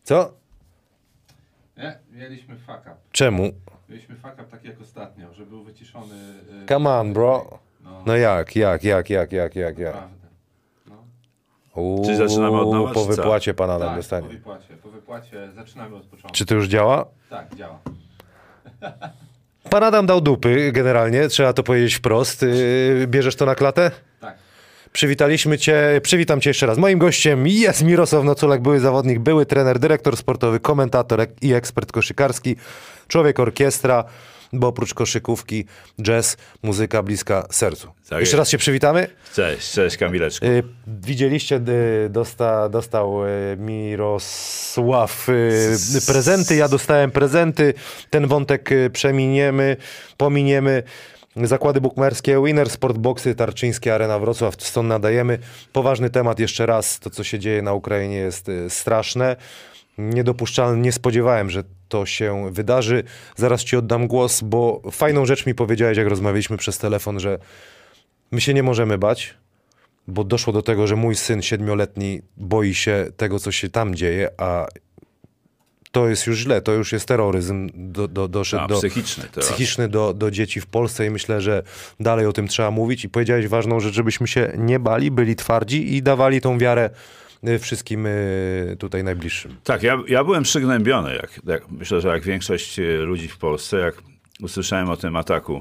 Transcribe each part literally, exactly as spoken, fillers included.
Co? Nie, mieliśmy fuck up. Czemu? Mieliśmy fuck up taki jak ostatnio, że był wyciszony... Yy, Come on, bro. No, No jak, jak, jak, jak, jak, jak, jak? naprawdę. No. Uuu, Czy zaczynamy od nowa, po czy co? wypłacie pan Adam Tak, po dostanie. wypłacie. Po wypłacie zaczynamy od początku. Czy to już działa? Tak, działa. Pan Adam dał dupy generalnie, trzeba to powiedzieć wprost. Yy, Bierzesz to na klatę? Tak. Przywitaliśmy cię, przywitam cię jeszcze raz. Moim gościem jest Mirosław Noculek, były zawodnik, były trener, dyrektor sportowy, komentator ek- i ekspert koszykarski, człowiek orkiestra, bo oprócz koszykówki, jazz, muzyka bliska sercu. Tak Jeszcze jest. raz się przywitamy. Cześć, cześć Kamileczku. Y, widzieliście, y, dosta, dostał y, Mirosław y, prezenty, ja dostałem prezenty, ten wątek y, przeminiemy, pominiemy. Zakłady bukmerskie, Winner, Sportboxy, Tarczyńskie, Arena Wrocław, stąd nadajemy. Poważny temat jeszcze raz, to co się dzieje na Ukrainie jest y, straszne. Niedopuszczalne, nie spodziewałem, że to się wydarzy. Zaraz ci oddam głos, bo fajną rzecz mi powiedziałeś, jak rozmawialiśmy przez telefon, że my się nie możemy bać, bo doszło do tego, że mój syn siedmioletni boi się tego, co się tam dzieje, a to jest już źle, to już jest terroryzm do, do, doszedł A, do, psychiczny teraz. psychiczny do, do dzieci w Polsce i myślę, że dalej o tym trzeba mówić i powiedziałeś ważną rzecz, żebyśmy się nie bali, byli twardzi i dawali tą wiarę y, wszystkim y, tutaj najbliższym. Tak, ja, ja byłem przygnębiony, jak, jak, myślę, że jak większość e, ludzi w Polsce, jak usłyszałem o tym ataku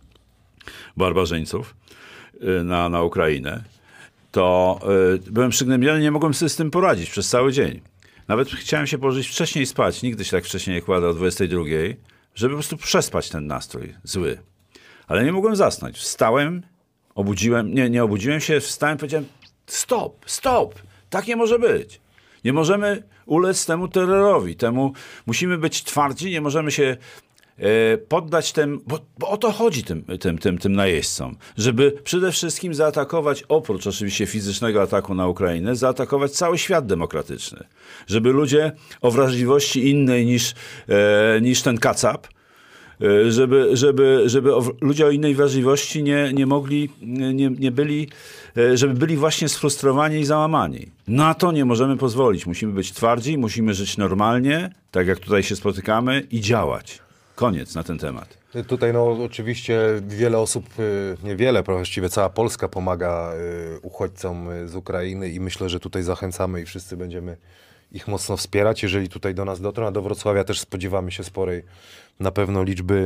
barbarzyńców e, na, na Ukrainę, to e, byłem przygnębiony, nie mogłem sobie z tym poradzić przez cały dzień. Nawet chciałem się położyć wcześniej spać, nigdy się tak wcześniej nie kładę o dwudziestej drugiej, żeby po prostu przespać ten nastrój zły. Ale nie mogłem zasnąć. Wstałem, obudziłem, nie, nie obudziłem się, wstałem, powiedziałem stop, stop, tak nie może być. Nie możemy ulec temu terrorowi, temu musimy być twardzi, nie możemy się e, poddać temu, bo, bo o to chodzi tym, tym, tym, tym najeźdźcom, żeby przede wszystkim zaatakować, oprócz oczywiście fizycznego ataku na Ukrainę, zaatakować cały świat demokratyczny. Żeby ludzie o wrażliwości innej niż, e, niż ten kacap, e, żeby, żeby, żeby o, ludzie o innej wrażliwości nie, nie mogli, nie, nie byli, e, żeby byli właśnie sfrustrowani i załamani. Na to nie możemy pozwolić. Musimy być twardzi, musimy żyć normalnie, tak jak tutaj się spotykamy i działać. Koniec na ten temat. Tutaj no oczywiście wiele osób, y, niewiele, właściwie cała Polska pomaga y, uchodźcom y, z Ukrainy i myślę, że tutaj zachęcamy i wszyscy będziemy ich mocno wspierać. Jeżeli tutaj do nas dotrą, a do Wrocławia też spodziewamy się sporej na pewno liczby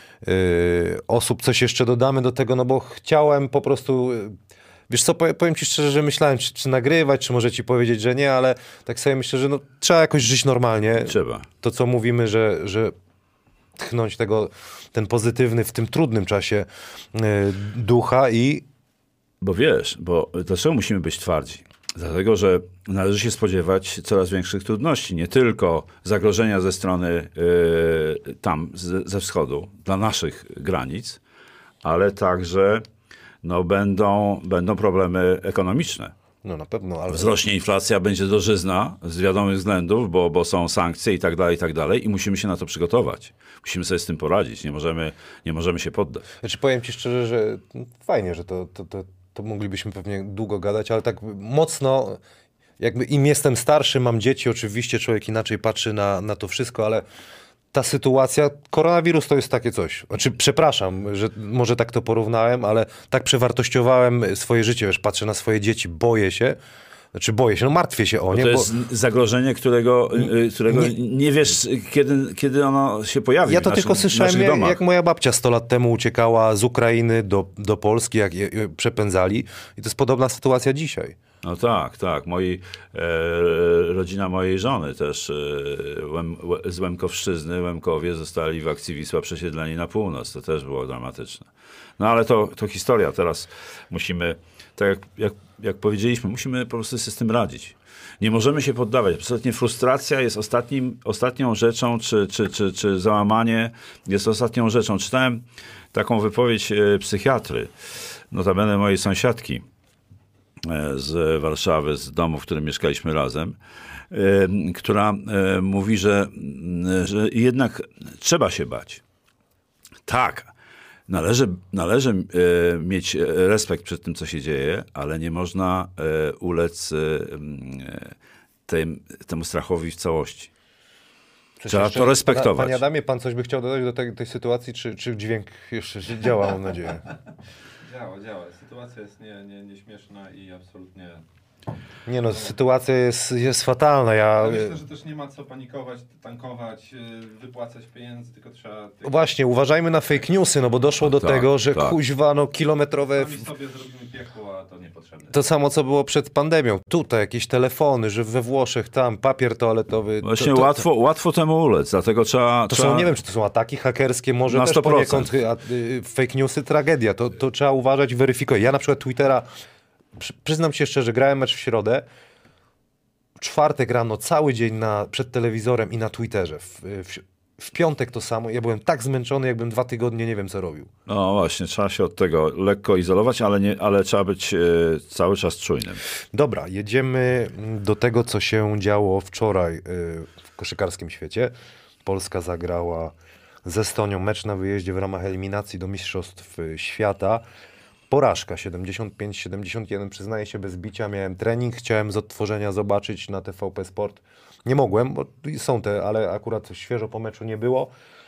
y, osób. Coś jeszcze dodamy do tego, no bo chciałem po prostu... Y, Wiesz co, powiem ci szczerze, że myślałem, czy, czy nagrywać, czy może ci powiedzieć, że nie, ale tak sobie myślę, że no, trzeba jakoś żyć normalnie. Trzeba. To, co mówimy, że, że tchnąć tego, ten pozytywny w tym trudnym czasie y, ducha i... Bo wiesz, bo dlaczego musimy być twardzi? Dlatego, że należy się spodziewać coraz większych trudności. Nie tylko zagrożenia ze strony y, tam, z, ze wschodu, dla naszych granic, ale także no, będą, będą problemy ekonomiczne. No na pewno, ale... Wzrośnie inflacja, będzie drożyzna z wiadomych względów, bo, bo są sankcje i tak dalej, i tak dalej i musimy się na to przygotować. Musimy sobie z tym poradzić. Nie możemy, nie możemy się poddać. Znaczy powiem ci szczerze, że no, fajnie, że to, to, to, to moglibyśmy pewnie długo gadać, ale tak mocno, jakby im jestem starszy, mam dzieci, oczywiście człowiek inaczej patrzy na, na to wszystko, ale ta sytuacja, koronawirus to jest takie coś. Znaczy, przepraszam, że może tak to porównałem, ale tak przewartościowałem swoje życie, wiesz, patrzę na swoje dzieci, boję się, znaczy boję się, no martwię się o Bo nie. to bo... jest zagrożenie, którego, którego nie, nie wiesz, kiedy, kiedy ono się pojawi Ja w to naszym, tylko słyszałem, jak, domach. jak moja babcia sto lat temu uciekała z Ukrainy do, do Polski, jak je, je przepędzali. I to jest podobna sytuacja dzisiaj. No tak, tak. Moi, e, rodzina mojej żony też e, Łem, z Łemkowszczyzny, Łemkowie zostali w akcji Wisła przesiedleni na północ. To też było dramatyczne. No ale to, to historia. Teraz musimy, tak jak, jak, jak powiedzieliśmy, musimy po prostu się z tym radzić. Nie możemy się poddawać. Absolutnie frustracja jest ostatnim, ostatnią rzeczą, czy, czy, czy, czy załamanie jest ostatnią rzeczą. Czytałem taką wypowiedź e, psychiatry, notabene mojej sąsiadki z Warszawy, z domu, w którym mieszkaliśmy razem, która mówi, że, że jednak trzeba się bać. Tak, należy, należy mieć respekt przed tym, co się dzieje, ale nie można ulec tym, temu strachowi w całości. Przecież Trzeba jeszcze- to respektować. Panie Adamie, pan coś by chciał dodać do tej, tej sytuacji, czy, czy dźwięk jeszcze działa, mam nadzieję? Działa, działa. Sytuacja jest nie, nie, nieśmieszna i absolutnie... Nie no, sytuacja jest, jest fatalna. Ja... Ale myślę, że też nie ma co panikować, tankować, yy, wypłacać pieniędzy, tylko trzeba... Tych... Właśnie, uważajmy na fake newsy, no bo doszło do Tak, tego, że tak. kuźwa, no kilometrowe... Sami sobie zrobimy piekło, a to niepotrzebne. To samo, co było przed pandemią. Tutaj jakieś telefony, że we Włoszech tam papier toaletowy. Właśnie to, to, łatwo, łatwo temu ulec, dlatego trzeba... To trzeba... są, nie wiem, czy to są ataki hakerskie, może Na też sto procent. poniekąd a, y, fake newsy, tragedia. To, to trzeba uważać, weryfikować. Ja na przykład Twittera, przy, przyznam się szczerze, grałem mecz w środę, czwartek rano, cały dzień na, przed telewizorem i na Twitterze. W, w, w piątek to samo. Ja byłem tak zmęczony, jakbym dwa tygodnie nie wiem, co robił. No właśnie, trzeba się od tego lekko izolować, ale, nie, ale trzeba być e, cały czas czujnym. Dobra, jedziemy do tego, co się działo wczoraj y, w koszykarskim świecie. Polska zagrała z Estonią mecz na wyjeździe w ramach eliminacji do Mistrzostw Świata. Porażka siedemdziesiąt pięć siedemdziesiąt jeden, przyznaję się bez bicia, miałem trening, chciałem z odtworzenia zobaczyć na T V P Sport. Nie mogłem, bo są te, ale akurat świeżo po meczu nie było.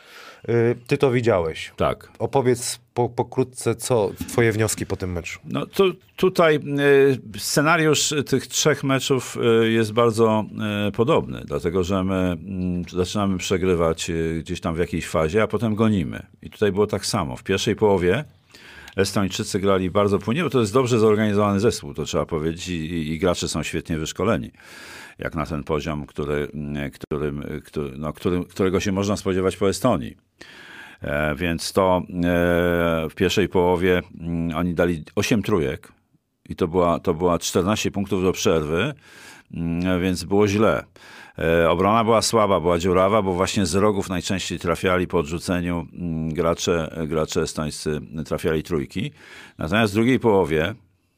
Y, Ty to widziałeś. Tak. Opowiedz po, pokrótce, co twoje wnioski po tym meczu. No tu, tutaj y, scenariusz tych trzech meczów y, jest bardzo y, podobny, dlatego że my y, zaczynamy przegrywać y, gdzieś tam w jakiejś fazie, a potem gonimy. I tutaj było tak samo. W pierwszej połowie Estończycy grali bardzo płynnie, bo to jest dobrze zorganizowany zespół, to trzeba powiedzieć, i, i gracze są świetnie wyszkoleni, jak na ten poziom, który, którym, który, no, którym, którego się można spodziewać po Estonii. E, więc to e, w pierwszej połowie m, oni dali osiem trójek i to była, to była czternaście punktów do przerwy, m, więc było źle. E, obrona była słaba, była dziurawa, bo właśnie z rogów najczęściej trafiali po odrzuceniu m, gracze, gracze estońscy trafiali trójki. Natomiast w drugiej połowie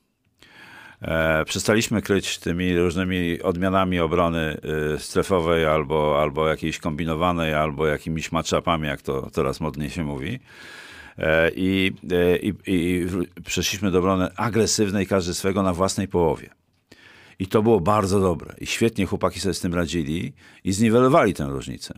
E, przestaliśmy kryć tymi różnymi odmianami obrony y, strefowej albo, albo jakiejś kombinowanej, albo jakimiś match-upami, jak to teraz modnie się mówi. E, i, e, i, I przeszliśmy do obrony agresywnej, każdy swego na własnej połowie. I to było bardzo dobre. I świetnie chłopaki sobie z tym radzili i zniwelowali tę różnicę.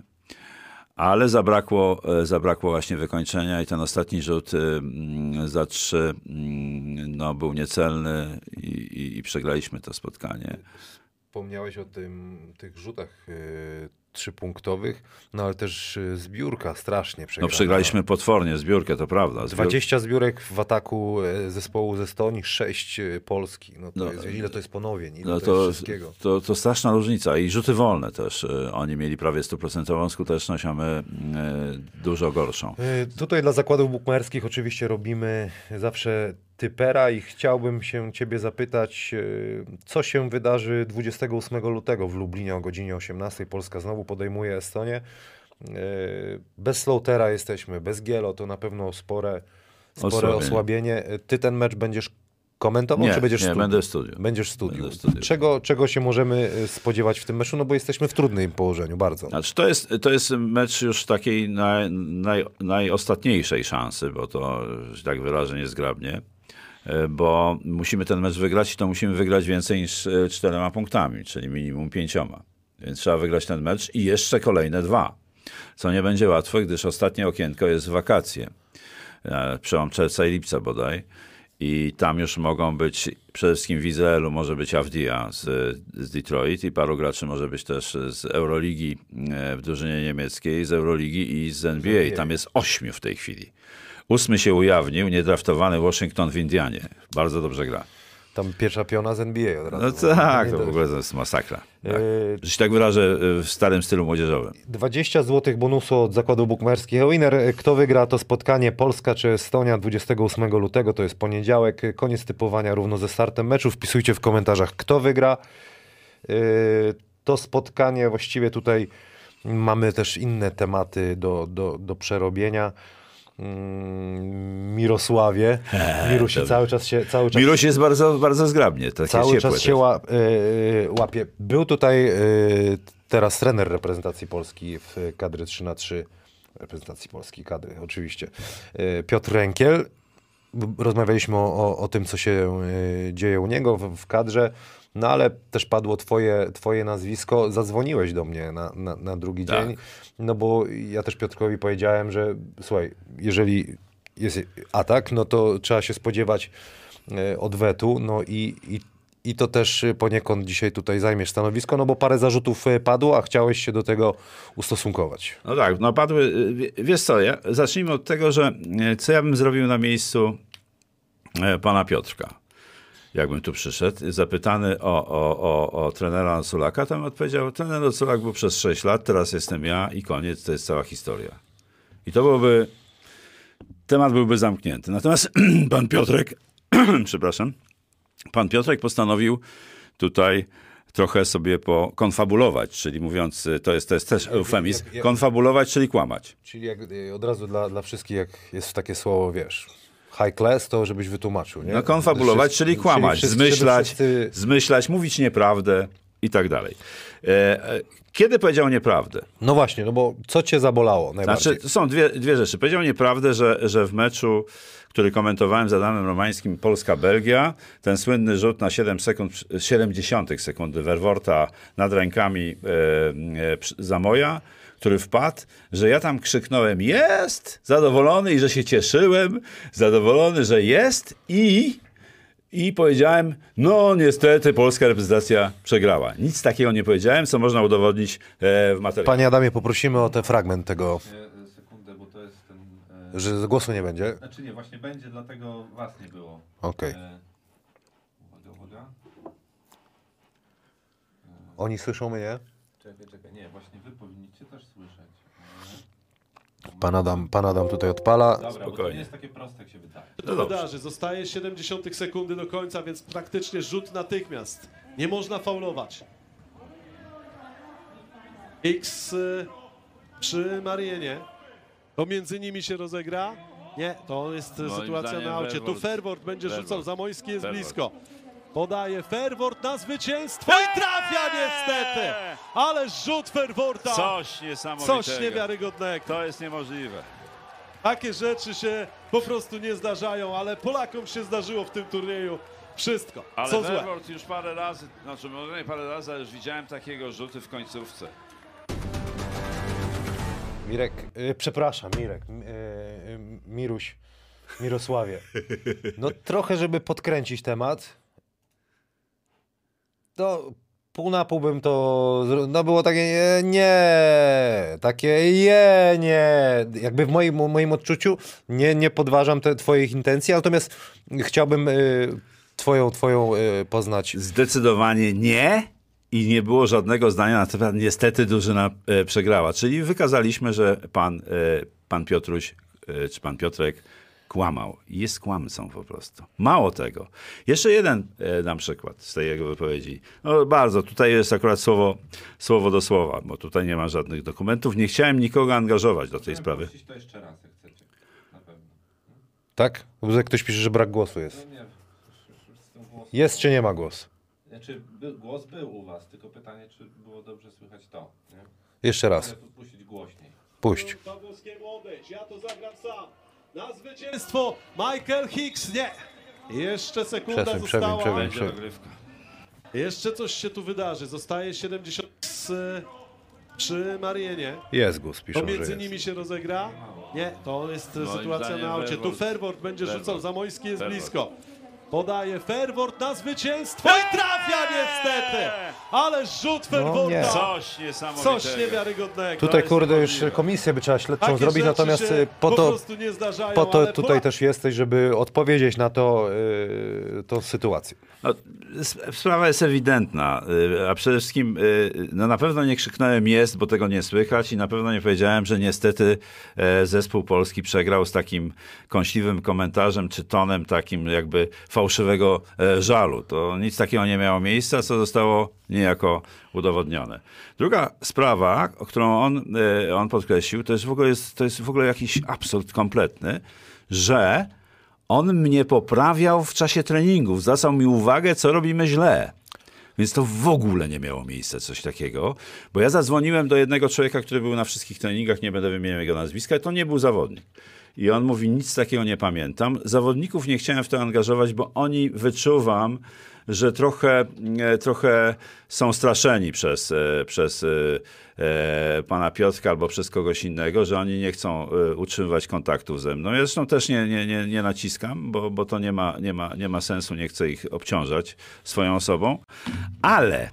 Ale zabrakło, zabrakło właśnie wykończenia i ten ostatni rzut mm, za trzy mm, no, był niecelny i, i, i przegraliśmy to spotkanie. Wspomniałeś o tym, tych rzutach y, trzypunktowych, no ale też y, zbiórka strasznie No przegrana. przegraliśmy potwornie zbiórkę, to prawda. Zbiór... dwadzieścia zbiórek w ataku y, zespołu ze Estonii, sześć y, Polski. No to No, jest, ile to jest ponowień, ile No to, to, jest wszystkiego. to, to straszna różnica. I rzuty wolne też. Y, Oni mieli prawie stuprocentową skuteczność, a my y, dużo gorszą. Y, tutaj dla zakładów bukmacherskich oczywiście robimy zawsze typera i chciałbym się ciebie zapytać, y, co się wydarzy dwudziestego ósmego lutego w Lublinie o godzinie osiemnastej. Polska znowu podejmuje Estonię. Y, Bez Slaughtera jesteśmy, bez Gielo, to na pewno spore, spore osłabienie. Osłabienie. osłabienie. Ty ten mecz będziesz komentował, Nie, czy będziesz w nie studiu? będę w studiu. Będziesz w studiu. Będę w studiu. Czego, czego się możemy y, spodziewać w tym meczu? No bo jesteśmy w trudnym położeniu, bardzo. Znaczy, to jest, to jest mecz już takiej naj, naj, najostatniejszej szansy, bo to, że tak wyrażę, niezgrabnie, bo musimy ten mecz wygrać i to musimy wygrać więcej niż czterema punktami, czyli minimum pięcioma. Więc trzeba wygrać ten mecz i jeszcze kolejne dwa, co nie będzie łatwe, gdyż ostatnie okienko jest w wakacje. Przełom czerwca i lipca bodaj. I tam już mogą być, przede wszystkim w Izraelu może być Avdia z, z Detroit i paru graczy może być też z Euroligi w drużynie niemieckiej, z Euroligi i z N B A. Tam jest ośmiu w tej chwili. Ósmy się ujawnił, niedraftowany Washington w Indianie. Bardzo dobrze gra. Tam pierwsza piona z N B A od razu. No tak, to w ogóle to jest masakra. Tak. Yy, Że się tak wyrażę w starym stylu młodzieżowym. dwadzieścia złotych bonusu od zakładu bukmacherskich Winner. Kto wygra to spotkanie Polska czy Estonia dwudziestego ósmego lutego? To jest poniedziałek. Koniec typowania równo ze startem meczu. Wpisujcie w komentarzach, kto wygra. Yy, to spotkanie właściwie tutaj mamy też inne tematy do, do, do przerobienia. Mirosławie. Miruś Dobrze. cały czas się cały czas, Miruś jest bardzo, bardzo zgrabnie. Takie cały ciepłe czas się też. ła, y, łapie. Był tutaj y, teraz trener reprezentacji Polski w kadry trzy na trzy. Reprezentacji Polski kadry, oczywiście. Y, Piotr Rękiel. Rozmawialiśmy o, o, o tym, co się y, dzieje u niego w, w kadrze. no ale też padło twoje, twoje nazwisko, zadzwoniłeś do mnie na, na, na drugi Tak. dzień, no bo ja też Piotrkowi powiedziałem, że słuchaj, jeżeli jest atak, no to trzeba się spodziewać e, odwetu, no i, i, i to też poniekąd dzisiaj tutaj zajmiesz stanowisko, no bo parę zarzutów e, padło, a chciałeś się do tego ustosunkować. No tak, no padły, wie- wiesz co, ja, zacznijmy od tego, że e, co ja bym zrobił na miejscu e, pana Piotrka. Jakbym tu przyszedł, zapytany o, o, o, o trenera Noculaka, to bym odpowiedział, trener Noculak był przez sześć lat, teraz jestem ja i koniec, to jest cała historia. I to byłoby, temat byłby zamknięty. Natomiast pan Piotrek, przepraszam, pan Piotrek postanowił tutaj trochę sobie pokonfabulować, czyli mówiąc, to jest, to jest też eufemizm, jak- jak- konfabulować, czyli kłamać. Czyli jak, y, od razu dla, dla wszystkich, jak jest takie słowo, wiesz, high class, to żebyś wytłumaczył, nie? No konfabulować, Wszyscy- czyli kłamać, wszyscy- żeby zmyślać, wszyscy- zmyślać, mówić nieprawdę i tak dalej. E, e, kiedy powiedział nieprawdę? No właśnie, no bo co cię zabolało najbardziej? Znaczy, to są dwie, dwie rzeczy. Powiedział nieprawdę, że, że w meczu, który komentowałem z Adamem Romańskim, Polska-Belgia, ten słynny rzut na siedem sekund, siedemdziesiątych sekundy Verworta nad rękami e, e, przy- Zamoja, który wpadł, że ja tam krzyknąłem jest, zadowolony i że się cieszyłem, zadowolony, że jest i... I powiedziałem, no niestety polska reprezentacja przegrała. Nic takiego nie powiedziałem, co można udowodnić e, w materiale. Panie Adamie, poprosimy o ten fragment tego, E, Sekundę, bo to jest ten... e, że głosu nie będzie. Znaczy nie, właśnie będzie, dlatego was nie było. Okej. E, Uwaga, uwaga. Oni słyszą mnie? Czekaj, czekaj. Nie, właśnie wy powinniście też słyszeć. Pan Adam, pan Adam tutaj odpala. Dobra, bo to Spokojnie. nie jest takie proste, jak się wydaje. No dobrze. wydarzy. Zostaje siedemdziesiąt sekundy do końca, więc praktycznie rzut natychmiast. Nie można faulować. X y, przy Marienie. Pomiędzy nimi się rozegra. Nie, to jest y, Moim sytuacja zdaniem na aucie. Tu Verwoerd. Ferwort będzie rzucał, Verwoerd. Zamojski jest Verwoerd. blisko. Podaje Ferwort na zwycięstwo i trafia niestety! Ale rzut Ferworta! Coś niesamowitego. Coś niewiarygodnego. To jest niemożliwe. Takie rzeczy się po prostu nie zdarzają, ale Polakom się zdarzyło w tym turnieju wszystko. Ale Co złe. Verwoerd już parę razy, znaczy może nie parę razy, ale już widziałem takiego rzuty w końcówce. Mirek, y, przepraszam, Mirek, y, y, Miruś, Mirosławie. No trochę, żeby podkręcić temat, to pół na pół bym to, zro- no było takie nie, nie, takie je, nie. Jakby w moim, moim odczuciu nie, nie podważam te twoich intencji, natomiast chciałbym y, twoją, twoją y, poznać. Zdecydowanie nie i nie było żadnego zdania na temat niestety drużyna e, przegrała. Czyli wykazaliśmy, że pan, e, pan Piotruś e, czy pan Piotrek kłamał. Jest kłamcą po prostu. Mało tego. Jeszcze jeden e, dam przykład z tej jego wypowiedzi. No bardzo, tutaj jest akurat słowo, słowo do słowa, bo tutaj nie ma żadnych dokumentów. Nie chciałem nikogo angażować do tej Chciałem sprawy. prosić to jeszcze raz, jak chcecie. Na pewno. Tak? Bo ktoś pisze, że brak głosu jest. No nie, już- już z tym głosem. Jest czy nie ma głosu? Znaczy, by, głos był u was, tylko pytanie, czy było dobrze słychać to, nie? Jeszcze raz. Mogę tu puścić głośniej. Puść. Pawłowskiemu odejść, ja to zagram sam. Na zwycięstwo Michael Hicks, nie. Jeszcze sekunda Przestań, przewin, została. przewin. Będzie dogrywka. Jeszcze coś się tu wydarzy. Zostaje siedemdziesiąt z, przy Marienie. Jest głos, piszą, że Pomiędzy jest. nimi się rozegra. Nie, to jest Moim sytuacja zdaniem na aucie. Tu Verwoerd. Ferwort będzie Verwoerd. rzucał, Zamojski jest Verwoerd. blisko. Podaje Ferwort na zwycięstwo i trafia niestety! Ale rzut No nie. Ferworta! Coś niesamowitego. Coś niewiarygodnego. Tutaj jest kurde już niemożliwe. komisję by trzeba śledczą Takie zrobić, rzeczy natomiast się y, po to, prostu nie zdarzają, po to ale tutaj Polak- też jesteś, żeby odpowiedzieć na to, yy, tą sytuację. No, s- sprawa jest ewidentna, y, a przede wszystkim y, no na pewno nie krzyknąłem jest, bo tego nie słychać i na pewno nie powiedziałem, że niestety e, zespół polski przegrał z takim kąśliwym komentarzem czy tonem takim jakby fałszywego e, żalu. To nic takiego nie miało miejsca, co zostało niejako udowodnione. Druga sprawa, o którą on, e, on podkreślił, to jest w ogóle, jest, to jest w ogóle jakiś absurd kompletny, że on mnie poprawiał w czasie treningów, zwracał mi uwagę, co robimy źle. Więc to w ogóle nie miało miejsca coś takiego, bo ja zadzwoniłem do jednego człowieka, który był na wszystkich treningach, nie będę wymieniał jego nazwiska, i to nie był zawodnik. I on mówi, nic takiego nie pamiętam. Zawodników nie chciałem w to angażować, bo oni, wyczuwam, że trochę, e, trochę są straszeni przez, e, przez e, pana Piotrka albo przez kogoś innego, że oni nie chcą e, utrzymywać kontaktów ze mną. Ja zresztą też nie, nie, nie, nie naciskam, bo, bo to nie ma, nie, ma, nie ma sensu, nie chcę ich obciążać swoją osobą, ale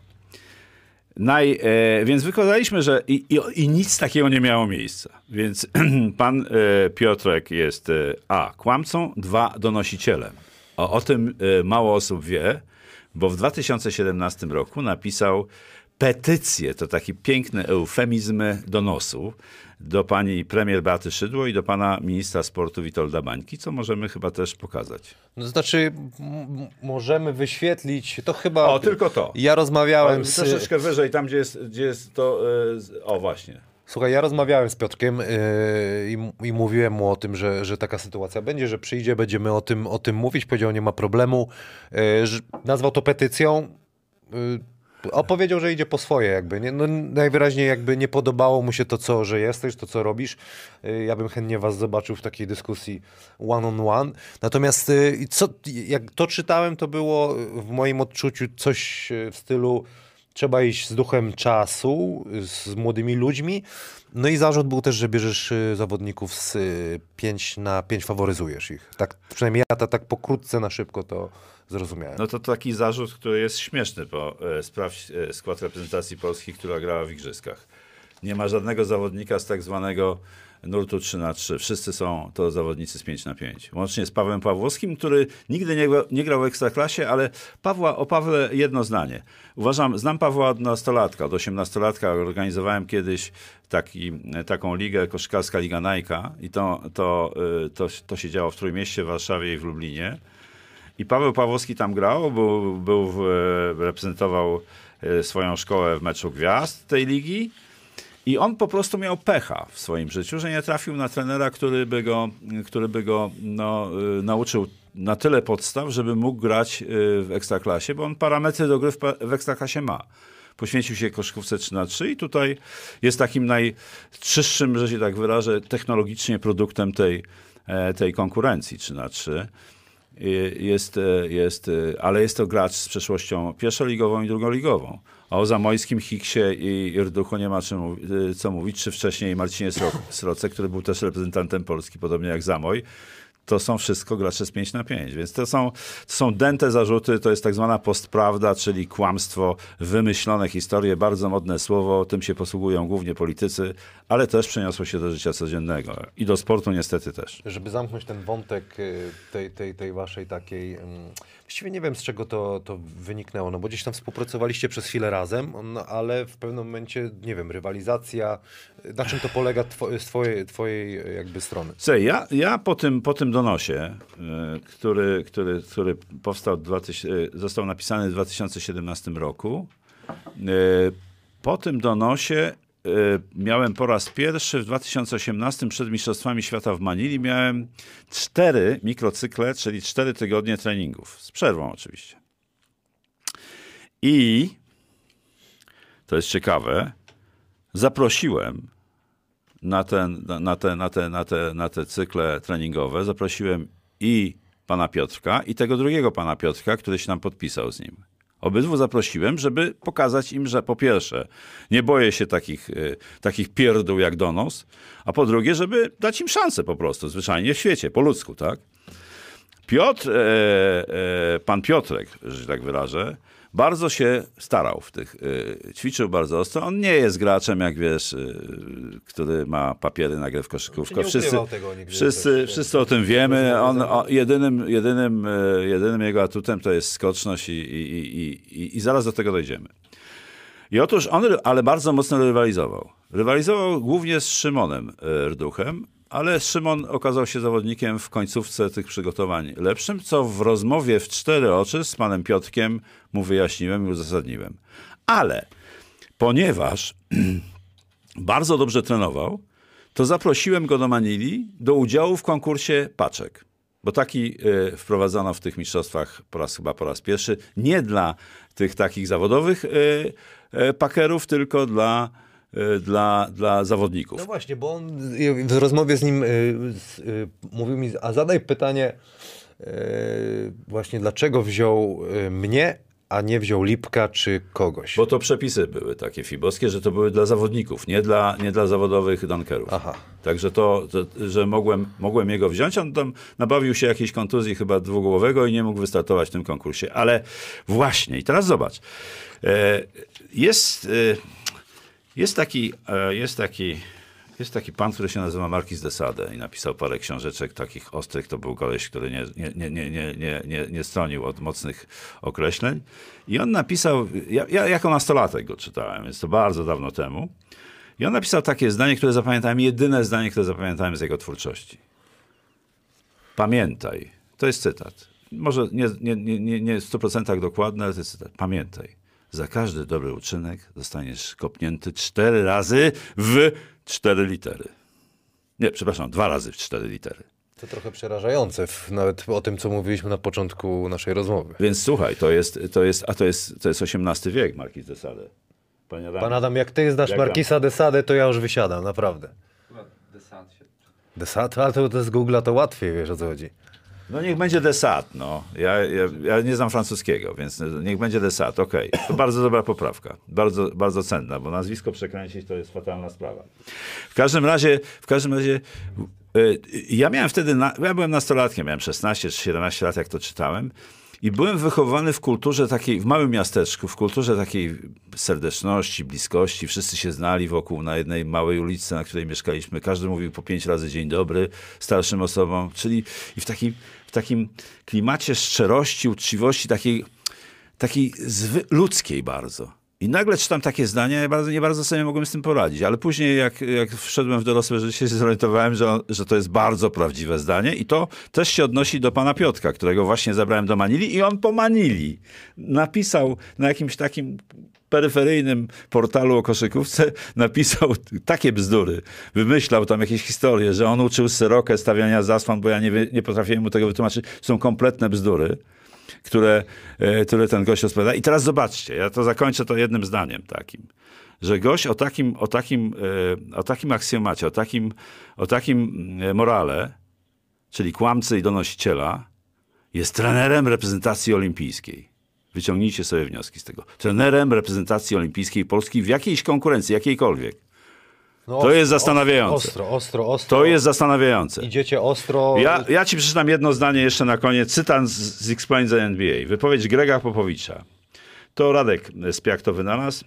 Naj, e, więc wykładaliśmy, że i, i, i nic takiego nie miało miejsca. Więc pan e, Piotrek jest e, a. kłamcą, dwa. donosicielem. O, o tym e, mało osób wie, bo w dwa tysiące siedemnastym roku napisał petycję, to taki piękny eufemizm donosu, do pani premier Beaty Szydło i do pana ministra sportu Witolda Bańki, co możemy chyba też pokazać. No to znaczy, m- możemy wyświetlić, to chyba... O, tylko to. Ja rozmawiałem O, z... troszeczkę wyżej, tam gdzie jest, gdzie jest to... E, z, o, właśnie. Słuchaj, ja rozmawiałem z Piotrkiem yy, i, i mówiłem mu o tym, że, że taka sytuacja będzie, że przyjdzie, będziemy o tym, o tym mówić. Powiedział, nie ma problemu. Yy, że nazwał to petycją. Yy, opowiedział, że idzie po swoje jakby. Nie? No, najwyraźniej jakby nie podobało mu się to, co, że jesteś, to, co robisz. Yy, ja bym chętnie was zobaczył w takiej dyskusji one on one. Natomiast yy, co, jak to czytałem, to było w moim odczuciu coś w stylu trzeba iść z duchem czasu, z młodymi ludźmi. No i zarzut był też, że bierzesz y, zawodników z y, pięć na pięć, faworyzujesz ich. Tak, przynajmniej ja to tak pokrótce, na szybko to zrozumiałem. No to taki zarzut, który jest śmieszny, bo e, sprawdź e, skład reprezentacji Polski, która grała w Igrzyskach. Nie ma żadnego zawodnika z tak zwanego nurtu trzy na trzy. Wszyscy są to zawodnicy z pięć na pięć. Łącznie z Pawłem Pawłowskim, który nigdy nie, nie grał w Ekstraklasie, ale Pawła, o Pawle jedno zdanie. Uważam, znam Pawła od nastolatka, od osiemnastolatka. Organizowałem kiedyś taki, taką ligę, koszykarska Liga Najka i to, to, to, to się działo w Trójmieście, w Warszawie i w Lublinie. I Paweł Pawłowski tam grał, był, był w, reprezentował swoją szkołę w meczu gwiazd tej ligi. I on po prostu miał pecha w swoim życiu, że nie trafił na trenera, który by go, który by go no, y, nauczył na tyle podstaw, żeby mógł grać y, w Ekstraklasie, bo on parametry do gry w, w Ekstraklasie ma. Poświęcił się koszykówce trzy na trzy i tutaj jest takim najczystszym, że się tak wyrażę, technologicznie produktem tej, e, tej konkurencji trzy na trzy. Jest, jest, ale jest to gracz z przeszłością pierwszoligową i drugoligową. A o Zamojskim, Hicksie i Irduchu nie ma czym, co mówić, czy wcześniej Marcinie Sroce, który był też reprezentantem Polski, podobnie jak Zamoj. To są wszystko gracze z pięć na pięć, więc to są, to są dęte zarzuty, to jest tak zwana postprawda, czyli kłamstwo, wymyślone historie, bardzo modne słowo, tym się posługują głównie politycy, ale też przeniosło się do życia codziennego i do sportu niestety też. Żeby zamknąć ten wątek tej, tej, tej waszej takiej, właściwie nie wiem z czego to, to wyniknęło, no bo gdzieś tam współpracowaliście przez chwilę razem, no ale w pewnym momencie, nie wiem, rywalizacja, na czym to polega two, z twojej, twojej jakby strony? Słuchaj, ja, ja po tym, po tym donosie, y, który, który, który powstał, dwa tysiące, y, został napisany w dwa tysiące siedemnastym roku, y, po tym donosie y, miałem po raz pierwszy w dwa tysiące osiemnastym przed Mistrzostwami Świata w Manili miałem cztery mikrocykle, czyli cztery tygodnie treningów, z przerwą oczywiście. I to jest ciekawe, zaprosiłem na, ten, na, te, na, te, na, te, na te cykle treningowe, zaprosiłem i pana Piotrka, i tego drugiego pana Piotrka, który się nam podpisał z nim. Obydwu zaprosiłem, żeby pokazać im, że po pierwsze nie boję się takich, y, takich pierdół jak donos, a po drugie, żeby dać im szansę po prostu, zwyczajnie w świecie, po ludzku, tak? Piotr, e, e, pan Piotrek, że tak wyrażę, bardzo się starał w tych, y, ćwiczył bardzo ostro. On nie jest graczem, jak wiesz, y, który ma papiery na grę w koszykówkę. Wszyscy, tego nigdy wszyscy, też, wszyscy o tym wiemy. On, o, jedynym, jedynym, y, jedynym jego atutem to jest skoczność i, i, i, i, i zaraz do tego dojdziemy. I otóż on, ale bardzo mocno rywalizował. Rywalizował głównie z Szymonem Rduchem, ale Szymon okazał się zawodnikiem w końcówce tych przygotowań lepszym, co w rozmowie w cztery oczy z panem Piotrkiem mu wyjaśniłem i uzasadniłem. Ale ponieważ bardzo dobrze trenował, to zaprosiłem go do Manili do udziału w konkursie paczek. Bo taki y, wprowadzono w tych mistrzostwach po raz, chyba po raz pierwszy. Nie dla tych takich zawodowych y, y, pakerów, tylko dla Dla, dla zawodników. No właśnie, bo on w rozmowie z nim y, y, mówił mi, a zadaj pytanie y, właśnie dlaczego wziął y, mnie, a nie wziął Lipka czy kogoś? Bo to przepisy były takie fibowskie, że to były dla zawodników, nie dla, nie dla zawodowych donkerów. Aha. Także to, to, że mogłem, mogłem jego wziąć. On tam nabawił się jakiejś kontuzji chyba dwugłowego i nie mógł wystartować w tym konkursie. Ale właśnie, i teraz zobacz. E, jest, e, jest, taki, e, jest, taki, jest taki pan, który się nazywa Marquis de Sade i napisał parę książeczek takich ostrych. To był koleś, który nie, nie, nie, nie, nie, nie, nie, nie stronił od mocnych określeń. I on napisał, ja, ja jako nastolatek go czytałem, więc to bardzo dawno temu. I on napisał takie zdanie, które zapamiętałem, jedyne zdanie, które zapamiętałem z jego twórczości. Pamiętaj, to jest cytat. Może nie, nie, nie, nie w stu procentach dokładny, ale to jest cytat. Pamiętaj, za każdy dobry uczynek zostaniesz kopnięty cztery razy w cztery litery. Nie, przepraszam, dwa razy w cztery litery. To trochę przerażające, w, nawet o tym, co mówiliśmy na początku naszej rozmowy. Więc słuchaj, to jest, to jest, a to jest, to jest osiemnasty wiek, Marquis de Sade. Panie Adamie. Pan Adam, jak ty zdasz Jak Marquisa de Sade, to ja już wysiadam, naprawdę. Chyba desant się... De Sade? Ale to, to z Google'a to łatwiej, wiesz o co chodzi. No niech będzie de Sade, no. Ja, ja, ja nie znam francuskiego, więc niech będzie de Sade, okej. Okay. To bardzo dobra poprawka, bardzo, bardzo cenna, bo nazwisko przekręcić to jest fatalna sprawa. W każdym razie, w każdym razie yy, ja miałem wtedy, na, ja byłem nastolatkiem, miałem szesnaście czy siedemnaście lat, jak to czytałem. I byłem wychowany w kulturze takiej, w małym miasteczku, w kulturze takiej serdeczności, bliskości. Wszyscy się znali wokół na jednej małej ulicy, na której mieszkaliśmy. Każdy mówił po pięć razy dzień dobry starszym osobom. Czyli i w takim, w takim klimacie szczerości, uczciwości, takiej, takiej zwy- ludzkiej bardzo. I nagle czytam takie zdania, ja bardzo, nie bardzo sobie mogłem z tym poradzić. Ale później, jak, jak wszedłem w dorosłe życie, się zorientowałem, że, on, że to jest bardzo prawdziwe zdanie. I to też się odnosi do pana Piotrka, którego właśnie zabrałem do Manili. I on po Manili napisał na jakimś takim peryferyjnym portalu o koszykówce, napisał takie bzdury. Wymyślał tam jakieś historie, że on uczył Syrokę stawiania zasłon, bo ja nie, nie potrafiłem mu tego wytłumaczyć. Są kompletne bzdury. Które, które ten gość rozpowiada. I teraz zobaczcie, ja to zakończę to jednym zdaniem takim, że gość o takim, o takim, o takim aksjomacie, o takim, o takim morale, czyli kłamcy i donosiciela, jest trenerem reprezentacji olimpijskiej. Wyciągnijcie sobie wnioski z tego. Trenerem reprezentacji olimpijskiej Polski w jakiejś konkurencji, jakiejkolwiek. No to ostro, jest zastanawiające. Ostro, ostro, ostro. To jest zastanawiające. Idziecie ostro. Ja, ja ci przeczytam jedno zdanie jeszcze na koniec. Cytat z, z Explain the N B A. Wypowiedź Grega Popowicza. To Radek Spiak to wynalazł.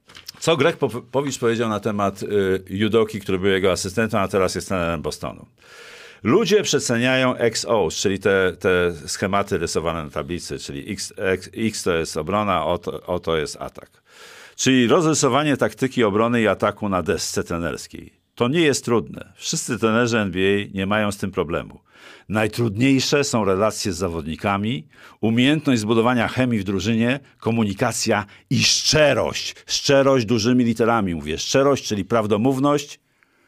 Co Greg Popowicz powiedział na temat y, judoki, który był jego asystentem, a teraz jest trenerem Bostonu. Ludzie przeceniają X O, czyli te, te schematy rysowane na tablicy, czyli X, X, X to jest obrona, O to, o to jest atak. Czyli rozrysowanie taktyki obrony i ataku na desce trenerskiej. To nie jest trudne. Wszyscy trenerzy N B A nie mają z tym problemu. Najtrudniejsze są relacje z zawodnikami, umiejętność zbudowania chemii w drużynie, komunikacja i szczerość. Szczerość dużymi literami mówię. Szczerość, czyli prawdomówność.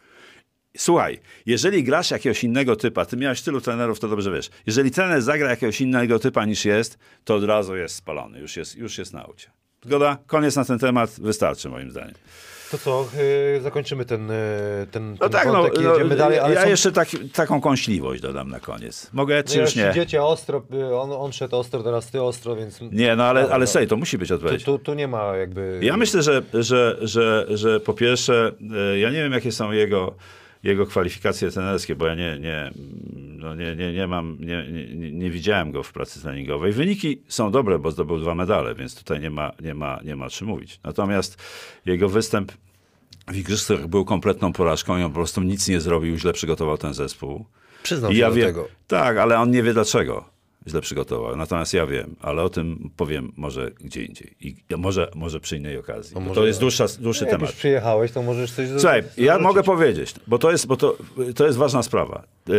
Słuchaj, jeżeli grasz jakiegoś innego typa, ty miałeś tylu trenerów, to dobrze wiesz. Jeżeli trener zagra jakiegoś innego typa niż jest, to od razu jest spalony. Już jest, już jest na aucie. Zgoda? Koniec na ten temat. Wystarczy moim zdaniem. To co, yy, zakończymy ten, yy, ten, No ten tak, wątek no, i jedziemy no, dalej. Ale ja są... jeszcze tak, taką kąśliwość dodam na koniec. Mogę, czy no już nie? Idziecie ostro, on, on szedł ostro, teraz ty ostro, więc... Nie, no ale, Dobra, ale no. sej, to musi być odpowiedź. Tu, tu, tu nie ma jakby... Ja myślę, że, że, że, że po pierwsze, ja nie wiem, jakie są jego, jego kwalifikacje trenerskie, bo ja nie, nie, no nie, nie, nie mam, nie, nie, nie widziałem go w pracy treningowej. Wyniki są dobre, bo zdobył dwa medale, więc tutaj nie ma, nie ma, nie ma czym mówić. Natomiast jego występ w igrzyskach był kompletną porażką i on po prostu nic nie zrobił, źle przygotował ten zespół. Przyznam I się ja do wiem, tego. tak, ale on nie wie dlaczego źle przygotował. Natomiast ja wiem, ale o tym powiem może gdzie indziej. I może, może przy innej okazji. A Bo może- to jest dłuższa, dłuższy Jak temat. już przyjechałeś, to możesz coś Słuchaj, zarzucić. ja mogę powiedzieć, bo to jest, bo to, to jest ważna sprawa. E,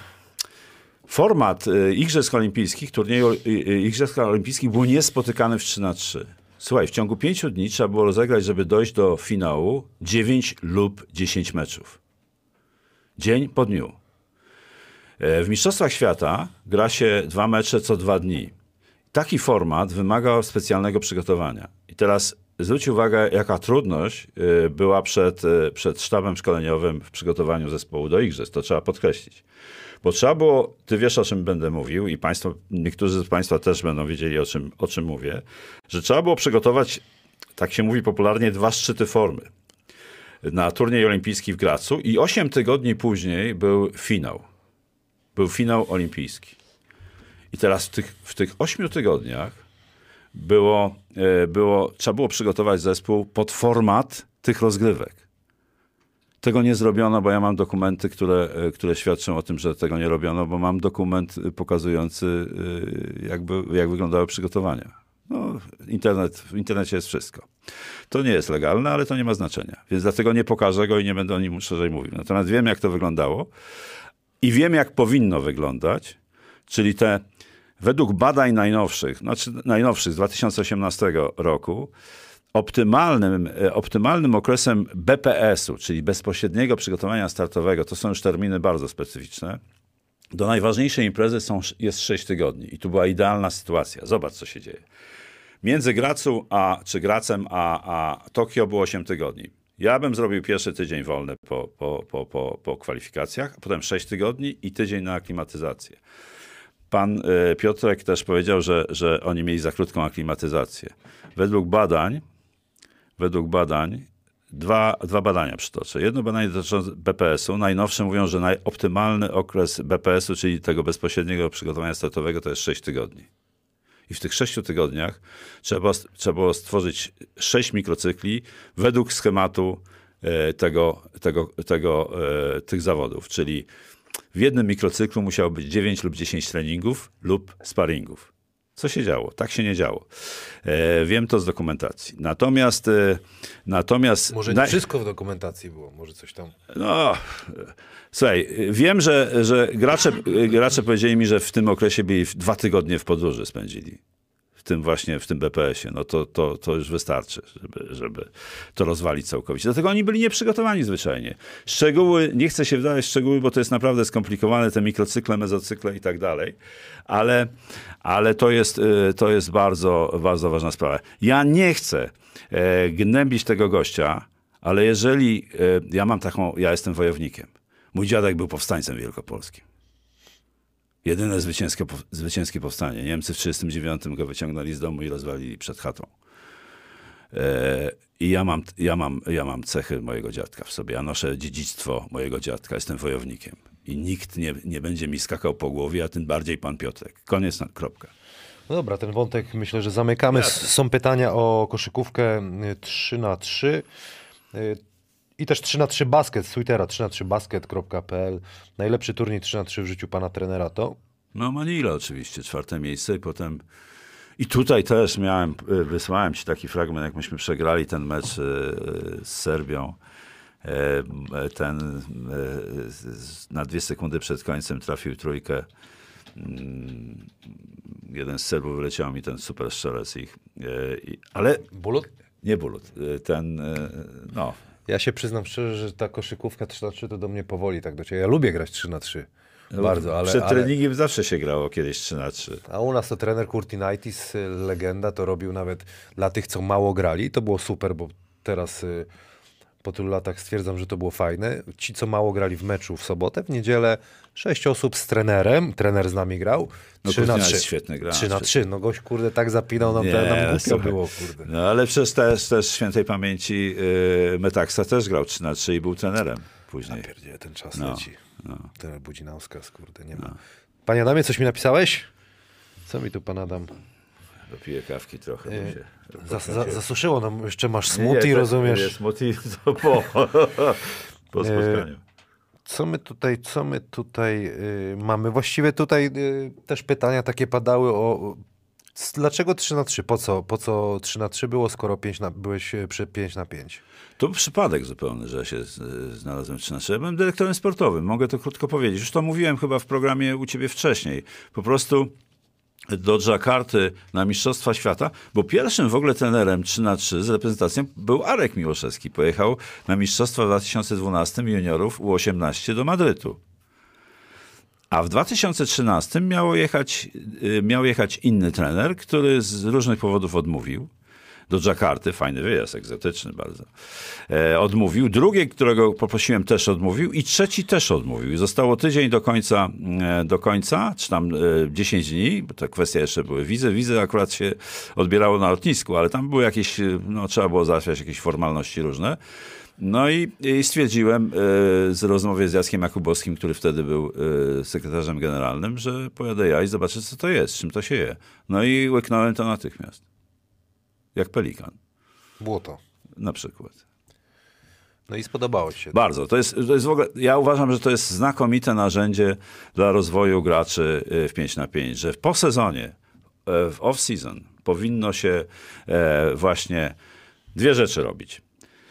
format e, Igrzysk Olimpijskich, turnieju e, Igrzysk Olimpijskich był niespotykany w trzy na trzy. Słuchaj, w ciągu pięciu dni trzeba było rozegrać, żeby dojść do finału, dziewięć lub dziesięć meczów. Dzień po dniu. E, w Mistrzostwach Świata gra się dwa mecze co dwa dni. Taki format wymaga specjalnego przygotowania. I teraz zwróć uwagę, jaka trudność y, była przed, y, przed sztabem szkoleniowym w przygotowaniu zespołu do igrzysk. To trzeba podkreślić. Bo trzeba było, ty wiesz, o czym będę mówił i państwo, niektórzy z państwa też będą wiedzieli, o czym, o czym mówię, że trzeba było przygotować, tak się mówi popularnie, dwa szczyty formy na turniej olimpijski w Gracu i osiem tygodni później był finał. Był finał olimpijski. I teraz w tych, w tych ośmiu tygodniach było, było, trzeba było przygotować zespół pod format tych rozgrywek. Tego nie zrobiono, bo ja mam dokumenty, które, które świadczą o tym, że tego nie robiono, bo mam dokument pokazujący, jakby, jak wyglądały przygotowania. No, internet, w internecie jest wszystko. To nie jest legalne, ale to nie ma znaczenia. Więc dlatego nie pokażę go i nie będę o nim szerzej mówił. Natomiast wiem, jak to wyglądało i wiem, jak powinno wyglądać, czyli te według badań najnowszych, znaczy najnowszych z dwa tysiące osiemnastego roku, optymalnym, optymalnym okresem B P S-u, czyli bezpośredniego przygotowania startowego, to są już terminy bardzo specyficzne, do najważniejszej imprezy są, jest sześć tygodni. I tu była idealna sytuacja. Zobacz, co się dzieje. Między Gracu a, czy Gracem a, a Tokio było osiem tygodni. Ja bym zrobił pierwszy tydzień wolny po, po, po, po, po kwalifikacjach, a potem sześć tygodni i tydzień na aklimatyzację. Pan y, Piotrek też powiedział, że, że oni mieli za krótką aklimatyzację. Według badań, według badań, dwa, dwa badania przytoczę. Jedno badanie dotyczące B P S-u. Najnowsze mówią, że najoptymalny okres B P S-u, czyli tego bezpośredniego przygotowania startowego, to jest sześć tygodni. I w tych sześciu tygodniach trzeba, trzeba było stworzyć sześć mikrocykli według schematu e, tego, tego, tego, e, tych zawodów. Czyli w jednym mikrocyklu musiało być dziewięć lub dziesięć treningów lub sparingów. Co się działo? Tak się nie działo. E, wiem to z dokumentacji. Natomiast... E, natomiast Może nie wszystko w dokumentacji było, może coś tam... No, słuchaj, wiem, że, że gracze, gracze powiedzieli mi, że w tym okresie byli dwa tygodnie w podróży spędzili. W tym właśnie, w tym B P S-ie. No to, to, to już wystarczy, żeby, żeby to rozwalić całkowicie. Dlatego oni byli nieprzygotowani zwyczajnie. Szczegóły, nie chcę się wdawać w szczegóły, bo to jest naprawdę skomplikowane, te mikrocykle, mezocykle i tak dalej, ale, ale to jest, to jest bardzo, bardzo ważna sprawa. Ja nie chcę e, gnębić tego gościa, ale jeżeli, e, ja mam taką, ja jestem wojownikiem. Mój dziadek był powstańcem wielkopolskim. Jedyne zwycięskie, zwycięskie powstanie. Niemcy w tysiąc dziewięćset trzydziestym dziewiątym go wyciągnęli z domu i rozwalili przed chatą. E, I ja mam, ja, mam, ja mam cechy mojego dziadka w sobie. Ja noszę dziedzictwo mojego dziadka. Jestem wojownikiem. I nikt nie, nie będzie mi skakał po głowie, a tym bardziej pan Piotrek. Koniec, na, kropka. No dobra, ten wątek myślę, że zamykamy. S- Są pytania o koszykówkę trzy na trzy. I też trzy na trzy basket z Twittera, trzy na trzy basket kropka p l. Najlepszy turniej trzy na trzy w życiu pana trenera to? No Manila oczywiście, czwarte miejsce i potem... I tutaj też miałem, wysłałem ci taki fragment, jak myśmy przegrali ten mecz z Serbią. Ten na dwie sekundy przed końcem trafił trójkę. Jeden z Serbów wyleciał mi ten super strzelec ich. Ale... Bulut? Nie Bulut. Ten, no... Ja się przyznam szczerze, że ta koszykówka trzy na trzy to do mnie powoli tak dociera. Ja lubię grać trzy na trzy. No, bardzo, ale... Przed ale... treningiem zawsze się grało kiedyś trzy na trzy. A u nas to trener Kurtinaitis, legenda, to robił nawet dla tych, co mało grali. To było super, bo teraz y, po tylu latach stwierdzam, że to było fajne. Ci, co mało grali w meczu w sobotę, w niedzielę sześć osób z trenerem. Trener z nami grał. trzy na trzy. Świetny gra. trzy na trzy. No gość, kurde, tak zapinał nam, Nie, nam głupio słuchaj. było, kurde. No ale przez też, też świętej pamięci yy, Metaksa też grał trzy na trzy i był trenerem później. Napierdzie, ten czas No, leci. no. Trener Budzinauskas, kurde, nie ma. Panie Adamie, coś mi napisałeś? Co mi tu pan Adam? Dopiję kawki trochę. bo Yy, się, Zas, się- za, zasuszyło nam, jeszcze masz Nie, nie, smoothie, to- rozumiesz? Nie, smoothie to po, po spotkaniu. Co my tutaj, co my tutaj y, mamy? Właściwie tutaj y, też pytania takie padały o c- dlaczego trzy na trzy? Po co, po co trzy na trzy było, skoro pięć na, byłeś y, przy pięć na pięć? To był przypadek zupełny, że się z- znalazłem w trzy na trzy. Ja byłem dyrektorem sportowym, mogę to krótko powiedzieć. Już to mówiłem chyba w programie u ciebie wcześniej. Po prostu do Dżakarty na Mistrzostwa Świata, bo pierwszym w ogóle trenerem trzy na trzy z reprezentacją był Arek Miłoszewski. Pojechał na Mistrzostwa w dwa tysiące dwunastym juniorów U osiemnaście do Madrytu. A w dwa tysiące trzynastym miało jechać, y, miał jechać inny trener, który z różnych powodów odmówił. do Dżakarty, fajny wyjazd, egzotyczny bardzo, e, odmówił. Drugie, którego poprosiłem, też odmówił i trzeci też odmówił. Zostało tydzień do końca, e, do końca, czy tam e, dziesięć dni, bo to kwestia jeszcze były wizy. Wizy akurat się odbierało na lotnisku, ale tam były jakieś, no trzeba było załatwiać jakieś formalności różne. No i, i stwierdziłem y, z rozmowie z Jackiem Jakubowskim, który wtedy był y, sekretarzem generalnym, że pojadę ja i zobaczę, co to jest, czym to się je. No i łyknąłem to natychmiast. Jak pelikan. Błoto. Na przykład. No i spodobało ci się. Bardzo. To jest, to jest w ogóle, ja uważam, że to jest znakomite narzędzie dla rozwoju graczy w pięć na pięć, że po sezonie, w off-season powinno się właśnie dwie rzeczy robić.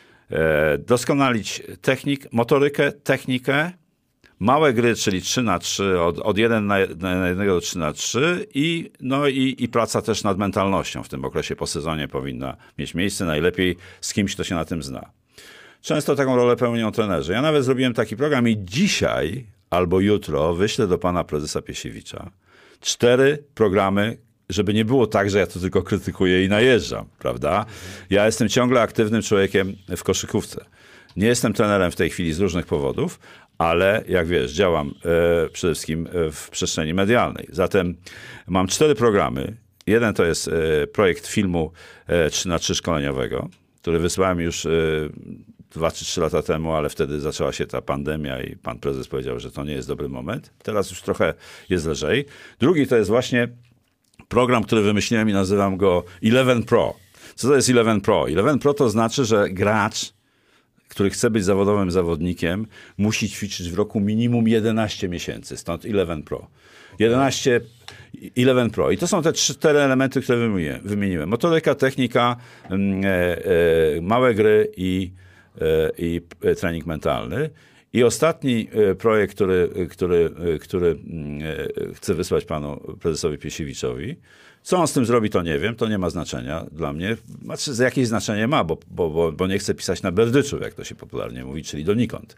Doskonalić technik, motorykę, technikę, małe gry, czyli trzy na trzy, od, od jeden na jednego do trzy na trzy i, no i, i praca też nad mentalnością w tym okresie po sezonie powinna mieć miejsce, najlepiej z kimś, kto się na tym zna. Często taką rolę pełnią trenerzy. Ja nawet zrobiłem taki program i dzisiaj albo jutro wyślę do pana prezesa Piesiewicza cztery programy, żeby nie było tak, że ja to tylko krytykuję i najeżdżam, prawda? Ja jestem ciągle aktywnym człowiekiem w koszykówce. Nie jestem trenerem w tej chwili z różnych powodów, ale jak wiesz, działam e, przede wszystkim w przestrzeni medialnej. Zatem mam cztery programy. Jeden to jest e, projekt filmu e, trzy na trzy szkoleniowego, który wysłałem już e, dwa czy trzy lata temu, ale wtedy zaczęła się ta pandemia i pan prezes powiedział, że to nie jest dobry moment. Teraz już trochę jest lżej. Drugi to jest właśnie program, który wymyśliłem i nazywam go Eleven Pro. Co to jest Eleven Pro? Eleven Pro to znaczy, że gracz, który chce być zawodowym zawodnikiem, musi ćwiczyć w roku minimum jedenaście miesięcy. Stąd Eleven Pro. jedenaście, Eleven Pro. I to są te cztery elementy, które wymieniłem. wymieniłem. Motoryka, technika, e, e, małe gry i, e, i trening mentalny. I ostatni projekt, który, który, który chcę wysłać panu prezesowi Piesiewiczowi. Co on z tym zrobi, to nie wiem. To nie ma znaczenia dla mnie. Znaczy, jakieś znaczenie ma, bo, bo, bo, bo nie chcę pisać na berdyczu, jak to się popularnie mówi, czyli donikąd.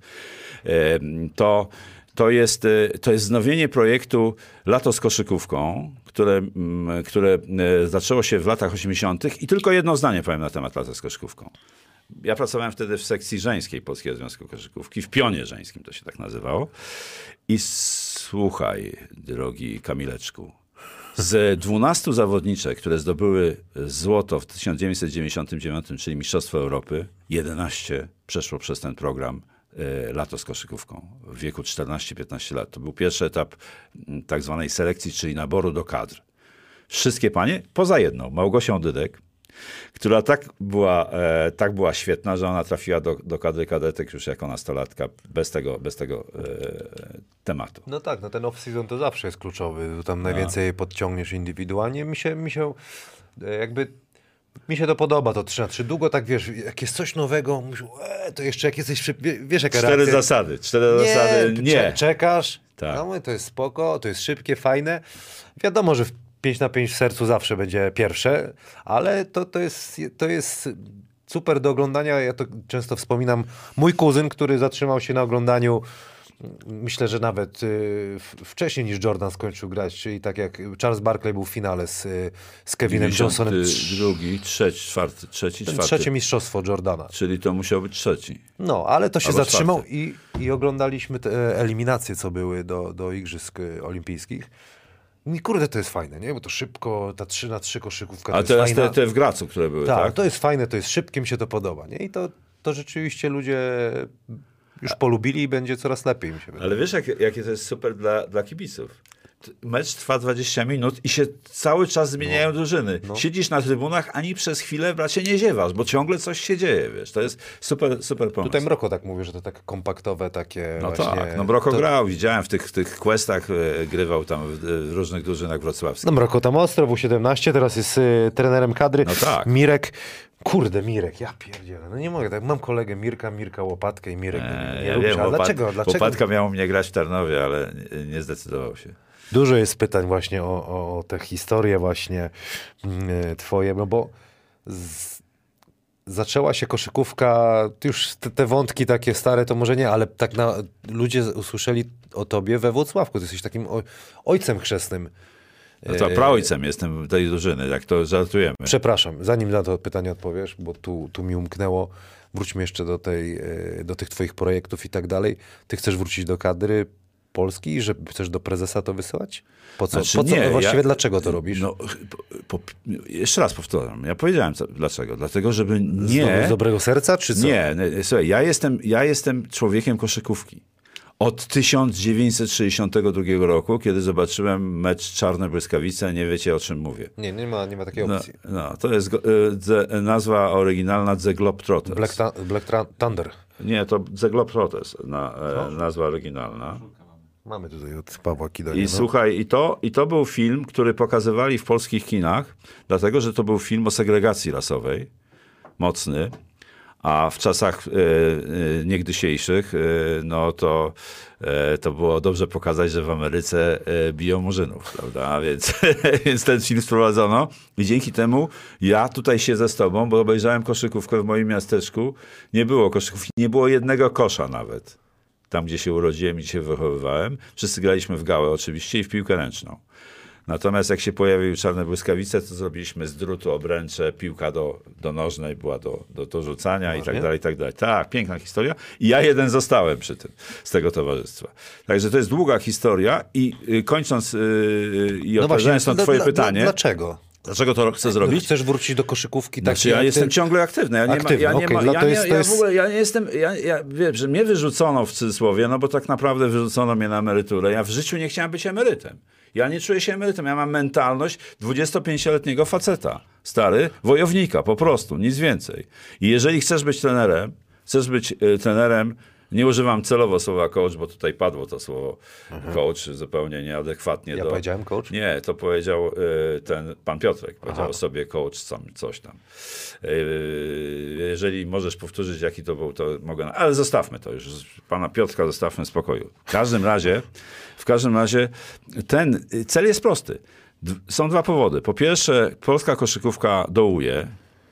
To, to, jest, to jest wznowienie projektu Lato z koszykówką, które, które zaczęło się w latach osiemdziesiątych i tylko jedno zdanie powiem na temat Lata z koszykówką. Ja pracowałem wtedy w sekcji żeńskiej Polskiego Związku Koszykówki, w pionie żeńskim to się tak nazywało. I słuchaj, drogi Kamileczku, z dwunastu zawodniczek, które zdobyły złoto w tysiąc dziewięćset dziewięćdziesiątym dziewiątym, czyli Mistrzostwo Europy, jedenaście przeszło przez ten program y, Lato z koszykówką w wieku czternaście piętnaście lat. To był pierwszy etap y, tak zwanej selekcji, czyli naboru do kadr. Wszystkie panie, poza jedną, Małgosią Dydek, która tak była, e, tak była świetna, że ona trafiła do, do kadry kadetek już jako nastolatka bez tego, bez tego e, tematu. No tak, no ten off-season to zawsze jest kluczowy. Tam najwięcej no. podciągniesz indywidualnie. Mi się, mi się jakby mi się to podoba, to trzy na trzy. Długo tak, wiesz, jak jest coś nowego, mówisz, e, to jeszcze jak jesteś, wiesz, jaka Cztery reakcja. zasady, cztery nie, zasady, nie. Czekasz, tak. No, to jest spoko, to jest szybkie, fajne. Wiadomo, że w pięć na pięć w sercu zawsze będzie pierwsze, ale to, to, jest, to jest super do oglądania. Ja to często wspominam. Mój kuzyn, który zatrzymał się na oglądaniu, myślę, że nawet y, wcześniej niż Jordan skończył grać, czyli tak jak Charles Barkley był w finale z, z Kevinem Johnsonem. Drugi, trzeci, czwarty, trzeci, czwarty. Trzecie mistrzostwo Jordana. Czyli to musiał być trzeci. No, ale to się Albo zatrzymał i, i oglądaliśmy te eliminacje, co były do, do Igrzysk Olimpijskich. I kurde, to jest fajne, nie? Bo to szybko, ta trzy na trzy koszykówka. A to teraz jest fajna. te, te w Gracu, które były, tak? Tak, to jest fajne, to jest szybkie, mi się to podoba, nie? I to, to rzeczywiście ludzie już polubili i będzie coraz lepiej, mi się wydaje. Ale wiesz, jak, jakie to jest super dla, dla kibiców? Mecz trwa dwadzieścia minut i się cały czas zmieniają no. drużyny. No. Siedzisz na trybunach, ani przez chwilę, bracie, nie ziewasz, bo ciągle coś się dzieje, wiesz. To jest super, super pomysł. Tutaj Mroko tak mówi, że to tak kompaktowe takie No właśnie... tak, no Mroko to... grał, widziałem w tych, w tych questach, e, grywał tam w, w różnych drużynach wrocławskich. No Mroko tam ostro, W siedemnaście, teraz jest y, trenerem kadry. No tak. Mirek... Kurde, Mirek, ja pierdzielę, no nie mogę, tak mam kolegę Mirka, Mirka Łopatkę i Mirek nie, nie ja lubi, wiem, ale łopat, dlaczego? dlaczego? Łopatka miał mnie grać w Tarnowie, ale nie, nie zdecydował się. Dużo jest pytań właśnie o, o, o te historie właśnie yy, twoje, no bo z, zaczęła się koszykówka, już te, te wątki takie stare to może nie, ale tak na, ludzie usłyszeli o tobie we Włocławku, ty jesteś takim oj, ojcem chrzestnym No to praojcem jestem tej drużyny, jak to żartujemy. Przepraszam, zanim na to pytanie odpowiesz, bo tu, tu mi umknęło, wróćmy jeszcze do, tej, do tych twoich projektów i tak dalej. Ty chcesz wrócić do kadry Polski, że chcesz do prezesa to wysyłać? Po co? Znaczy, po co? nie, Właściwie ja, dlaczego to robisz? No, po, po, jeszcze raz powtarzam, ja powiedziałem co, dlaczego. Dlatego, żeby Z, nie... z dobrego serca, czy co? Nie, nie, słuchaj, ja jestem, ja jestem człowiekiem koszykówki. Od tysiąc dziewięćset sześćdziesiątego drugiego roku, kiedy zobaczyłem mecz Czarne Błyskawice, nie wiecie o czym mówię. Nie, nie ma, nie ma takiej No, opcji. no to jest go- the, nazwa oryginalna The Globetrotters. Black, ta, Black Tra- Thunder. Nie, to The Globetrotters, na, e, nazwa oryginalna. Mamy tutaj od Pawła Kidonia. I no. słuchaj, i to, i to był film, który pokazywali w polskich kinach, dlatego, że to był film o segregacji rasowej, mocny, a w czasach e, e, niegdysiejszych, e, no to, e, to było dobrze pokazać, że w Ameryce e, biją murzynów, prawda? Więc, więc ten film sprowadzono i dzięki temu ja tutaj siedzę z tobą, bo obejrzałem koszykówkę w moim miasteczku. Nie było koszykówki, nie było jednego kosza nawet. Tam, gdzie się urodziłem i się wychowywałem. Wszyscy graliśmy w gałę oczywiście i w piłkę ręczną. Natomiast jak się pojawiły Czarne Błyskawice, to zrobiliśmy z drutu obręcze, piłka do, do nożnej była do, do, do rzucania i tak dalej, i tak dalej. Tak, piękna historia. I ja jeden zostałem przy tym, z tego towarzystwa. Także to jest długa historia i y, kończąc y, i No odpowiadając na dla- twoje dla- pytanie, Dla, dlaczego? dlaczego to chcę zrobić? Chcesz wrócić do koszykówki? Znaczy, takiej, ja jak jestem ty- ciągle aktywny. Ja nie, Aktywny, ma, ja nie, okej, ma, dla- ja to nie, jest- to ja jest- w ogóle ja nie jestem, ja, ja wiem, że mnie wyrzucono w cudzysłowie, no bo tak naprawdę wyrzucono mnie na emeryturę. Ja w życiu nie chciałem być emerytem. Ja nie czuję się emerytem. Ja mam mentalność dwudziestopięcioletniego faceta. Stary, wojownika, po prostu, nic więcej. I jeżeli chcesz być trenerem, chcesz być y, trenerem, nie używam celowo słowa coach, bo tutaj padło to słowo coach zupełnie nieadekwatnie. Ja do... powiedziałem coach? Nie, to powiedział y, ten pan Piotrek, powiedział Aha. o sobie coach, sam, coś tam. Y, jeżeli możesz powtórzyć, jaki to był, to mogę... na- Ale zostawmy to już. Pana Piotrka zostawmy w spokoju. W każdym razie, w każdym razie ten cel jest prosty. D- są dwa powody. Po pierwsze, polska koszykówka dołuje.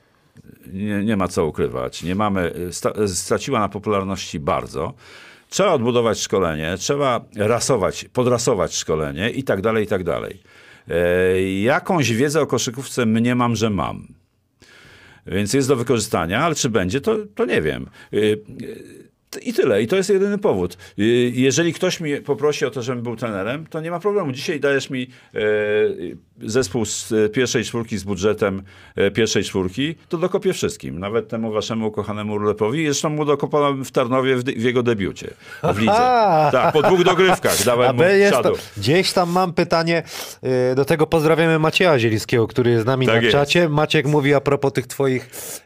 Nie, nie ma co ukrywać. Nie mamy, sta, straciła na popularności bardzo. Trzeba odbudować szkolenie, trzeba rasować, podrasować szkolenie i tak dalej, i tak dalej. E, jakąś wiedzę o koszykówce mniemam, że mam. Więc jest do wykorzystania, ale czy będzie, to, to nie wiem. E, e, I tyle. I to jest jedyny powód. E, jeżeli ktoś mnie poprosi o to, żebym był trenerem, to nie ma problemu. Dzisiaj dajesz mi e, zespół z e, pierwszej czwórki z budżetem e, pierwszej czwórki, to dokopię wszystkim. Nawet temu waszemu ukochanemu Rulepowi. Zresztą mu dokopałem w Tarnowie w, w jego debiucie. W lidze. Tak, po dwóch dogrywkach dałem A mu B jest to, siadu. gdzieś tam mam pytanie, y, do tego pozdrawiamy Macieja Zielińskiego, który jest z nami Tak na jest. czacie. Maciek mówi a propos tych twoich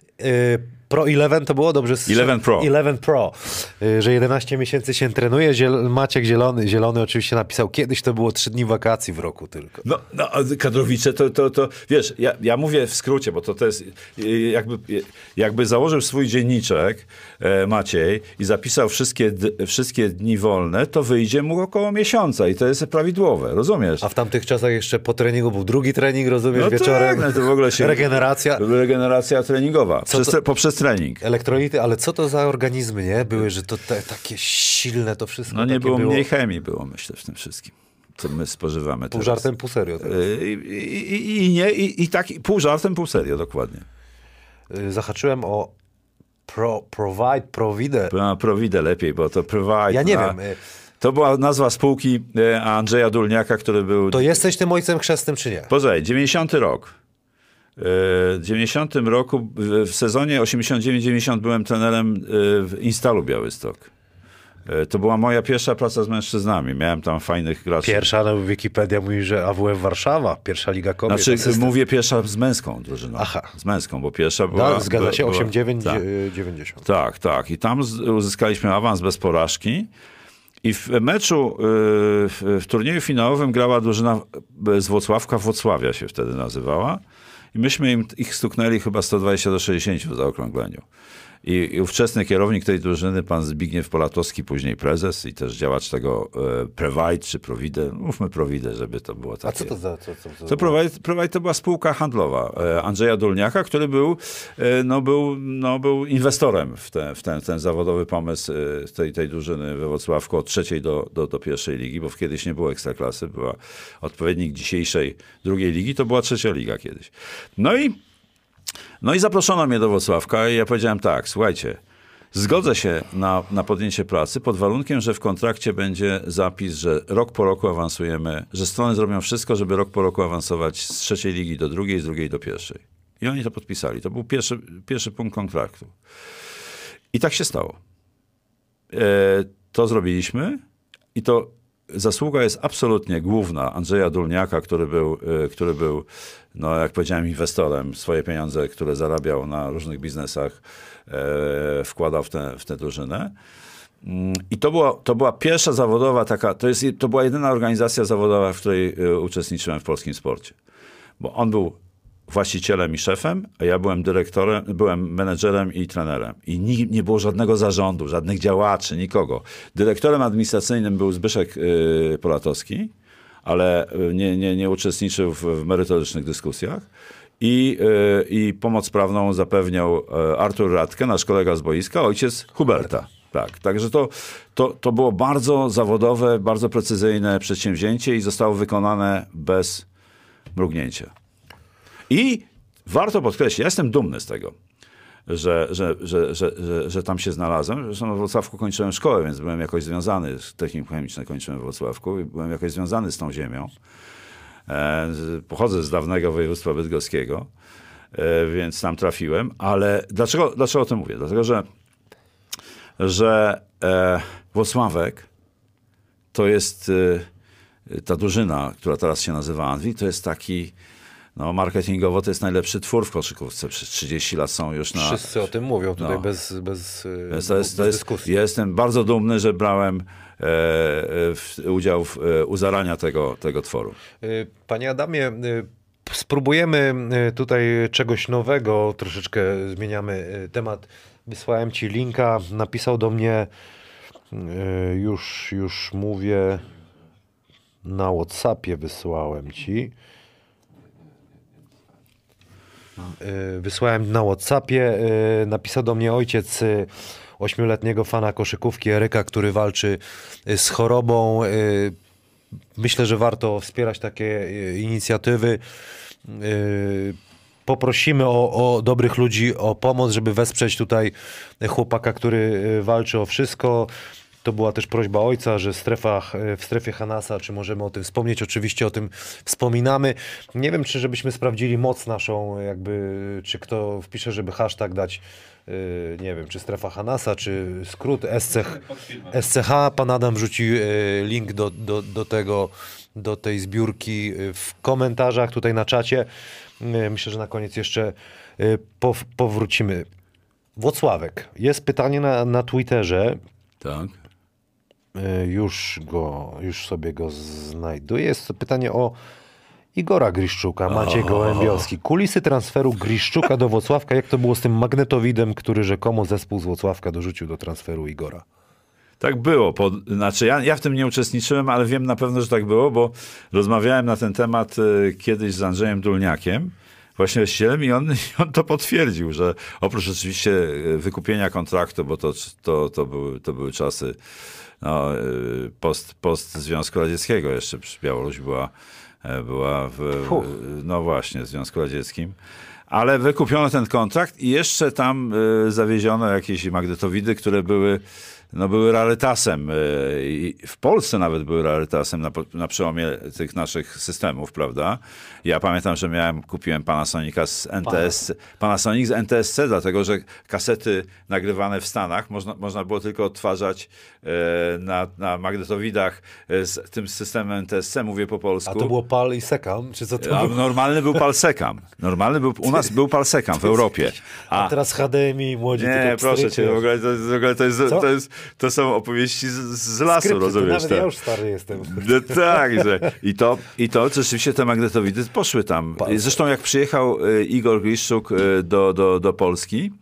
y, Pro jedenaście to było? Dobrze strzel- jedenaście Pro. jedenaście Pro, y, że jedenaście miesięcy się trenuje. Ziel- Maciek Zielony, Zielony oczywiście napisał, kiedyś to było trzy dni wakacji w roku tylko. No, no a kadrowicze to, to, to wiesz, ja, ja mówię w skrócie, bo to, to jest y, jakby, jakby założył swój dzienniczek e, Maciej i zapisał wszystkie, d- wszystkie dni wolne, to wyjdzie mu około miesiąca i to jest prawidłowe, rozumiesz? A w tamtych czasach jeszcze po treningu był drugi trening, rozumiesz, No wieczorem. tak, no to w ogóle się... Regeneracja. Regeneracja treningowa, przez, to- poprzez trening. Elektrolity, ale co to za organizmy, nie? Były, że to te, takie silne to wszystko. No nie takie było, mniej chemii było, myślę, w tym wszystkim, co my spożywamy Pół teraz. żartem, pół serio. teraz. Y, I, i, i nie, i, i tak, pół żartem, pół serio, dokładnie. Y, Zahaczyłem o pro, Provide, Provide. No, Provide lepiej, bo to Provide. Ja nie a, wiem, y, To była nazwa spółki e, Andrzeja Dulniaka, który był... to jesteś tym ojcem chrzestnym, czy nie? Poczekaj, dziewięćdziesiąty rok. E, W dziewięćdziesiątym roku, w, w sezonie osiemdziesiąt dziewięć dziewięćdziesiąt byłem trenerem e, w Instalu Białystok. E, To była moja pierwsza praca z mężczyznami. Miałem tam fajnych graczy. Pierwsza, no Wikipedia mówi, że A W F Warszawa, pierwsza Liga Kobiet. Znaczy, asystent. mówię pierwsza z męską drużyną. Aha. Z męską, bo pierwsza była... No, zgadza się, była- osiem dziewięć tak. dziewięćdziesiąt. Tak, tak. I tam z, uzyskaliśmy awans bez porażki. I w meczu, y, w, w turnieju finałowym grała drużyna z Włocławka, Włocławia się wtedy nazywała. I myśmy im, ich stuknęli chyba sto dwadzieścia do sześćdziesięciu w zaokrągleniu. I, I ówczesny kierownik tej drużyny, pan Zbigniew Polatowski, później prezes i też działacz tego e, Prewide czy Provide, mówmy Provide, żeby to było takie. A co to za... Co, co, co To Provide, Provide to była spółka handlowa e, Andrzeja Dolniaka, który był, e, no, był, no, był inwestorem w, te, w ten, ten zawodowy pomysł e, tej, tej drużyny we Włocławku od trzeciej do, do, do pierwszej ligi, bo kiedyś nie było ekstraklasy, była odpowiednik dzisiejszej drugiej ligi, to była trzecia liga kiedyś. No i No i zaproszono mnie do Włocławka i ja powiedziałem tak, słuchajcie, zgodzę się na, na podjęcie pracy pod warunkiem, że w kontrakcie będzie zapis, że rok po roku awansujemy, że strony zrobią wszystko, żeby rok po roku awansować z trzeciej ligi do drugiej, z drugiej do pierwszej. I oni to podpisali. To był pierwszy, pierwszy punkt kontraktu. I tak się stało. E, to zrobiliśmy i to zasługa jest absolutnie główna Andrzeja Dolniaka, który był, który był, no jak powiedziałem, inwestorem. Swoje pieniądze, które zarabiał na różnych biznesach, e, wkładał w tę w tę drużynę. I to była, to była pierwsza zawodowa taka, to, jest, to była jedyna organizacja zawodowa, w której uczestniczyłem w polskim sporcie. Bo on był właścicielem i szefem, a ja byłem dyrektorem, byłem menedżerem i trenerem. I nie, nie było żadnego zarządu, żadnych działaczy, nikogo. Dyrektorem administracyjnym był Zbyszek yy, Polatowski, ale nie, nie, nie uczestniczył w, w merytorycznych dyskusjach. I, yy, I pomoc prawną zapewniał yy, Artur Radke, nasz kolega z boiska, ojciec Huberta. Tak, także to, to, to było bardzo zawodowe, bardzo precyzyjne przedsięwzięcie i zostało wykonane bez mrugnięcia. I warto podkreślić, ja jestem dumny z tego, że, że, że, że, że, że tam się znalazłem. Zresztą w Wrocławku kończyłem szkołę, więc byłem jakoś związany, technikum chemiczne kończyłem w Wrocławku i byłem jakoś związany z tą ziemią. E, pochodzę z dawnego województwa bydgoskiego, e, więc tam trafiłem. Ale dlaczego, dlaczego o tym mówię? Dlatego, że, że e, Włocławek to jest e, ta drużyna, która teraz się nazywa Anwil, to jest taki... No, marketingowo to jest najlepszy twór w koszykówce. Przez trzydzieści lat są już na... Wszyscy o tym mówią tutaj no. bez, bez, bez, to jest, bez to jest, dyskusji. Jestem bardzo dumny, że brałem e, w, udział w e, uzaraniu tego, tego tworu. Panie Adamie, spróbujemy tutaj czegoś nowego, troszeczkę zmieniamy temat. Wysłałem ci linka, napisał do mnie, już, już mówię, na WhatsAppie wysłałem ci. Wysłałem na WhatsAppie, napisał do mnie ojciec ośmioletniego fana koszykówki Eryka, który walczy z chorobą. Myślę, że warto wspierać takie inicjatywy. Poprosimy o, o dobrych ludzi o pomoc, żeby wesprzeć tutaj chłopaka, który walczy o wszystko. To była też prośba ojca, że strefach, w strefie Hanasa, czy możemy o tym wspomnieć? Oczywiście o tym wspominamy. Nie wiem, czy żebyśmy sprawdzili moc naszą, jakby, czy kto wpisze, żeby hashtag dać, yy, nie wiem, czy strefa Hanasa, czy skrót S C H. S C H. Pan Adam wrzuci yy, link do, do, do tego, do tej zbiórki w komentarzach, tutaj na czacie. Yy, myślę, że na koniec jeszcze yy, pow, powrócimy. Włocławek. Jest pytanie na, na Twitterze. Tak. Już go, już sobie go znajduję. Jest to pytanie o Igora Griszczuka, Maciej oh. Gołębiowski. Kulisy transferu Griszczuka do Włocławka. Jak to było z tym magnetowidem, który rzekomo zespół z Włocławka dorzucił do transferu Igora? Tak było. Po, znaczy ja, ja w tym nie uczestniczyłem, ale wiem na pewno, że tak było, bo rozmawiałem na ten temat y, kiedyś z Andrzejem Dolniakiem, właśnie właścicielem, i on, on to potwierdził, że oprócz oczywiście wykupienia kontraktu, bo to, to, to, były, to były czasy no, post, post Związku Radzieckiego, jeszcze Białoruś była, była w, no właśnie, w Związku Radzieckim. Ale wykupiono ten kontrakt i jeszcze tam y, zawieziono jakieś magnetowidy, które były, no, były rarytasem. Y, w Polsce nawet były rarytasem na, na przełomie tych naszych systemów, prawda? Ja pamiętam, że miałem, kupiłem Panasonica z N T S C, Panasonic z N T S C, dlatego że kasety nagrywane w Stanach można, można było tylko odtwarzać y, na, na magnetowidach z tym systemem N T S C, mówię po polsku. A to było PAL i SECAM? Czy co to A było? normalny był PAL SECAM. Normalny był, u nas był PAL SECAM w Europie. A, a teraz H D M I, młodzi. Nie, proszę cię, w ogóle to, w ogóle to, jest, to, jest, to są opowieści z, z lasu, Skrypty, rozumiesz? Nawet ja już stary jestem. No, tak, i to, i to rzeczywiście te magnetowidy poszły tam. Zresztą jak przyjechał Igor Griszczuk do, do, do Polski,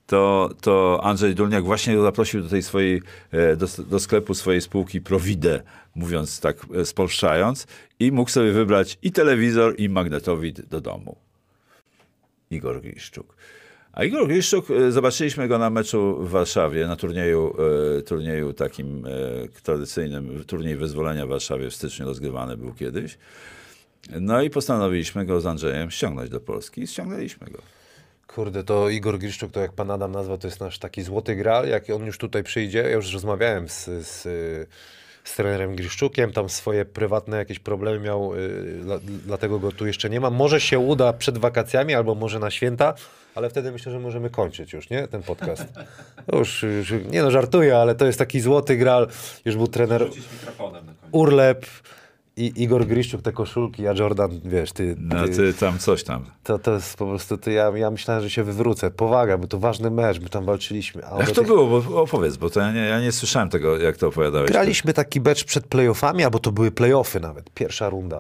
to, to Andrzej Dolniak właśnie zaprosił do tej swojej, do, do sklepu swojej spółki Provide, mówiąc tak, spolszczając, i mógł sobie wybrać i telewizor, i magnetowid do domu. Igor Griszczuk. A Igor Griszczuk, zobaczyliśmy go na meczu w Warszawie, na turnieju, turnieju takim tradycyjnym, turniej wyzwolenia w Warszawie w styczniu rozgrywany był kiedyś. No i postanowiliśmy go z Andrzejem ściągnąć do Polski i ściągnęliśmy go. Kurde, to Igor Griszczuk, to jak pan Adam nazwał, to jest nasz taki złoty gral. Jak on już tutaj przyjdzie, ja już rozmawiałem z, z, z trenerem Griszczukiem, tam swoje prywatne jakieś problemy miał, dla, dlatego go tu jeszcze nie ma. Może się uda przed wakacjami, albo może na święta, ale wtedy myślę, że możemy kończyć już, nie? Ten podcast. Już, już nie no, żartuję, ale to jest taki złoty gral. Już był trener Urlep i Igor Griszczuk, te koszulki, a Jordan, wiesz, ty... ty no ty tam coś tam. To, to jest po prostu, to ja, ja myślałem, że się wywrócę. Powaga, bo to ważny mecz, my tam walczyliśmy. A jak to tych... było? Bo opowiedz, bo to ja nie, ja nie słyszałem tego, jak to opowiadałeś. Graliśmy taki mecz przed playoffami, albo to były playoffy nawet, pierwsza runda.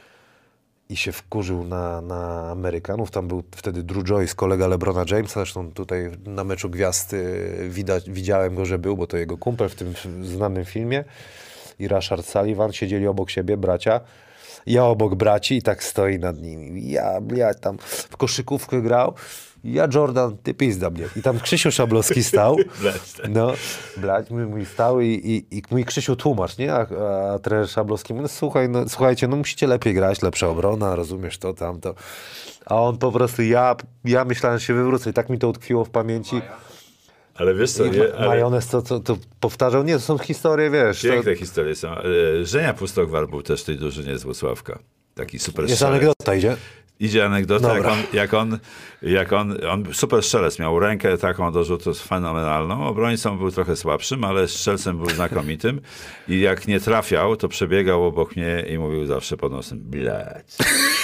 I się wkurzył na, na Amerykanów. Tam był wtedy Drew Joyce, kolega LeBrona Jamesa. Zresztą tutaj na meczu Gwiazd widać, widziałem go, że był, bo to jego kumpel w tym znanym filmie. I Rashard Sullivan siedzieli obok siebie, bracia. Ja obok braci i tak stoi nad nimi. Ja, ja tam w koszykówkę grał. Ja Jordan, ty pizda mnie. I tam Krzysiu Szablowski stał. No, blać, mój, mój stał i, i, i mój Krzysiu tłumacz, nie? A, a trener Szablowski mówi, no słuchaj, no słuchajcie, no musicie lepiej grać, lepsza obrona, rozumiesz to, tamto. A on po prostu, ja, ja myślałem, że się wywrócę i tak mi to utkwiło w pamięci. Ale wiesz co, nie, ale... majonez to, to, to powtarzał, nie, to są historie, wiesz. Piękne to... historie są. Żenia Pustokwar był też w tej drużynie z Włocławka. Taki super Jest strzelec. anegdota, idzie? Idzie anegdota, jak on, jak, on, jak on, on, super strzelec, miał rękę taką do rzutu fenomenalną, obrońcą był trochę słabszym, ale strzelcem był znakomitym i jak nie trafiał, to przebiegał obok mnie i mówił zawsze pod nosem, blać.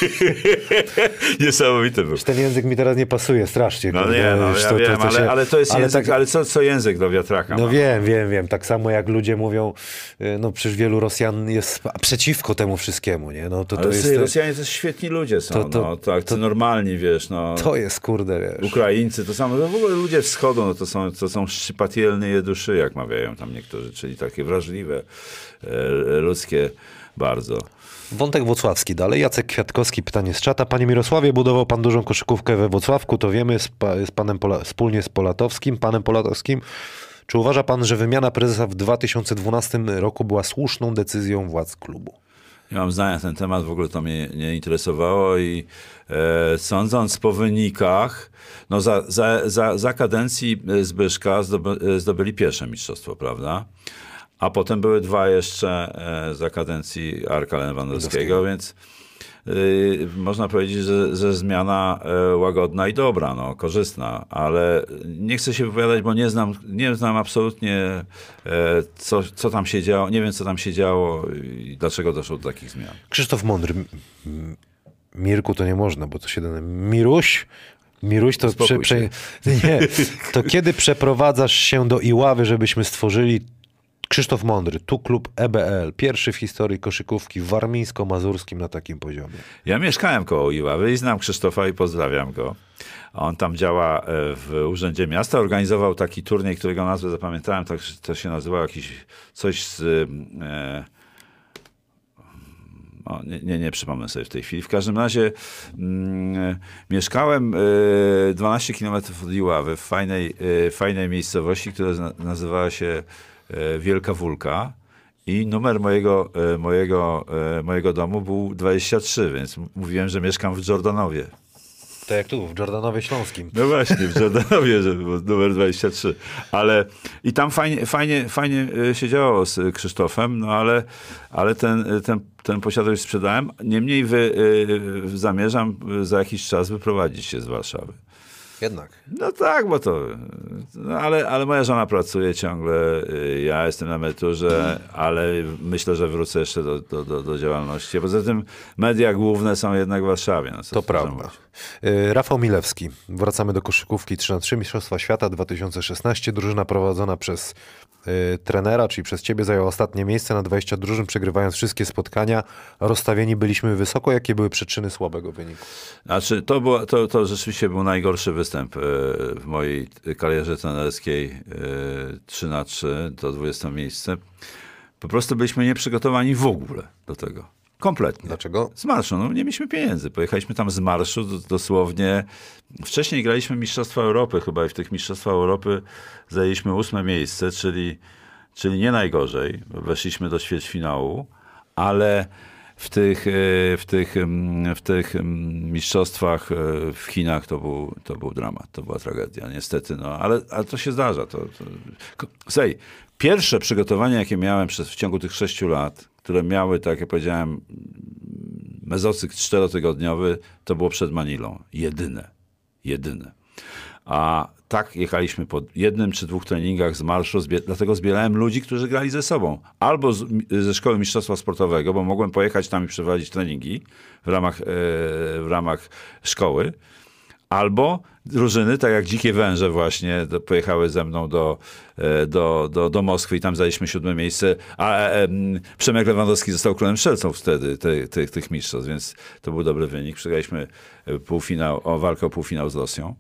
Niesamowity był. Ten język mi teraz nie pasuje strasznie. No nie, no ja to, wiem, to, to się... ale, ale to jest ale język, tak... ale co, co język do wiatraka? No ma? wiem, wiem, wiem. Tak samo jak ludzie mówią, no przecież wielu Rosjan jest przeciwko temu wszystkiemu, nie? No, to, ale to jest... Rosjanie to świetni ludzie są, to, to, no, tak, to normalni, wiesz, no. To jest, kurde, wiesz. Ukraińcy, to samo, no w ogóle ludzie wschodu, no to są, to są szczypatielne duszy, jak mawiają tam niektórzy, czyli takie wrażliwe, e, ludzkie bardzo. Wątek włocławski dalej. Jacek Kwiatkowski, pytanie z czata. Panie Mirosławie, budował pan dużą koszykówkę we Włocławku, to wiemy, z, pa, z panem Pola, wspólnie z Polatowskim, panem Polatowskim. Czy uważa pan, że wymiana prezesa w dwa tysiące dwunastym roku była słuszną decyzją władz klubu? Ja mam zdania na ten temat, w ogóle to mnie nie interesowało i e, sądząc po wynikach, no za, za, za, za kadencji Zbyszka zdoby, zdobyli pierwsze mistrzostwo, prawda? A potem były dwa jeszcze e, za kadencji Arka Lewandowskiego, więc y, można powiedzieć, że, że zmiana e, łagodna i dobra, no, korzystna, ale nie chcę się wypowiadać, bo nie znam, nie znam absolutnie e, co, co tam się działo, nie wiem co tam się działo i dlaczego doszło do takich zmian. Krzysztof Mądry. Mirku to nie można, bo to się da... Miruś? Miruś, to, prze, prze, nie, to kiedy przeprowadzasz się do Iławy, żebyśmy stworzyli Krzysztof Mądry, tu klub E B L, pierwszy w historii koszykówki warmińsko-mazurskim na takim poziomie. Ja mieszkałem koło Iławy i znam Krzysztofa i pozdrawiam go. On tam działa w Urzędzie Miasta, organizował taki turniej, którego nazwę zapamiętałem, to, to się nazywało jakiś coś z... E, o, nie, nie, nie przypomnę sobie w tej chwili. W każdym razie mm, mieszkałem e, dwanaście kilometrów od Iławy w fajnej, e, fajnej miejscowości, która na, nazywała się Wielka Wólka i numer mojego, mojego, mojego domu był dwadzieścia trzy, więc mówiłem, że mieszkam w Jordanowie. To jak tu, w Jordanowie Śląskim. No właśnie, w Jordanowie, że był numer dwadzieścia trzy. Ale i tam fajnie, fajnie, fajnie się działo z Krzysztofem, no ale, ale ten, ten, ten posiadłość sprzedałem. Niemniej wy, zamierzam za jakiś czas wyprowadzić się z Warszawy. Jednak. No tak, bo to... No ale, ale moja żona pracuje ciągle, ja jestem na emeryturze, ale myślę, że wrócę jeszcze do, do, do, do działalności. Poza tym media główne są jednak w Warszawie. No, to prawda. Rafał Milewski. Wracamy do koszykówki trzy na trzy. Mistrzostwa Świata dwa tysiące szesnaście. Drużyna prowadzona przez y, trenera, czyli przez ciebie, zajęła ostatnie miejsce na dwadzieścia drużyn, przegrywając wszystkie spotkania. Rozstawieni byliśmy wysoko. Jakie były przyczyny słabego wyniku? Znaczy, to, było, to, to rzeczywiście był najgorszy występ postęp e, w mojej karierze trenerskiej e, trzy na trzy, to dwudzieste miejsce. Po prostu byliśmy nieprzygotowani w ogóle do tego. Kompletnie. Dlaczego? Z marszu. No, nie mieliśmy pieniędzy. Pojechaliśmy tam z marszu dosłownie. Wcześniej graliśmy Mistrzostwa Europy chyba i w tych Mistrzostwach Europy zajęliśmy ósme miejsce, czyli, czyli nie najgorzej. Weszliśmy do ćwierćfinału, ale w tych, w tych, w tych mistrzostwach w Chinach to był, to był dramat, to była tragedia, niestety, no, ale, ale to się zdarza. To, to... Słuchaj, pierwsze przygotowanie, jakie miałem przez, w ciągu tych sześciu lat, które miały, tak jak powiedziałem, mezocykl czterotygodniowy, to było przed Manilą. Jedyne. Jedyne. A tak jechaliśmy po jednym czy dwóch treningach z marszu, zbier- dlatego zbierałem ludzi, którzy grali ze sobą. Albo z, ze szkoły mistrzostwa sportowego, bo mogłem pojechać tam i przeprowadzić treningi w ramach, e, w ramach szkoły, albo drużyny, tak jak Dzikie Węże właśnie, do, pojechały ze mną do, e, do, do, do Moskwy i tam zajęliśmy siódme miejsce, a e, e, Przemek Lewandowski został królem strzelców wtedy te, te, tych mistrzostw, więc to był dobry wynik. Przegraliśmy półfinał, o walkę o półfinał z Rosją.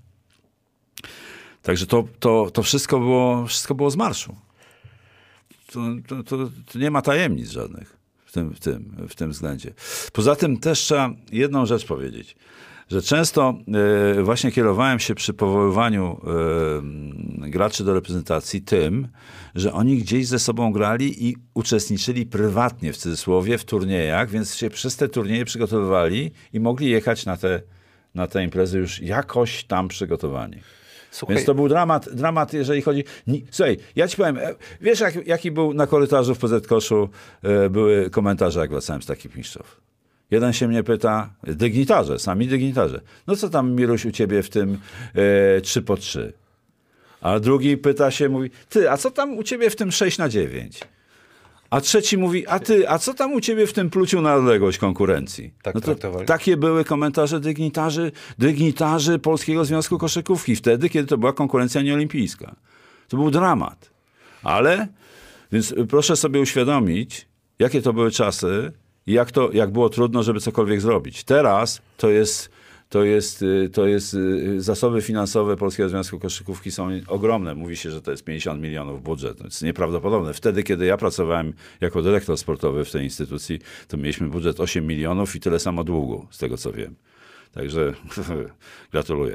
Także to, to, to wszystko, było, wszystko było z marszu. To, to, to, to nie ma tajemnic żadnych w tym, w, tym, w tym względzie. Poza tym też trzeba jedną rzecz powiedzieć, że często y, właśnie kierowałem się przy powoływaniu y, graczy do reprezentacji tym, że oni gdzieś ze sobą grali i uczestniczyli prywatnie, w cudzysłowie, w turniejach, więc się przez te turnieje przygotowywali i mogli jechać na te, na te imprezy już jakoś tam przygotowani. Słuchaj. Więc to był dramat, dramat, jeżeli chodzi... Słuchaj, ja ci powiem, wiesz jak, jaki był na korytarzu w P Z Koszu, e, były komentarze, jak wracałem z takich mistrzów. Jeden się mnie pyta, dygnitarze, sami dygnitarze, no co tam, Miruś, u ciebie w tym e, trzy po trzy? A drugi pyta się, mówi, ty, a co tam u ciebie w tym sześć na dziewięć? A trzeci mówi, a ty, a co tam u ciebie w tym pluciu na odległość konkurencji? Tak no to traktowali. takie były komentarze dygnitarzy, dygnitarzy Polskiego Związku Koszykówki wtedy, kiedy to była konkurencja nieolimpijska. To był dramat. Ale, więc proszę sobie uświadomić, jakie to były czasy i jak, to, jak było trudno, żeby cokolwiek zrobić. Teraz to jest... To jest, to jest, zasoby finansowe Polskiego Związku Koszykówki są ogromne. Mówi się, że to jest pięćdziesiąt milionów budżet. To jest nieprawdopodobne. Wtedy, kiedy ja pracowałem jako dyrektor sportowy w tej instytucji, to mieliśmy budżet osiem milionów i tyle samo długu, z tego co wiem. Także gratuluję.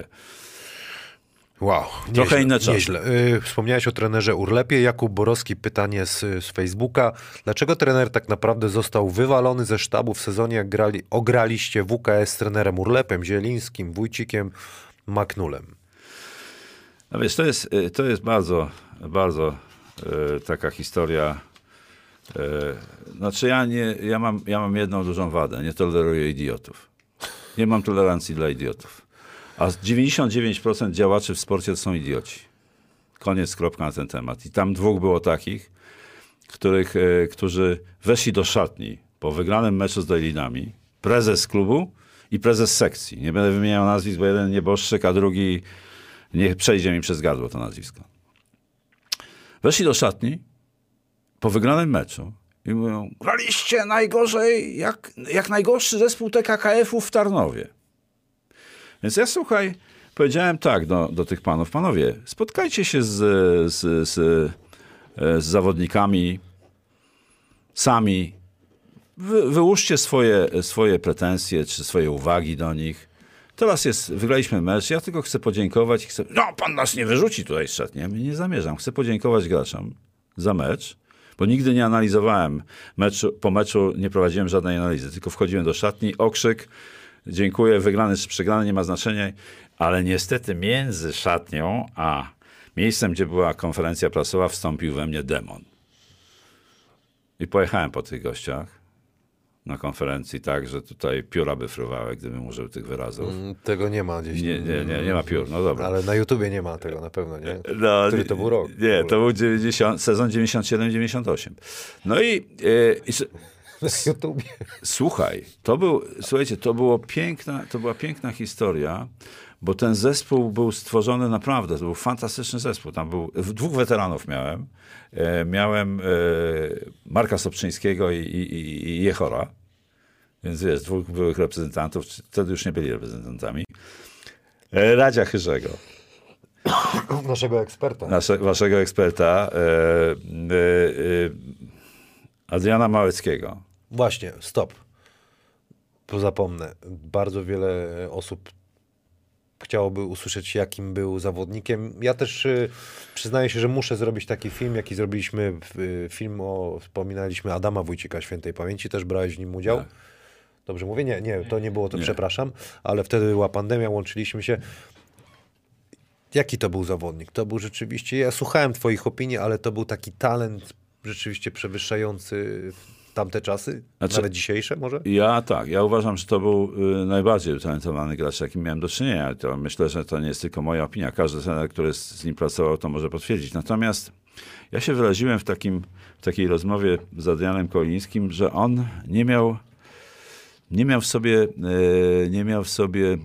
Wow, trochę nieźle, inne czasy. Nieźle. Yy, wspomniałeś o trenerze Urlepie. Jakub Borowski, pytanie z, z Facebooka. Dlaczego trener tak naprawdę został wywalony ze sztabu w sezonie, jak grali, ograliście W K S z trenerem Urlepem, Zielińskim, Wójcikiem, Maknulem? No wiesz, to jest, to jest bardzo, bardzo e, taka historia. E, znaczy ja, nie, ja, mam, ja mam jedną dużą wadę. Nie toleruję idiotów. Nie mam tolerancji dla idiotów. A dziewięćdziesiąt dziewięć procent działaczy w sporcie to są idioci. Koniec, kropka na ten temat. I tam dwóch było takich, których, e, którzy weszli do szatni po wygranym meczu z Dejlinami. Prezes klubu i prezes sekcji. Nie będę wymieniał nazwisk, bo jeden nieboszczyk, a drugi nie przejdzie mi przez gardło to nazwisko. Weszli do szatni po wygranym meczu i mówią, graliście najgorzej, jak, jak najgorszy zespół T K K F-u w Tarnowie. Więc ja, słuchaj, powiedziałem tak do, do tych panów, panowie, spotkajcie się z, z, z, z zawodnikami sami, wy, wyłóżcie swoje, swoje pretensje czy swoje uwagi do nich. Teraz jest, wygraliśmy mecz, ja tylko chcę podziękować i chcę, no pan nas nie wyrzuci tutaj z szatni, ja nie zamierzam, chcę podziękować graczom za mecz, bo nigdy nie analizowałem meczu, po meczu nie prowadziłem żadnej analizy, tylko wchodziłem do szatni, okrzyk, dziękuję, wygrany czy przegrany, nie ma znaczenia, ale niestety między szatnią a miejscem, gdzie była konferencja prasowa, wstąpił we mnie demon. I pojechałem po tych gościach na konferencji tak, że tutaj pióra by fruwały, gdybym użył tych wyrazów. Tego nie ma gdzieś. Nie, nie, nie, nie ma piór, no dobra. Ale na YouTubie nie ma tego na pewno, nie? No, Który to był rok? Nie, to był dziewięćdziesiąty, sezon dziewięćdziesiąt siedem dziewięćdziesiąt osiem. No i... Yy, i na YouTubie. Słuchaj, to był, słuchajcie, to, było piękna, to była piękna historia, bo ten zespół był stworzony naprawdę, to był fantastyczny zespół. Tam był, dwóch weteranów miałem. E, miałem e, Marka Sobczyńskiego i, i, i Jechora. Więc wiesz, dwóch byłych reprezentantów, wtedy już nie byli reprezentantami. E, Radzia Chyrzego. Naszego eksperta. Nasze, waszego eksperta. E, e, e, Adriana Małeckiego. Właśnie, stop. Pozapomnę. Bardzo wiele osób chciałoby usłyszeć, jakim był zawodnikiem. Ja też y, przyznaję się, że muszę zrobić taki film, jaki zrobiliśmy, y, film o, wspominaliśmy Adama Wójcika świętej pamięci, też brałeś w nim udział. Tak. Dobrze mówię? Nie, nie, to nie było to, Nie. przepraszam, ale wtedy była pandemia, łączyliśmy się. Jaki to był zawodnik? To był rzeczywiście, ja słuchałem twoich opinii, ale to był taki talent rzeczywiście przewyższający tamte czasy, Znaczy- nawet dzisiejsze może? Ja tak, ja uważam, że to był y, najbardziej utalentowany gracz, jakim miałem do czynienia. To myślę, że to nie jest tylko moja opinia. Każdy trener, który z, z nim pracował, to może potwierdzić. Natomiast ja się wyraziłem w, takim, w takiej rozmowie z Adrianem Kolińskim, że on nie miał, nie miał w sobie, y, nie miał w sobie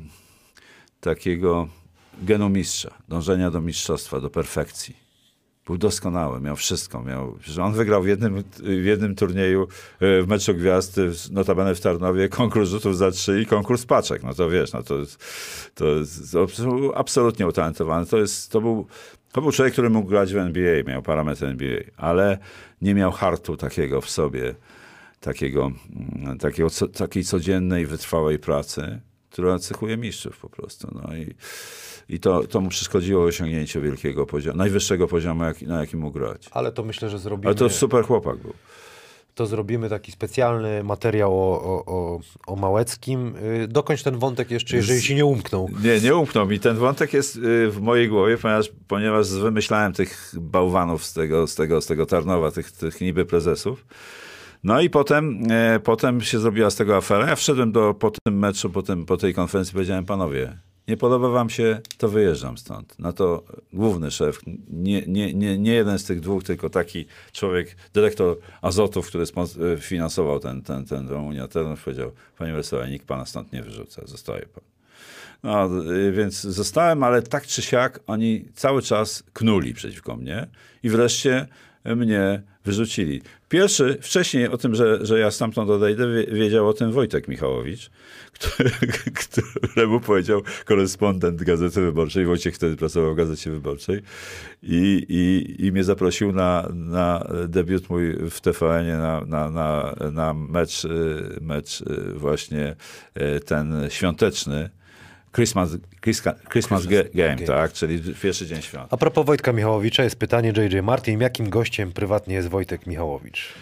takiego genu mistrza, dążenia do mistrzostwa, do perfekcji. Był doskonały, miał wszystko. Miał, że on wygrał w jednym, w jednym turnieju e, w Meczu Gwiazd, w- notabene w Tarnowie, konkurs rzutów za trzy i konkurs paczek. No to wiesz, no to, jest- to, jest- to był absolutnie utalentowany. To, jest, to, był, to był człowiek, który mógł grać w N B A, miał parametry N B A, ale nie miał hartu takiego w sobie, takiego, mm, takiego, co, takiej codziennej, wytrwałej pracy, która cechuje mistrzów po prostu. No i I to, to mu przeszkodziło w osiągnięciu wielkiego poziomu, najwyższego poziomu, jak, na jakim mógł grać. Ale to myślę, że zrobimy, Ale to super chłopak był. to zrobimy taki specjalny materiał o, o, o, o Małeckim. Y, Dokończ ten wątek jeszcze, jeżeli ci nie umknął. Nie, nie umknął mi. Ten wątek jest y, w mojej głowie, ponieważ, ponieważ wymyślałem tych bałwanów z tego, z tego, z tego Tarnowa, tych, tych niby prezesów. No i potem, e, potem się zrobiła z tego afera. Ja wszedłem do, po tym meczu, po, tym, po tej konferencji, powiedziałem, panowie, nie podoba wam się, to wyjeżdżam stąd. Na to główny szef, nie, nie, nie, nie jeden z tych dwóch, tylko taki człowiek, dyrektor Azotów, który spons- finansował ten, ten, ten, ten Unia Tarnów, powiedział, panie Wesołej, nikt pana stąd nie wyrzuca, zostaje pan. No, y, więc zostałem, ale tak czy siak oni cały czas knuli przeciwko mnie i wreszcie mnie wyrzucili. Pierwszy, wcześniej o tym, że, że ja stamtąd odejdę, wie- wiedział o tym Wojtek Michałowicz, który, któremu powiedział korespondent Gazety Wyborczej. Wojciech wtedy pracował w Gazecie Wyborczej i, i, i mnie zaprosił na, na debiut mój w T V N-ie na, na, na, na mecz, y, mecz y, właśnie y, ten świąteczny. Christmas, Christmas, Christmas Ga- Game, Game. tak, czyli pierwszy dzień świąt. A propos Wojtka Michałowicza jest pytanie J J Martin, jakim gościem prywatnie jest Wojtek Michałowicz?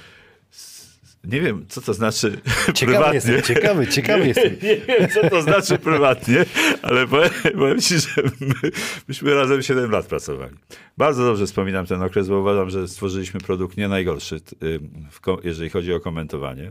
Nie wiem, co to znaczy Ciekawy prywatnie. jestem, ciekawy, ciekawy nie, jestem. nie wiem, co to znaczy prywatnie, ale powiem, powiem ci, że my, myśmy razem siedem lat pracowali. Bardzo dobrze wspominam ten okres, bo uważam, że stworzyliśmy produkt nie najgorszy, y, w ko- jeżeli chodzi o komentowanie.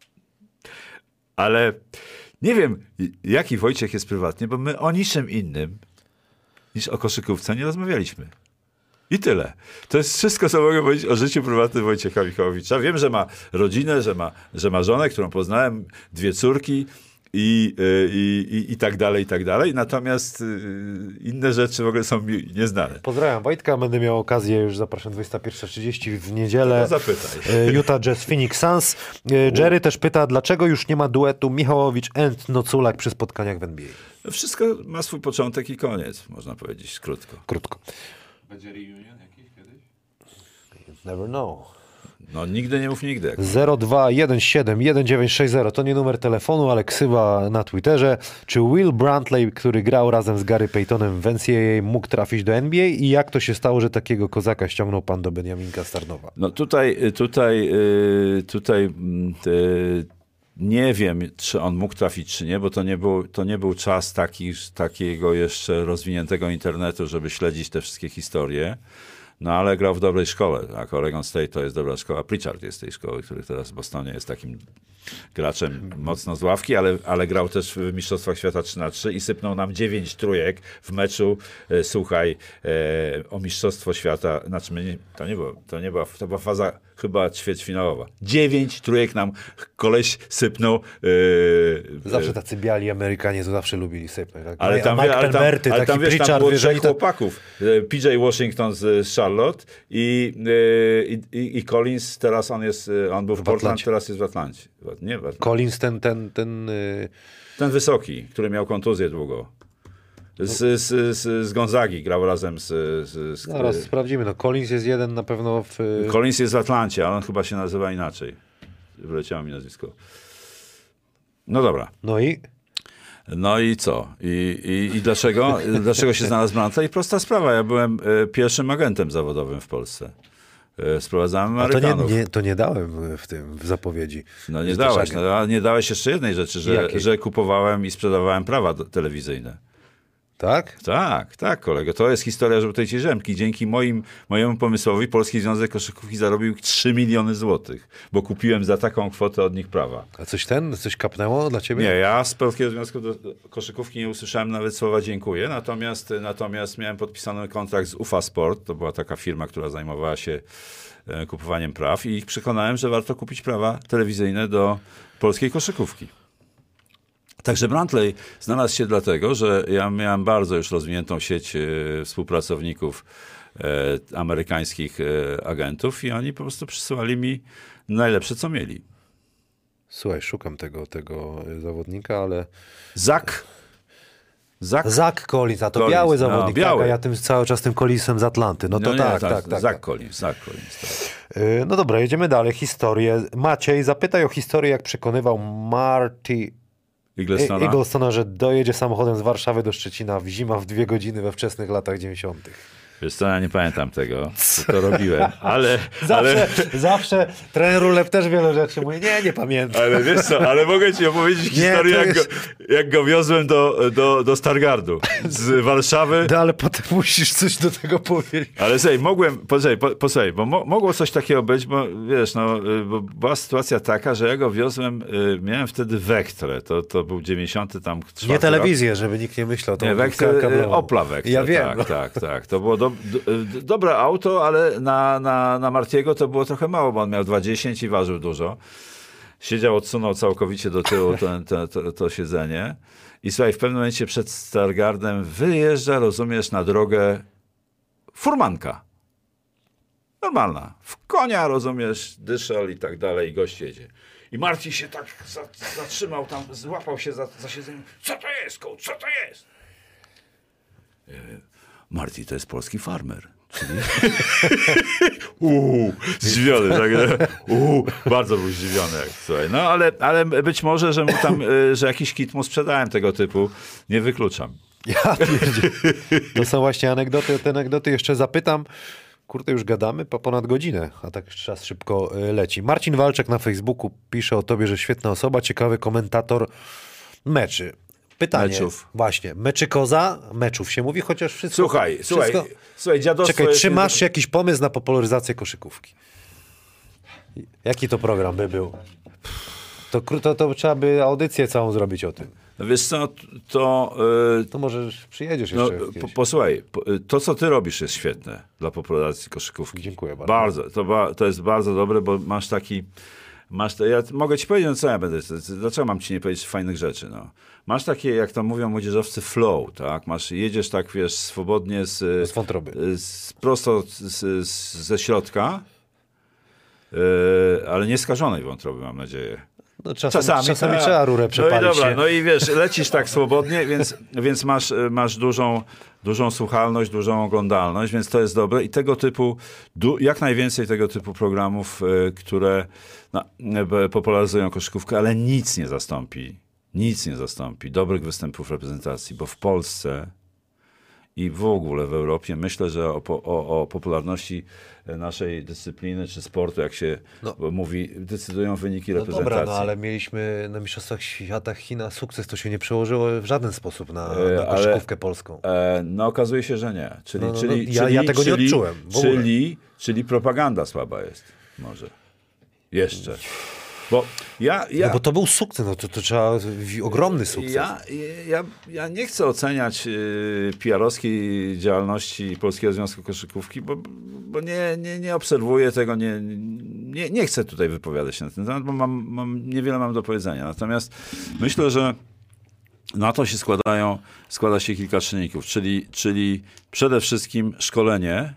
Ale nie wiem, jaki Wojciech jest prywatnie, bo my o niczym innym niż o koszykówce nie rozmawialiśmy. I tyle. To jest wszystko, co mogę powiedzieć o życiu prywatnym Wojciecha Michałowicza. Wiem, że ma rodzinę, że ma, że ma żonę, którą poznałem, dwie córki i, i, i, i tak dalej, i tak dalej. Natomiast y, inne rzeczy w ogóle są mi nieznane. Pozdrawiam Wojtka, będę miał okazję, już zapraszam dwudziesta pierwsza trzydzieści w niedzielę. No zapytaj. E, Utah Jazz Phoenix Suns. E, Jerry też pyta, dlaczego już nie ma duetu Michałowicz and Noculak przy spotkaniach w N B A? No wszystko ma swój początek i koniec, można powiedzieć krótko. Krótko. Będzie reunion jakiś kiedyś? Never know. No nigdy nie mów nigdy. Jak zero dwa jeden siedem jeden dziewięć sześć zero to nie numer telefonu, ale ksywa na Twitterze. Czy Will Brantley, który grał razem z Gary Paytonem w N C A A, mógł trafić do N B A i jak to się stało, że takiego kozaka ściągnął pan do Beniaminka z Tarnowa? No tutaj, tutaj, y, tutaj mm, y, nie wiem, czy on mógł trafić, czy nie, bo to nie był, to nie był czas taki, takiego jeszcze rozwiniętego internetu, żeby śledzić te wszystkie historie. No ale grał w dobrej szkole, tak? Oregon State to jest dobra szkoła. Pritchard jest z tej szkoły, który teraz w Bostonie jest takim graczem mocno z ławki, ale, ale grał też w Mistrzostwach Świata trzy na trzy i sypnął nam dziewięć trójek w meczu, e, słuchaj, e, o Mistrzostwo Świata. Znaczy, my nie, to nie było, to nie była, to była faza chyba ćwierćfinałowa. Dziewięć trójek nam koleś sypnął. E, Zawsze tacy biali Amerykanie to zawsze lubili sypnąć. Tak? ale tam, Mike ale tam, Penberty, ale tam taki wiesz, tam Pritchard, było wiesz, trzech oni to... chłopaków. E, P J Washington z, z Charlotte i, e, i, i Collins, teraz on jest, e, on był w, W Portland, Atlancie. teraz jest w Atlancie. W- Nie w Atlancie. Collins, ten, ten, ten y, Ten wysoki, który miał kontuzję długo. Z, z, z, z Gonzagi grał razem z... z, z Zaraz sprawdzimy. No, Collins jest jeden na pewno w... Collins jest w Atlancie, ale on chyba się nazywa inaczej. Wyleciało mi nazwisko. No dobra. No i? No i co? I, i, i dlaczego? Dlaczego się znalazł Brantley? Prosta sprawa. Ja byłem e, pierwszym agentem zawodowym w Polsce. E, sprowadzałem A to nie, Amerykanów. nie, to nie dałem w tym, w zapowiedzi. No nie Jest dałeś. też agent. No, a nie dałeś jeszcze jednej rzeczy, że, że kupowałem i sprzedawałem prawa do- telewizyjne. Tak? Tak, tak, kolego. To jest historia żółtej ciężarki. Dzięki moim, mojemu pomysłowi Polski Związek Koszykówki zarobił trzy miliony złotych, bo kupiłem za taką kwotę od nich prawa. A coś ten, coś kapnęło dla ciebie? Nie, ja z Polskiego Związku do Koszykówki nie usłyszałem nawet słowa dziękuję, natomiast, natomiast miałem podpisany kontrakt z UFA Sport, to była taka firma, która zajmowała się e, kupowaniem praw i ich przekonałem, że warto kupić prawa telewizyjne do polskiej koszykówki. Także Brantley znalazł się dlatego, że ja miałem bardzo już rozwiniętą sieć e, współpracowników e, amerykańskich e, agentów i oni po prostu przysyłali mi najlepsze, co mieli. Słuchaj, szukam tego, tego zawodnika, ale... Zak. Zak. Zach Collins, a to Collins, biały no, zawodnik, biały. tak, a ja tym cały czas tym Collinsem z Atlanty. No to nie, tak, tak, tak, tak. Zach tak. Collins, Zach Collins. Tak. Yy, No dobra, jedziemy dalej. Historię. Maciej, zapytaj o historię, jak przekonywał Marty Eaglestona. Eaglestona, że dojedzie samochodem z Warszawy do Szczecina w zima w dwie godziny we wczesnych latach dziewięćdziesiątych. Wiesz co, ja nie pamiętam tego, co to robiłem, ale... Zawsze, ale... zawsze trener Rulew też wiele rzeczy mówi, nie, nie pamiętam. Ale wiesz co, ale mogę ci opowiedzieć Nie, historię, to jak, jest- go, jak go wiozłem do, do, do Stargardu z Warszawy. No, ale potem musisz coś do tego powiedzieć. Ale słuchaj, mogłem, posłuchaj, po, posłuchaj, bo mo, mogło coś takiego być, bo wiesz, no, y, bo była sytuacja taka, że ja go wiozłem, y, miałem wtedy Vectrę, to, to był dziewięćdziesiąty tam czwarty Nie telewizję, żeby nikt nie myślał. To Nie, Vectrę, ka- kablową. Opla Vectrę. Ja wiem. Tak, no. tak, tak. To było do, do, dobre auto, ale na, na, na Martiego to było trochę mało, bo on miał dwadzieścia i ważył dużo. Siedział, odsunął całkowicie do tyłu to, to, to, to siedzenie. I słuchaj, w pewnym momencie przed Stargardem wyjeżdża, rozumiesz, na drogę furmanka. Normalna. W konia, rozumiesz, dyszal i tak dalej, i gość jedzie. I Marcin się tak za, zatrzymał tam, złapał się za, za siedzeniem. Co to jest, coach? Co to jest? Marty to jest polski farmer. Czyli... Uuu, zdziwiony. Tak? Uuu, bardzo był zdziwiony. Jak, słuchaj. No ale, ale być może, że mu tam, y, że jakiś kit mu sprzedałem tego typu. Nie wykluczam. Ja pierdzie. To są właśnie anegdoty. Te anegdoty jeszcze zapytam. Kurde, już gadamy po ponad godzinę, a tak czas szybko y, leci. Marcin Walczek na Facebooku pisze o tobie, że świetna osoba, ciekawy komentator meczy. Pytanie. Meczów. Właśnie. Meczy koza? Meczów się mówi, chociaż wszystko... Słuchaj, wszystko... słuchaj, słuchaj, dziadostwo Czekaj, jest... czy masz jakiś pomysł na popularyzację koszykówki? Jaki to program by był? To, kró- to, to trzeba by audycję całą zrobić o tym. No wiesz co, to... y, To może przyjedziesz No, jeszcze po, kiedyś. posłuchaj, po, to co ty robisz jest świetne dla popularyzacji koszykówki. Dziękuję bardzo. Bardzo, to, ba, to jest bardzo dobre, bo masz taki, masz, te, ja mogę ci powiedzieć, no co ja będę, dlaczego mam ci nie powiedzieć fajnych rzeczy, no. Masz takie, jak to mówią młodzieżowcy, flow, tak, masz, jedziesz tak, wiesz, swobodnie z, Z wątroby. z prosto z, z, ze środka, yy, ale nie skażonej wątroby, mam nadzieję. No, czasami Czasami, czasami tak. trzeba rurę No i przepalić. dobra, nie? no i wiesz, lecisz tak swobodnie, więc, więc masz, masz dużą, dużą słuchalność, dużą oglądalność, więc to jest dobre i tego typu, du, jak najwięcej tego typu programów, y, które no, y, popularyzują koszykówkę, ale nic nie zastąpi, nic nie zastąpi dobrych występów reprezentacji, bo w Polsce i w ogóle w Europie myślę, że o, po- o, o popularności naszej dyscypliny czy sportu, jak się No. mówi, decydują wyniki No reprezentacji. dobra, no ale mieliśmy na Mistrzostwach Świata China sukces, to się nie przełożyło w żaden sposób na, E, na ale- koszykówkę polską. E, no okazuje się, że nie. Czyli, No, no, no, czyli, ja- czyli, ja tego nie czyli, odczułem w ogóle. Czyli, czyli propaganda słaba jest. Może. Jeszcze. Bo ja... ja No bo to był sukces, no to, to trzeba w- ogromny sukces. Ja, ja, ja nie chcę oceniać y, P R-owskiej działalności Polskiego Związku Koszykówki, bo, bo nie, nie, nie obserwuję tego, nie, nie, nie chcę tutaj wypowiadać się na ten temat, bo mam, mam, niewiele mam do powiedzenia. Natomiast myślę, że na to się składają, składa się kilka czynników, czyli, czyli przede wszystkim szkolenie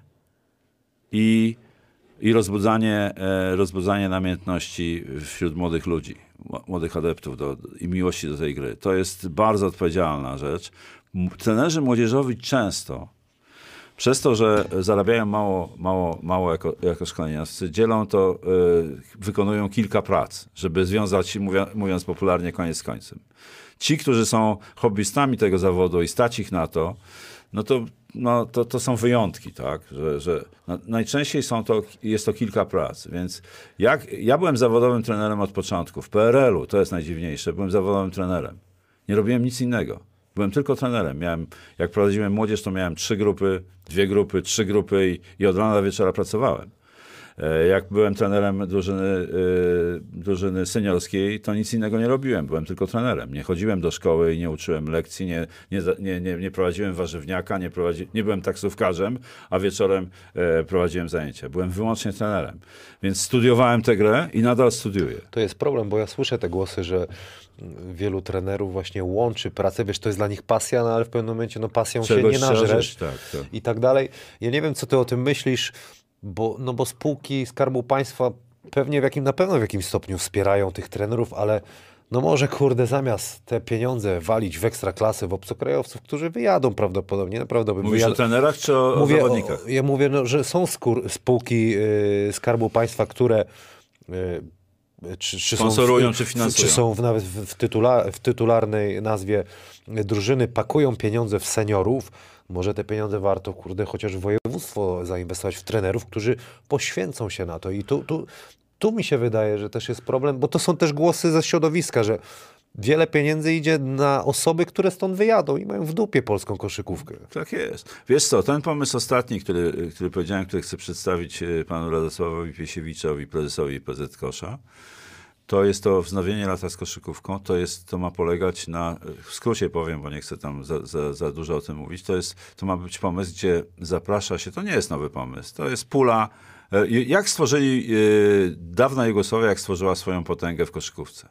i, i rozbudzanie, e, rozbudzanie namiętności wśród młodych ludzi. młodych adeptów do, i miłości do tej gry. To jest bardzo odpowiedzialna rzecz. Trenerzy młodzieżowi często przez to, że zarabiają mało, mało, mało jako, jako szkoleniowcy, dzielą to, y, wykonują kilka prac, żeby związać, mówiąc, mówiąc popularnie, koniec z końcem. Ci, którzy są hobbystami tego zawodu i stać ich na to, no to, no to, to są wyjątki, tak? Że, że no, najczęściej są to, jest to kilka prac, więc jak, ja byłem zawodowym trenerem od początku. W P R L u, to jest najdziwniejsze, byłem zawodowym trenerem. Nie robiłem nic innego. Byłem tylko trenerem. Miałem, jak prowadziłem młodzież, to miałem trzy grupy, dwie grupy, trzy grupy i, i od rana do wieczora pracowałem. Jak byłem trenerem drużyny, yy, drużyny seniorskiej, to nic innego nie robiłem. Byłem tylko trenerem. Nie chodziłem do szkoły i nie uczyłem lekcji, nie, nie, nie, nie, nie prowadziłem warzywniaka, nie, prowadzi, nie byłem taksówkarzem, a wieczorem yy, prowadziłem zajęcia. Byłem wyłącznie trenerem. Więc studiowałem tę grę i nadal studiuję. To jest problem, bo ja słyszę te głosy, że wielu trenerów właśnie łączy pracę, wiesz, to jest dla nich pasja, no ale w pewnym momencie no pasją Czegoś się nie nażresz tak, tak. i tak dalej. Ja nie wiem, co ty o tym myślisz, bo, no bo spółki Skarbu Państwa pewnie w jakim, na pewno w jakimś stopniu wspierają tych trenerów, ale no może kurde zamiast te pieniądze walić w ekstraklasy, w obcokrajowców, którzy wyjadą prawdopodobnie, naprawdę bym Mówisz wyjad... o trenerach czy o, mówię o zawodnikach? O, ja mówię, no, że są skór, spółki yy, Skarbu Państwa, które yy, Czy, czy sponsorują, są w, czy finansują. Czy są w, nawet w, w, tytula, w tytularnej nazwie drużyny, pakują pieniądze w seniorów. Może te pieniądze warto, kurde, chociaż w województwo zainwestować w trenerów, którzy poświęcą się na to. I tu, tu, tu mi się wydaje, że też jest problem, bo to są też głosy ze środowiska, że wiele pieniędzy idzie na osoby, które stąd wyjadą i mają w dupie polską koszykówkę. Tak jest. Wiesz co, ten pomysł ostatni, który, który powiedziałem, który chcę przedstawić panu Radosławowi Piesiewiczowi, prezesowi P Z Kosza, to jest to wznowienie lata z koszykówką. To, jest, to ma polegać na, w skrócie powiem, bo nie chcę tam za, za, za dużo o tym mówić, to, jest, to ma być pomysł, gdzie zaprasza się, to nie jest nowy pomysł, to jest pula, jak stworzyli dawna Jugosławia, jak stworzyła swoją potęgę w koszykówce.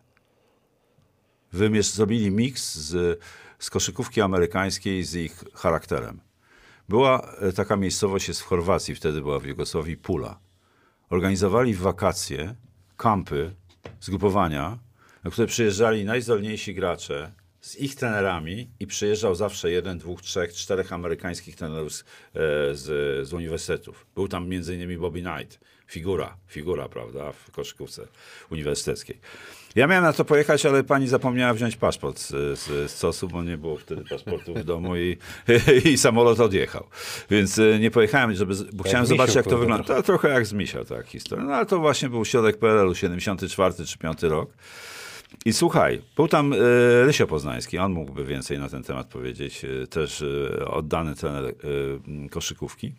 Wymierz, zrobili miks z, z koszykówki amerykańskiej z ich charakterem. Była taka miejscowość, jest w Chorwacji, wtedy była w Jugosławii, Pula. Organizowali w wakacje kampy, zgrupowania, na które przyjeżdżali najzdolniejsi gracze z ich trenerami i przyjeżdżał zawsze jeden, dwóch, trzech, czterech amerykańskich trenerów z, z, z uniwersytetów. Był tam między innymi Bobby Knight, figura, figura, prawda, w koszykówce uniwersyteckiej. Ja miałem na to pojechać, ale pani zapomniała wziąć paszport z, z, z cosu, bo nie było wtedy paszportu w domu i, i samolot odjechał. Więc nie pojechałem, żeby, bo chciałem Misiu, zobaczyć, jak to kurde, wygląda. To trochę jak z Misia, tak, historia. No ale to właśnie był środek P R L u, siedemdziesiąty czwarty czy piąty rok. I słuchaj, był tam y, Rysio Poznański, on mógłby więcej na ten temat powiedzieć, y, też y, oddany trener y, koszykówki.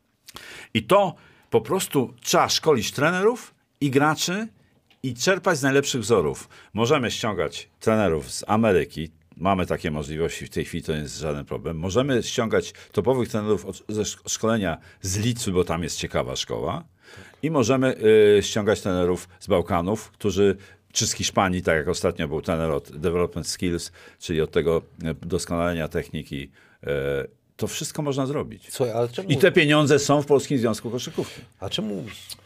I to po prostu trzeba szkolić trenerów i graczy i czerpać z najlepszych wzorów. Możemy ściągać trenerów z Ameryki, mamy takie możliwości, w tej chwili to nie jest żaden problem. Możemy ściągać topowych trenerów od, ze szkolenia z Litwy, bo tam jest ciekawa szkoła. I możemy y, ściągać trenerów z Bałkanów, którzy czy z Hiszpanii, tak jak ostatnio był trener od Development Skills, czyli od tego doskonalenia techniki. To wszystko można zrobić. Słuchaj, ale czemu... I te pieniądze są w Polskim Związku Koszykówki. A czemu...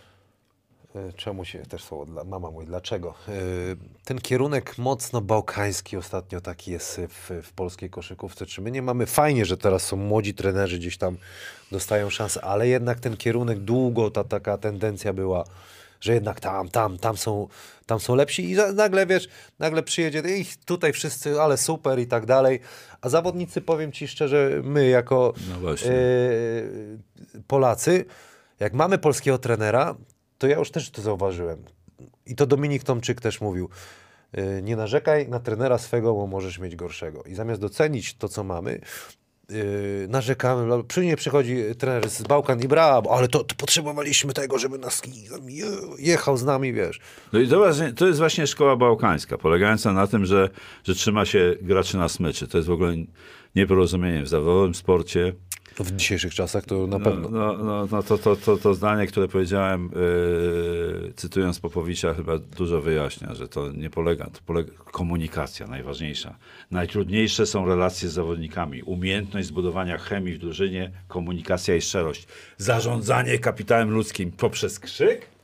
Czemu się też słowo dla mama mówi, dlaczego? Ten kierunek mocno bałkański ostatnio taki jest w, w polskiej koszykówce. Czy my nie mamy, fajnie, że teraz są młodzi trenerzy, gdzieś tam dostają szansę, ale jednak ten kierunek długo, ta taka tendencja była, że jednak tam, tam, tam są, tam są lepsi i nagle, wiesz, nagle przyjedzie ich tutaj wszyscy, ale super i tak dalej, a zawodnicy, powiem ci szczerze, my jako no e, Polacy, jak mamy polskiego trenera, to ja już też to zauważyłem i to Dominik Tomczyk też mówił, e, nie narzekaj na trenera swego, bo możesz mieć gorszego i zamiast docenić to, co mamy, Yy, narzekamy, przy nie przychodzi trener z Bałkan i brawo, ale to, to potrzebowaliśmy tego, żeby nas jechał z nami, wiesz. No i to, właśnie, to jest właśnie szkoła bałkańska, polegająca na tym, że, że trzyma się graczy na smyczy. To jest w ogóle nieporozumienie w zawodowym sporcie. W dzisiejszych czasach to na no, pewno. No, no, no to, to, to, to zdanie, które powiedziałem, yy, cytując Popowicza, chyba dużo wyjaśnia, że to nie polega, to polega komunikacja najważniejsza. Najtrudniejsze są relacje z zawodnikami, umiejętność zbudowania chemii w drużynie, komunikacja i szczerość. Zarządzanie kapitałem ludzkim poprzez krzyk?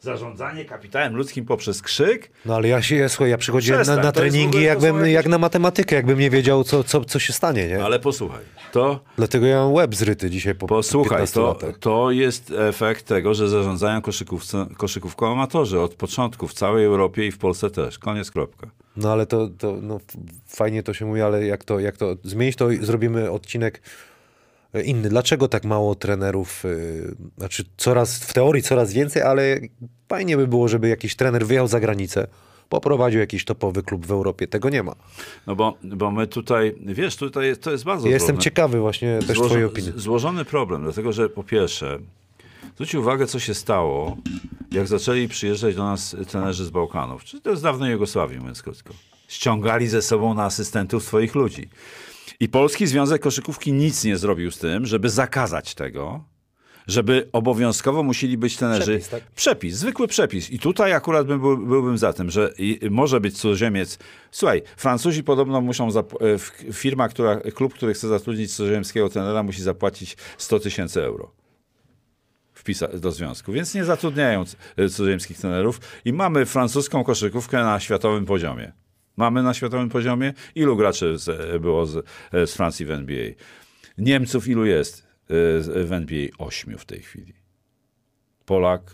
Zarządzanie kapitałem ludzkim poprzez krzyk? No ale ja się, słuchaj, ja przychodziłem na, Przestań, na to jest w treningi ogóle- to jakbym, są jakieś- jak na matematykę, jakbym nie wiedział, co, co, co się stanie, nie? Ale posłuchaj, to Dlatego ja mam łeb zryty dzisiaj po Posłuchaj, piętnastu to, latach. to jest efekt tego, że zarządzają koszykówce, koszykówką amatorzy od początku w całej Europie i w Polsce też. Koniec, kropka. No ale to, to no, f- fajnie to się mówi, ale jak to, jak to zmienić, to zrobimy odcinek inny. Dlaczego tak mało trenerów, yy, znaczy coraz, w teorii coraz więcej, ale fajnie by było, żeby jakiś trener wyjechał za granicę, poprowadził jakiś topowy klub w Europie. Tego nie ma. No bo, bo my tutaj, wiesz, tutaj jest, to jest bardzo Ja jestem trudne. ciekawy właśnie też Złożo- twojej opinii. z- Złożony problem, dlatego że po pierwsze, zwróćcie uwagę, co się stało, jak zaczęli przyjeżdżać do nas trenerzy z Bałkanów, czy to z dawnej Jugosławii, mówiąc krótko. Ściągali ze sobą na asystentów swoich ludzi. I Polski Związek Koszykówki nic nie zrobił z tym, żeby zakazać tego, żeby obowiązkowo musieli być trenerzy. Przepis, tak? Przepis, zwykły przepis. I tutaj akurat bym, był, byłbym za tym, że i, może być cudzoziemiec. Słuchaj, Francuzi podobno muszą, zap- e, f- firma, która, klub, który chce zatrudnić cudzoziemskiego trenera, musi zapłacić sto tysięcy euro wpisa- do związku, więc nie zatrudniają c- cudzoziemskich trenerów i mamy francuską koszykówkę na światowym poziomie. Mamy na światowym poziomie? Ilu graczy z, było z, z Francji w N B A? Niemców ilu jest y, w N B A? Ośmiu w tej chwili. Polak?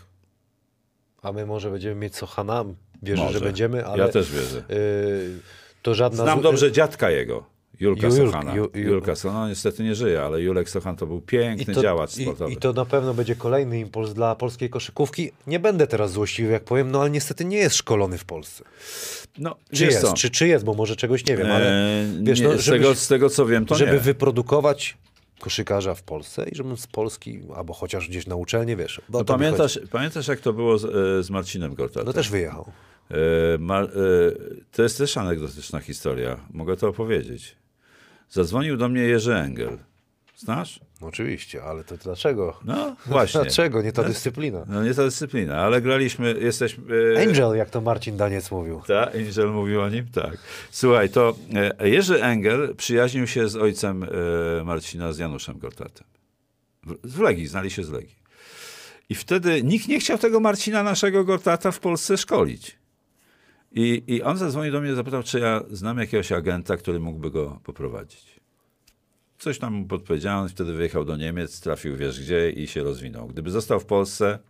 A my może będziemy mieć Sochana, wierzę, Może. że będziemy, ale Ja też wierzę. yy, to żadna... Znam z- dobrze dziadka jego, Julka Julk- Sochana. Ju- Ju- Julka Sochana, no, niestety nie żyje, ale Julek Sochan to był piękny działacz sportowy. I, I to na pewno będzie kolejny impuls dla polskiej koszykówki. Nie będę teraz złośliwy, jak powiem, no ale niestety nie jest szkolony w Polsce. no, Czy wiesz jest, co? czy, czy jest, bo może czegoś nie wiem, ale Eee, wiesz, nie, no, z, żeby, tego, z tego co wiem, to żeby nie. wyprodukować koszykarza w Polsce i żebym z Polski, albo chociaż gdzieś na uczelnię, wiesz. No, pamiętasz, pamiętasz, jak to było z, e, z Marcinem Gortatem? No też wyjechał. E, Mar- e, to jest też anegdotyczna historia. Mogę to opowiedzieć. Zadzwonił do mnie Jerzy Engel. Znasz? No oczywiście, ale to dlaczego? No właśnie. Dlaczego? Nie ta dyscyplina. No nie ta dyscyplina, ale graliśmy, jesteśmy... E, Angel, jak to Marcin Daniec mówił. Ta, Angel mówił o nim? Tak. Słuchaj, to e, Jerzy Engel przyjaźnił się z ojcem e, Marcina, z Januszem Gortatem. W, w Legii, znali się z Legii. I wtedy nikt nie chciał tego Marcina, naszego Gortata, w Polsce szkolić. I, I on zadzwonił do mnie i zapytał, czy ja znam jakiegoś agenta, który mógłby go poprowadzić. Coś tam mu podpowiedziałem, wtedy wyjechał do Niemiec, trafił wiesz gdzie i się rozwinął. Gdyby został w Polsce,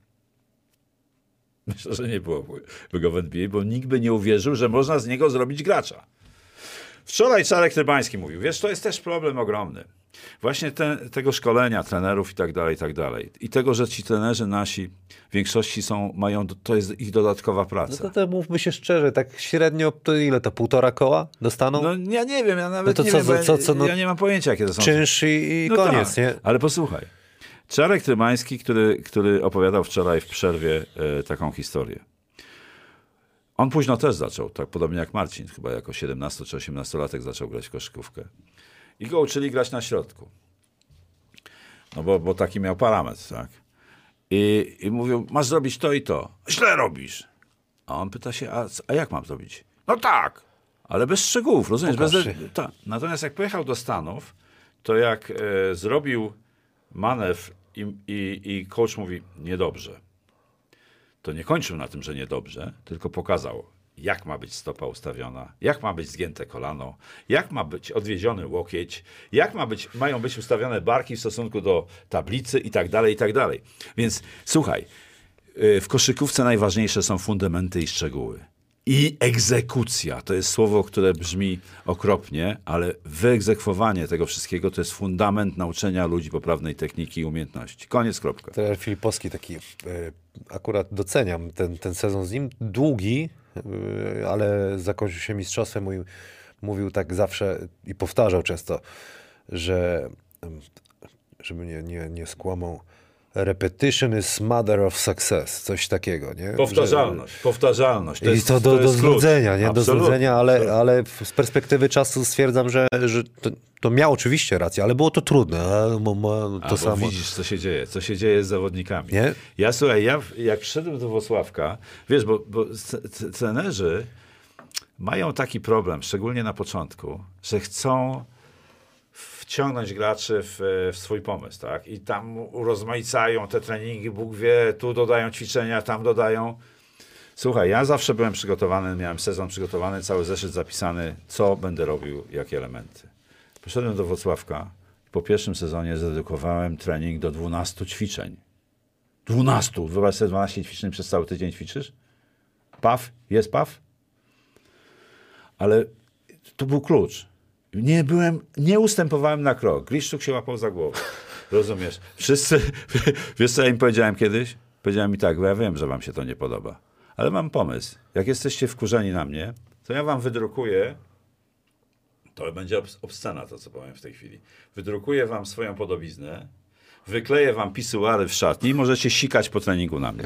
myślę, że nie byłoby go w N B A, bo nikt by nie uwierzył, że można z niego zrobić gracza. Wczoraj Czarek Rybański mówił, wiesz, to jest też problem ogromny. Właśnie te, tego szkolenia trenerów i tak dalej, i tak dalej. I tego, że ci trenerzy nasi w większości są, mają, to jest ich dodatkowa No praca. to, to mówmy się szczerze, tak średnio to ile to półtora koła dostaną? No ja nie wiem, ja nawet No to nie co wiem, za- bo co- co, no- ja nie mam pojęcia, jakie to są. Czynsz i, i No koniec, tak, nie? ale posłuchaj. Czarek Rybański, który, który opowiadał wczoraj w przerwie e, taką historię. On późno też zaczął, tak podobnie jak Marcin, chyba jako siedemnasto czy osiemnastolatek zaczął grać w koszykówkę. I go uczyli grać na środku. No bo, bo taki miał parametr, tak? I, I mówią, masz zrobić to i to. Źle robisz. A on pyta się, a, co- a jak mam zrobić? No tak, ale bez szczegółów, rozumiesz? Bez, Pokaż się. tak. Natomiast jak pojechał do Stanów, to jak e, zrobił manewr i, i, i coach mówi, niedobrze, to nie kończył na tym, że niedobrze, tylko pokazał, jak ma być stopa ustawiona, jak ma być zgięte kolano, jak ma być odwiedziony łokieć, jak ma być, mają być ustawione barki w stosunku do tablicy i tak dalej, i tak dalej. Więc słuchaj, w koszykówce najważniejsze są fundamenty i szczegóły. I egzekucja, to jest słowo, które brzmi okropnie, ale wyegzekwowanie tego wszystkiego to jest fundament nauczenia ludzi poprawnej techniki i umiejętności. Koniec, kropka. Trener Filipowski taki, e, akurat doceniam ten, ten sezon z nim, długi, e, ale zakończył się mistrzostwem. Mówił, mówił tak zawsze i powtarzał często, że em, żeby nie, nie, nie skłamał, repetition is mother of success, coś takiego, nie? Powtarzalność, powtarzalność. I to do, to do jest klucz. znudzenia, nie? Do Absolutnie, znudzenia, ale, absolutnie. ale z perspektywy czasu stwierdzam, że, że to, to miał oczywiście rację, ale było to trudne. A, mo- mo- to A, bo samo. widzisz, co się dzieje, co się dzieje z zawodnikami. Nie? Ja słuchaj, ja jak przyszedłem do Włocławka, wiesz, bo, bo c- c- trenerzy mają taki problem, szczególnie na początku, że chcą w wciągnąć graczy w, w swój pomysł, tak? I tam urozmaicają te treningi, Bóg wie, tu dodają ćwiczenia, tam dodają. Słuchaj, ja zawsze byłem przygotowany, miałem sezon przygotowany, cały zeszyt zapisany, co będę robił, jakie elementy. Poszedłem do Wrocławka i po pierwszym sezonie zdedykowałem trening do dwunastu ćwiczeń. dwunastu! Wyobraź sobie, dwanaście ćwiczeń przez cały tydzień ćwiczysz? Paw? Jest paw? Ale to był klucz. Nie byłem, nie ustępowałem na krok. Gliszczuk się łapał za głowę. Rozumiesz? Wszyscy, wiesz co ja im powiedziałem kiedyś? Powiedziałem mi tak, bo ja wiem, że wam się to nie podoba. Ale mam pomysł. Jak jesteście wkurzeni na mnie, to ja wam wydrukuję, to będzie obs- obscena to, co powiem w tej chwili. Wydrukuję wam swoją podobiznę, wykleję wam pisuary w szatni i możecie sikać po treningu na mnie.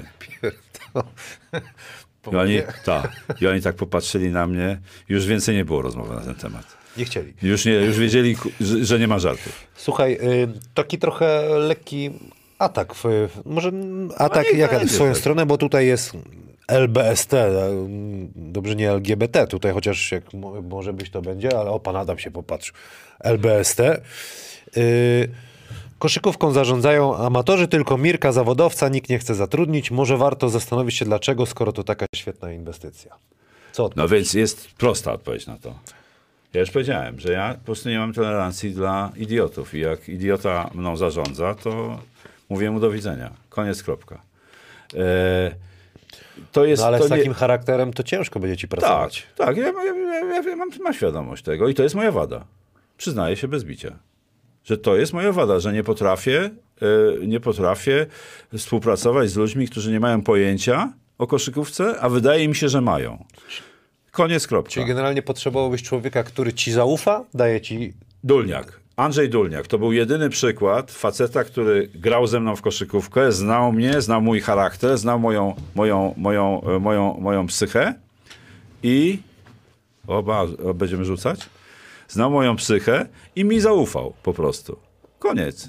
I oni, ta, I oni tak popatrzyli na mnie. Już więcej nie było rozmowy na ten temat. Nie chcieli. Już, nie, już wiedzieli, że, że nie ma żartów. Słuchaj, y, taki trochę lekki atak. W, może atak niech jaka, w będzie, swoją tak. stronę, bo tutaj jest L B S T. Dobrze, nie L G B T. Tutaj chociaż jak mo- może być to będzie, ale o, pan Adam się popatrzył. L B S T. Y, koszykówką zarządzają amatorzy, tylko Mirka zawodowca nikt nie chce zatrudnić. Może warto zastanowić się dlaczego, skoro to taka świetna inwestycja. Co No więc jest prosta odpowiedź na to. Ja już powiedziałem, że ja po prostu nie mam tolerancji dla idiotów i jak idiota mną zarządza, to mówię mu do widzenia. Koniec, kropka. E, to jest, No ale to z takim nie... charakterem to ciężko będzie ci Tak, pracować. tak. Ja, ja, ja, ja mam, mam świadomość tego i to jest moja wada. Przyznaję się bez bicia. Że to jest moja wada, że nie potrafię, e, nie potrafię współpracować z ludźmi, którzy nie mają pojęcia o koszykówce, a wydaje mi się, że mają. Koniec, kropka. Czyli generalnie potrzebowałbyś człowieka, który ci zaufa, daje ci... Dulniak. Andrzej Dulniak. To był jedyny przykład faceta, który grał ze mną w koszykówkę, znał mnie, znał mój charakter, znał moją, moją, moją, moją, moją psychę i... Oba, o, będziemy rzucać? Znał moją psychę i mi zaufał po prostu. Koniec.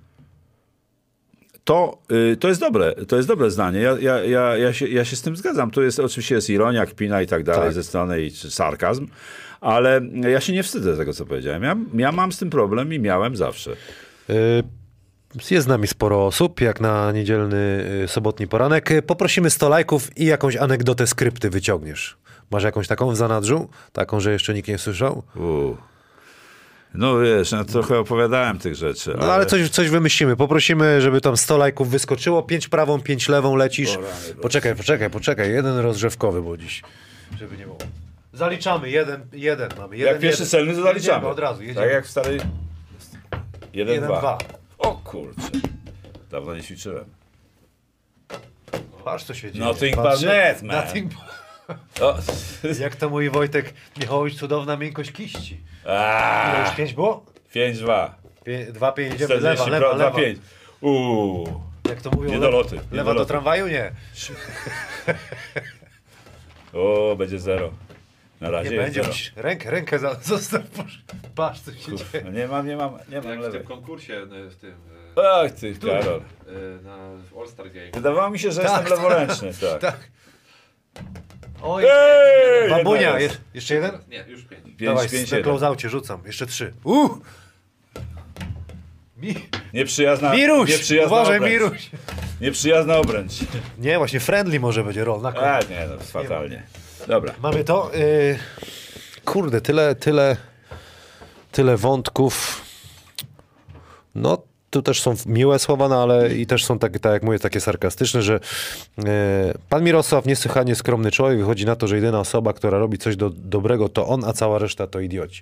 To, y, to jest dobre, to jest dobre zdanie. Ja, ja, ja, ja, się, ja się z tym zgadzam. Tu jest oczywiście jest ironia, kpina i tak dalej Tak. ze strony i czy sarkazm, ale ja się nie wstydzę tego, co powiedziałem. Ja, ja mam z tym problem i miałem zawsze. Yy, jest z nami sporo osób, jak na niedzielny, yy, sobotni poranek. Yy, Poprosimy sto lajków i jakąś anegdotę skrypty wyciągniesz. Masz jakąś taką w zanadrzu? Taką, że jeszcze nikt nie słyszał? U. No wiesz, no, trochę opowiadałem tych rzeczy. No ale coś, coś wymyślimy. Poprosimy, żeby tam sto lajków wyskoczyło. Pięć prawą, pięć lewą lecisz. O, rany, Poczekaj, poczekaj, poczekaj. Jeden rozgrzewkowy, bo dziś. Żeby nie było. Zaliczamy. Jeden, jeden mamy. Jeden, Jak pierwszy jeden. celny, to zaliczamy. Jedziemy od razu, jedziemy. Tak jak w starej... Jeden, Jeden, dwa. dwa. O kurczę. Dawno nie ćwiczyłem. Patrz, co się dzieje. Nothing but Patrzcie. net, man. Nothing... O. Jak to mój Wojtek Michałowicz, cudowna miękkość kiści. Ile A, już pięć było? pięć dwa. Pię, dwa, pięć, idziemy. Lewa, lewa, lewa. pięć. Uuu. Jak to mówią, Nie do loty, lewa, nie lewa do do loty. tramwaju? Nie. O, będzie zero. Na razie Nie jest będzie. zero. Musisz rękę, rękę za, zostaw. Patrz, co się dzieje. No nie mam, nie mam, nie mam Jak w lewej. tym konkursie, y, w tym, Ach ty, Karol. y, y, na w All Star Game. Wydawało mi się, że Tak, jestem leworęczny. Tak. Tak. Oj, Ej, babunia. jedna Je, jest. jeszcze jeden? Nie, już pięć. Pięć, Dawaj, pięć, na jeden. close-aucie rzucam. Jeszcze trzy. Uh! Mi... Nieprzyjazna, Miruś! nieprzyjazna Uważaj, obręcz. Miruś! Nieprzyjazna obręcz. Nie, właśnie friendly może będzie roll na A, koniec. nie, no, fatalnie. Dobra. Mamy to. Yy, kurde, tyle, tyle, tyle wątków. No, tu też są miłe słowa, no ale i też są, tak, tak jak mówię, takie sarkastyczne, że yy, pan Mirosław, niesłychanie skromny człowiek, wychodzi na to, że jedyna osoba, która robi coś do, dobrego, to on, a cała reszta to idioci.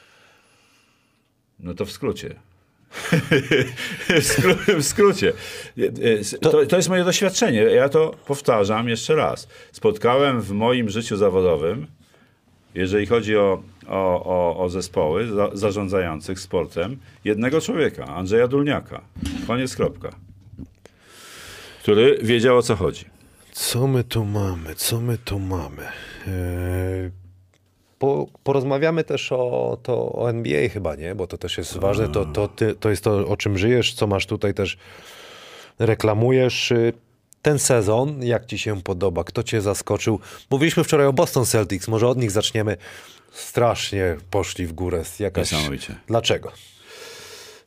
No to w skrócie. w, skró- w skrócie. To, to jest moje doświadczenie. Ja to powtarzam jeszcze raz. Spotkałem w moim życiu zawodowym, jeżeli chodzi o, o, o, o zespoły za, zarządzających sportem, jednego człowieka, Andrzeja Dulniaka. Koniec, kropka. Który wiedział, o co chodzi. Co my tu mamy? Co my tu mamy? Yy, po, porozmawiamy też o, to, o N B A chyba, nie? Bo to też jest ważne. To, to, ty, to jest to, o czym żyjesz, co masz tutaj też reklamujesz. Yy, Ten sezon, jak ci się podoba? Kto cię zaskoczył? Mówiliśmy wczoraj o Boston Celtics. Może od nich zaczniemy. Strasznie poszli w górę. Jakaś... Niesamowicie. Dlaczego?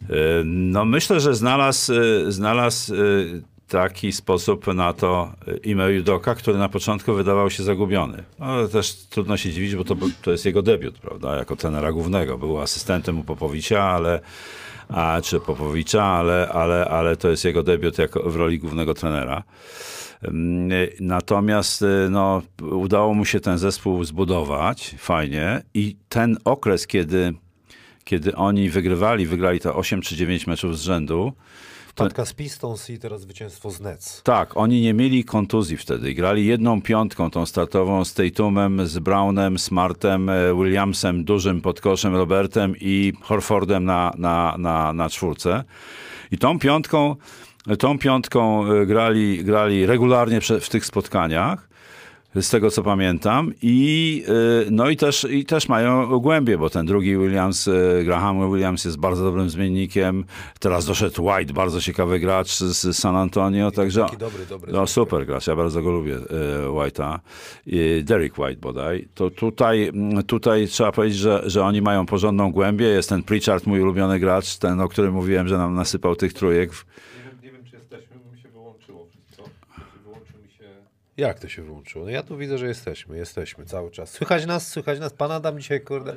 No myślę, że znalazł, znalazł taki sposób na to Ime Udoka, który na początku wydawał się zagubiony. No, też trudno się dziwić, bo to, to jest jego debiut, prawda, jako trenera głównego. Był asystentem u Popowicza, ale, a, czy Popowicza, ale, ale, ale to jest jego debiut jako, w roli głównego trenera. Natomiast no, udało mu się ten zespół zbudować fajnie i ten okres, kiedy, kiedy oni wygrywali, wygrali to osiem czy dziewięć meczów z rzędu. Wpadka z Pistons i teraz zwycięstwo z Nets. Tak, oni nie mieli kontuzji wtedy. Grali jedną piątką tą startową z Tatumem, z Brownem, Smartem, Williamsem, dużym podkoszem, Robertem i Horfordem na, na, na, na czwórce. I tą piątką Tą piątką grali, grali regularnie w tych spotkaniach, z tego co pamiętam. I, no i też, i też mają głębie, bo ten drugi Williams, Graham Williams jest bardzo dobrym zmiennikiem. Teraz doszedł White, bardzo ciekawy gracz z San Antonio. Także, taki dobry, dobry. No super gracz, ja bardzo go lubię, White'a. Derek White bodaj. To tutaj, tutaj trzeba powiedzieć, że, że oni mają porządną głębię. Jest ten Pritchard, mój ulubiony gracz, ten, o którym mówiłem, że nam nasypał tych trójek. Jak to się wyłączyło? No ja tu widzę, że jesteśmy, jesteśmy cały czas. Słychać nas, słychać nas. Pan Adam dzisiaj, kurde.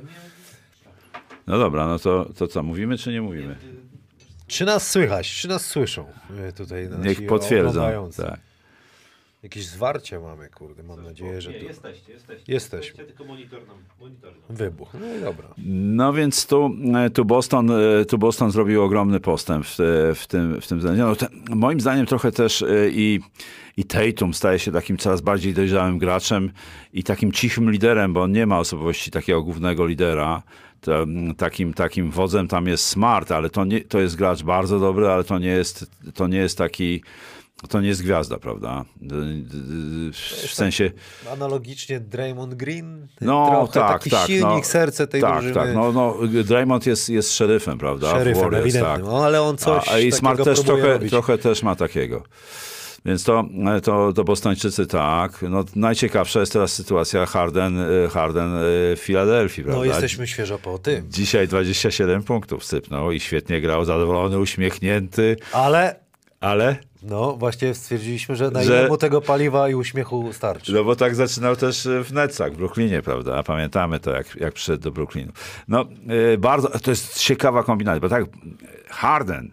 No dobra, no to, to co, mówimy czy nie mówimy? Czy nas słychać? Czy nas słyszą? Tutaj Niech potwierdzą. Tak. Jakieś zwarcie mamy, kurde, mam nadzieję, że nie, tu... jesteście, jesteście. Jesteśmy. Jesteście, tylko monitor nam, monitor nam. Wybuch. No i dobra. No więc tu, tu, Boston, tu Boston zrobił ogromny postęp w, w tym, w tym zdaniu. No, ten, moim zdaniem trochę też i, i Tatum staje się takim coraz bardziej dojrzałym graczem i takim cichym liderem, bo on nie ma osobowości takiego głównego lidera. To, takim, takim wodzem tam jest Smart, ale to, nie, to jest gracz bardzo dobry, ale to nie jest, to nie jest taki... To nie jest gwiazda, prawda? W sensie... Analogicznie Draymond Green, no, trochę tak, taki tak, silnik, no, serce tej tak, drużyny. Tak, no, no, Draymond jest, jest szeryfem, prawda? Szeryfem, ewidentnym, tak. no, ale on coś A, i Smart też trochę, robić. trochę też ma takiego. Więc to, to, to Bostończycy tak. No, najciekawsza jest teraz sytuacja Harden, Harden w Filadelfii, prawda? No jesteśmy świeżo po tym. Dzisiaj dwadzieścia siedem punktów sypnął i świetnie grał, zadowolony, uśmiechnięty. Ale... Ale... No właśnie stwierdziliśmy, że na że... ile mu tego paliwa i uśmiechu starczy. No bo tak zaczynał też w Netsach, w Brooklynie, prawda? Pamiętamy to, jak, jak przyszedł do Brooklynu. No yy, bardzo, to jest ciekawa kombinacja, bo tak Harden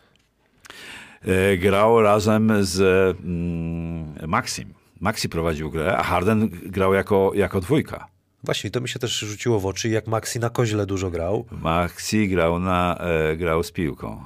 yy, grał razem z yy, Maxim. Maxi prowadził grę, a Harden grał jako, jako dwójka. Właśnie, to mi się też rzuciło w oczy, jak Maxi na koźle dużo grał. Maxi grał, na, yy, grał z piłką.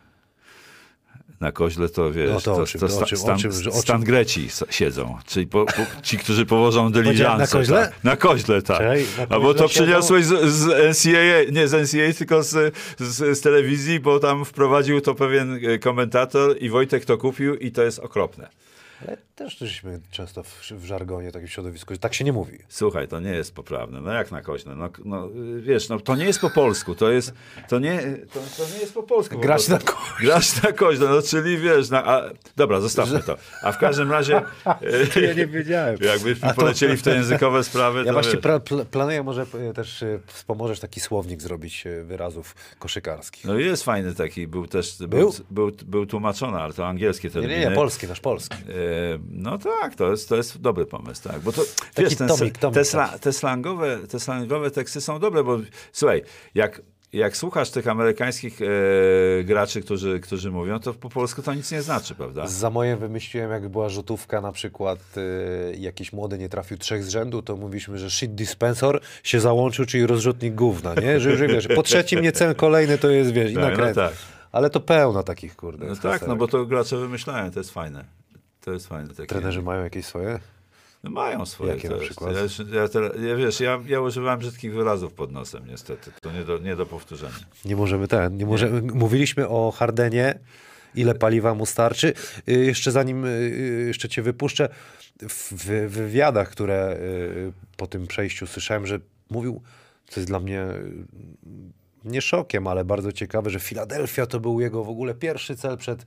Na koźle to wiesz, no to, to, o czym, to to sta, o czym, stan, o czym, o czym? stan Greci siedzą, czyli po, po, ci, którzy powożą dyliżancę. Na koźle? Tak. Na koźle, tak. Czej, na A bo to siedzą... przyniosłeś z, z N C A A, nie z N C A A, tylko z, z, z telewizji, bo tam wprowadził to pewien komentator i Wojtek to kupił i to jest okropne. Ale też żeśmy często w, w żargonie, takim środowisku, że tak się nie mówi. Słuchaj, to nie jest poprawne. No jak na koźle? No, no, wiesz, no, to nie jest po polsku. To, jest, to, nie, to, to nie jest po polsku. Grać na koźle. Grać na koźle, no czyli wiesz... Na, a, dobra, zostawmy to. A w każdym razie... Ja nie wiedziałem. Jakbyśmy to... polecieli w te językowe sprawy, ja to właśnie wiesz. pl planuję może też wspomożesz taki słownik zrobić wyrazów koszykarskich. No jest fajny taki, był też... Był? Był, był, był tłumaczony, ale to angielskie terminy. Nie, nie, nie, polski, nasz polski. No tak, to jest, to jest dobry pomysł, tak. Bo to, taki wiesz, ten, tomik, tomik, te, sla, te, slangowe, te slangowe teksty są dobre, bo słuchaj, jak, jak słuchasz tych amerykańskich e, graczy, którzy, którzy mówią, to po polsku to nic nie znaczy, prawda? Za moje wymyśliłem, jak była rzutówka na przykład e, jakiś młody nie trafił trzech z rzędu, to mówiliśmy, że shit dispensor się załączył, czyli rozrzutnik gówna, nie? Że, że wiesz, po trzecim nie cel kolejny to jest, wiesz, i tak, nakręt. No tak. Ale to pełno takich, kurde. No tak, no bo to gracze wymyślają, to jest fajne. To jest fajne. Takie... Trenerzy mają jakieś swoje? No mają swoje. Jakie na przykład? Ja, ja, teraz, ja, wiesz, ja, ja używałem brzydkich wyrazów pod nosem, niestety. To nie do, nie do powtórzenia. Nie możemy ten, nie możemy. Mówiliśmy o Hardenie, ile paliwa mu starczy. Y, jeszcze zanim y, jeszcze cię wypuszczę, w, w wywiadach, które y, po tym przejściu słyszałem, że mówił, co jest dla mnie y, nie szokiem, ale bardzo ciekawe, że Filadelfia to był jego w ogóle pierwszy cel przed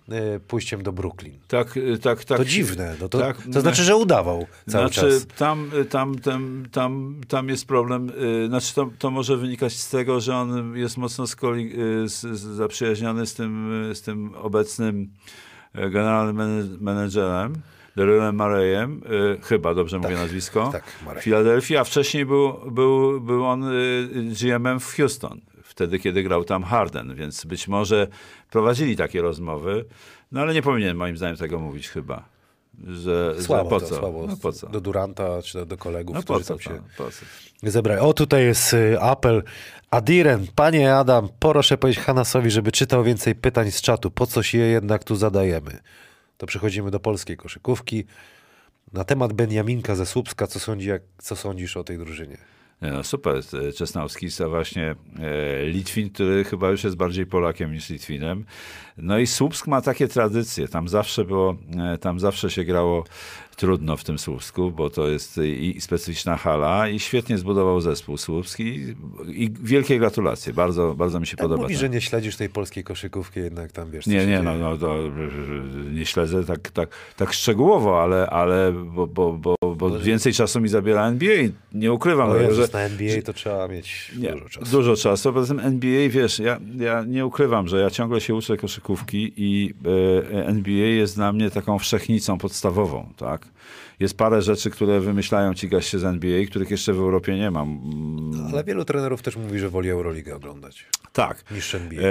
y, pójściem do Brooklyn. Tak, y, tak, tak. To dziwne. No to, tak, to znaczy, że udawał cały znaczy, czas. Tam, tam, tam, tam, tam jest problem. y, Znaczy, to, to może wynikać z tego, że on jest mocno skoli, y, z, z, zaprzyjaźniony z tym, y, z tym obecnym y, generalnym men- menedżerem, Darylem Murrayem, y, chyba dobrze mówię nazwisko, tak, Murray. w Filadelfii, a wcześniej był, był, był on y, G M em w Houston, wtedy, kiedy grał tam Harden, więc być może prowadzili takie rozmowy, no ale nie powinien moim zdaniem tego mówić chyba. Że, Słabo że po to, co? słabo. No po co? Do Duranta czy do, do kolegów, No po którzy co? tam się To? Po co? zebrali. O, tutaj jest y, apel. Adiren, panie Adam, proszę powiedzieć Hanasowi, żeby czytał więcej pytań z czatu. Po co się je jednak tu zadajemy? To przechodzimy do polskiej koszykówki. Na temat Beniaminka ze Słupska, co, sądzi, jak, co sądzisz o tej drużynie? Nie, no super, Czesnałski to właśnie e, Litwin, który chyba już jest bardziej Polakiem niż Litwinem. No i Słupsk ma takie tradycje. Tam zawsze było, e, tam zawsze się grało trudno w tym Słupsku, bo to jest i, i specyficzna hala i świetnie zbudował zespół słupski i wielkie gratulacje. Bardzo, bardzo mi się Jak podoba. mówisz, ten- że nie śledzisz tej polskiej koszykówki, jednak tam wiesz, co Nie, się nie, dzieje. no, no to nie śledzę tak, tak, tak szczegółowo, ale, ale bo, bo, bo, bo więcej czasu mi zabiera N B A. Nie ukrywam, O że, Jezus, na N B A to trzeba mieć nie, dużo czasu. Dużo czasu. Poza tym N B A, wiesz, ja, ja nie ukrywam, że ja ciągle się uczę koszykówki i e, N B A jest dla mnie taką wszechnicą podstawową, tak? Jest parę rzeczy, które wymyślają ci goście z N B A, których jeszcze w Europie nie mam. Mm, Ale wielu trenerów też mówi, że woli Euroligę oglądać tak. niż N B A. E,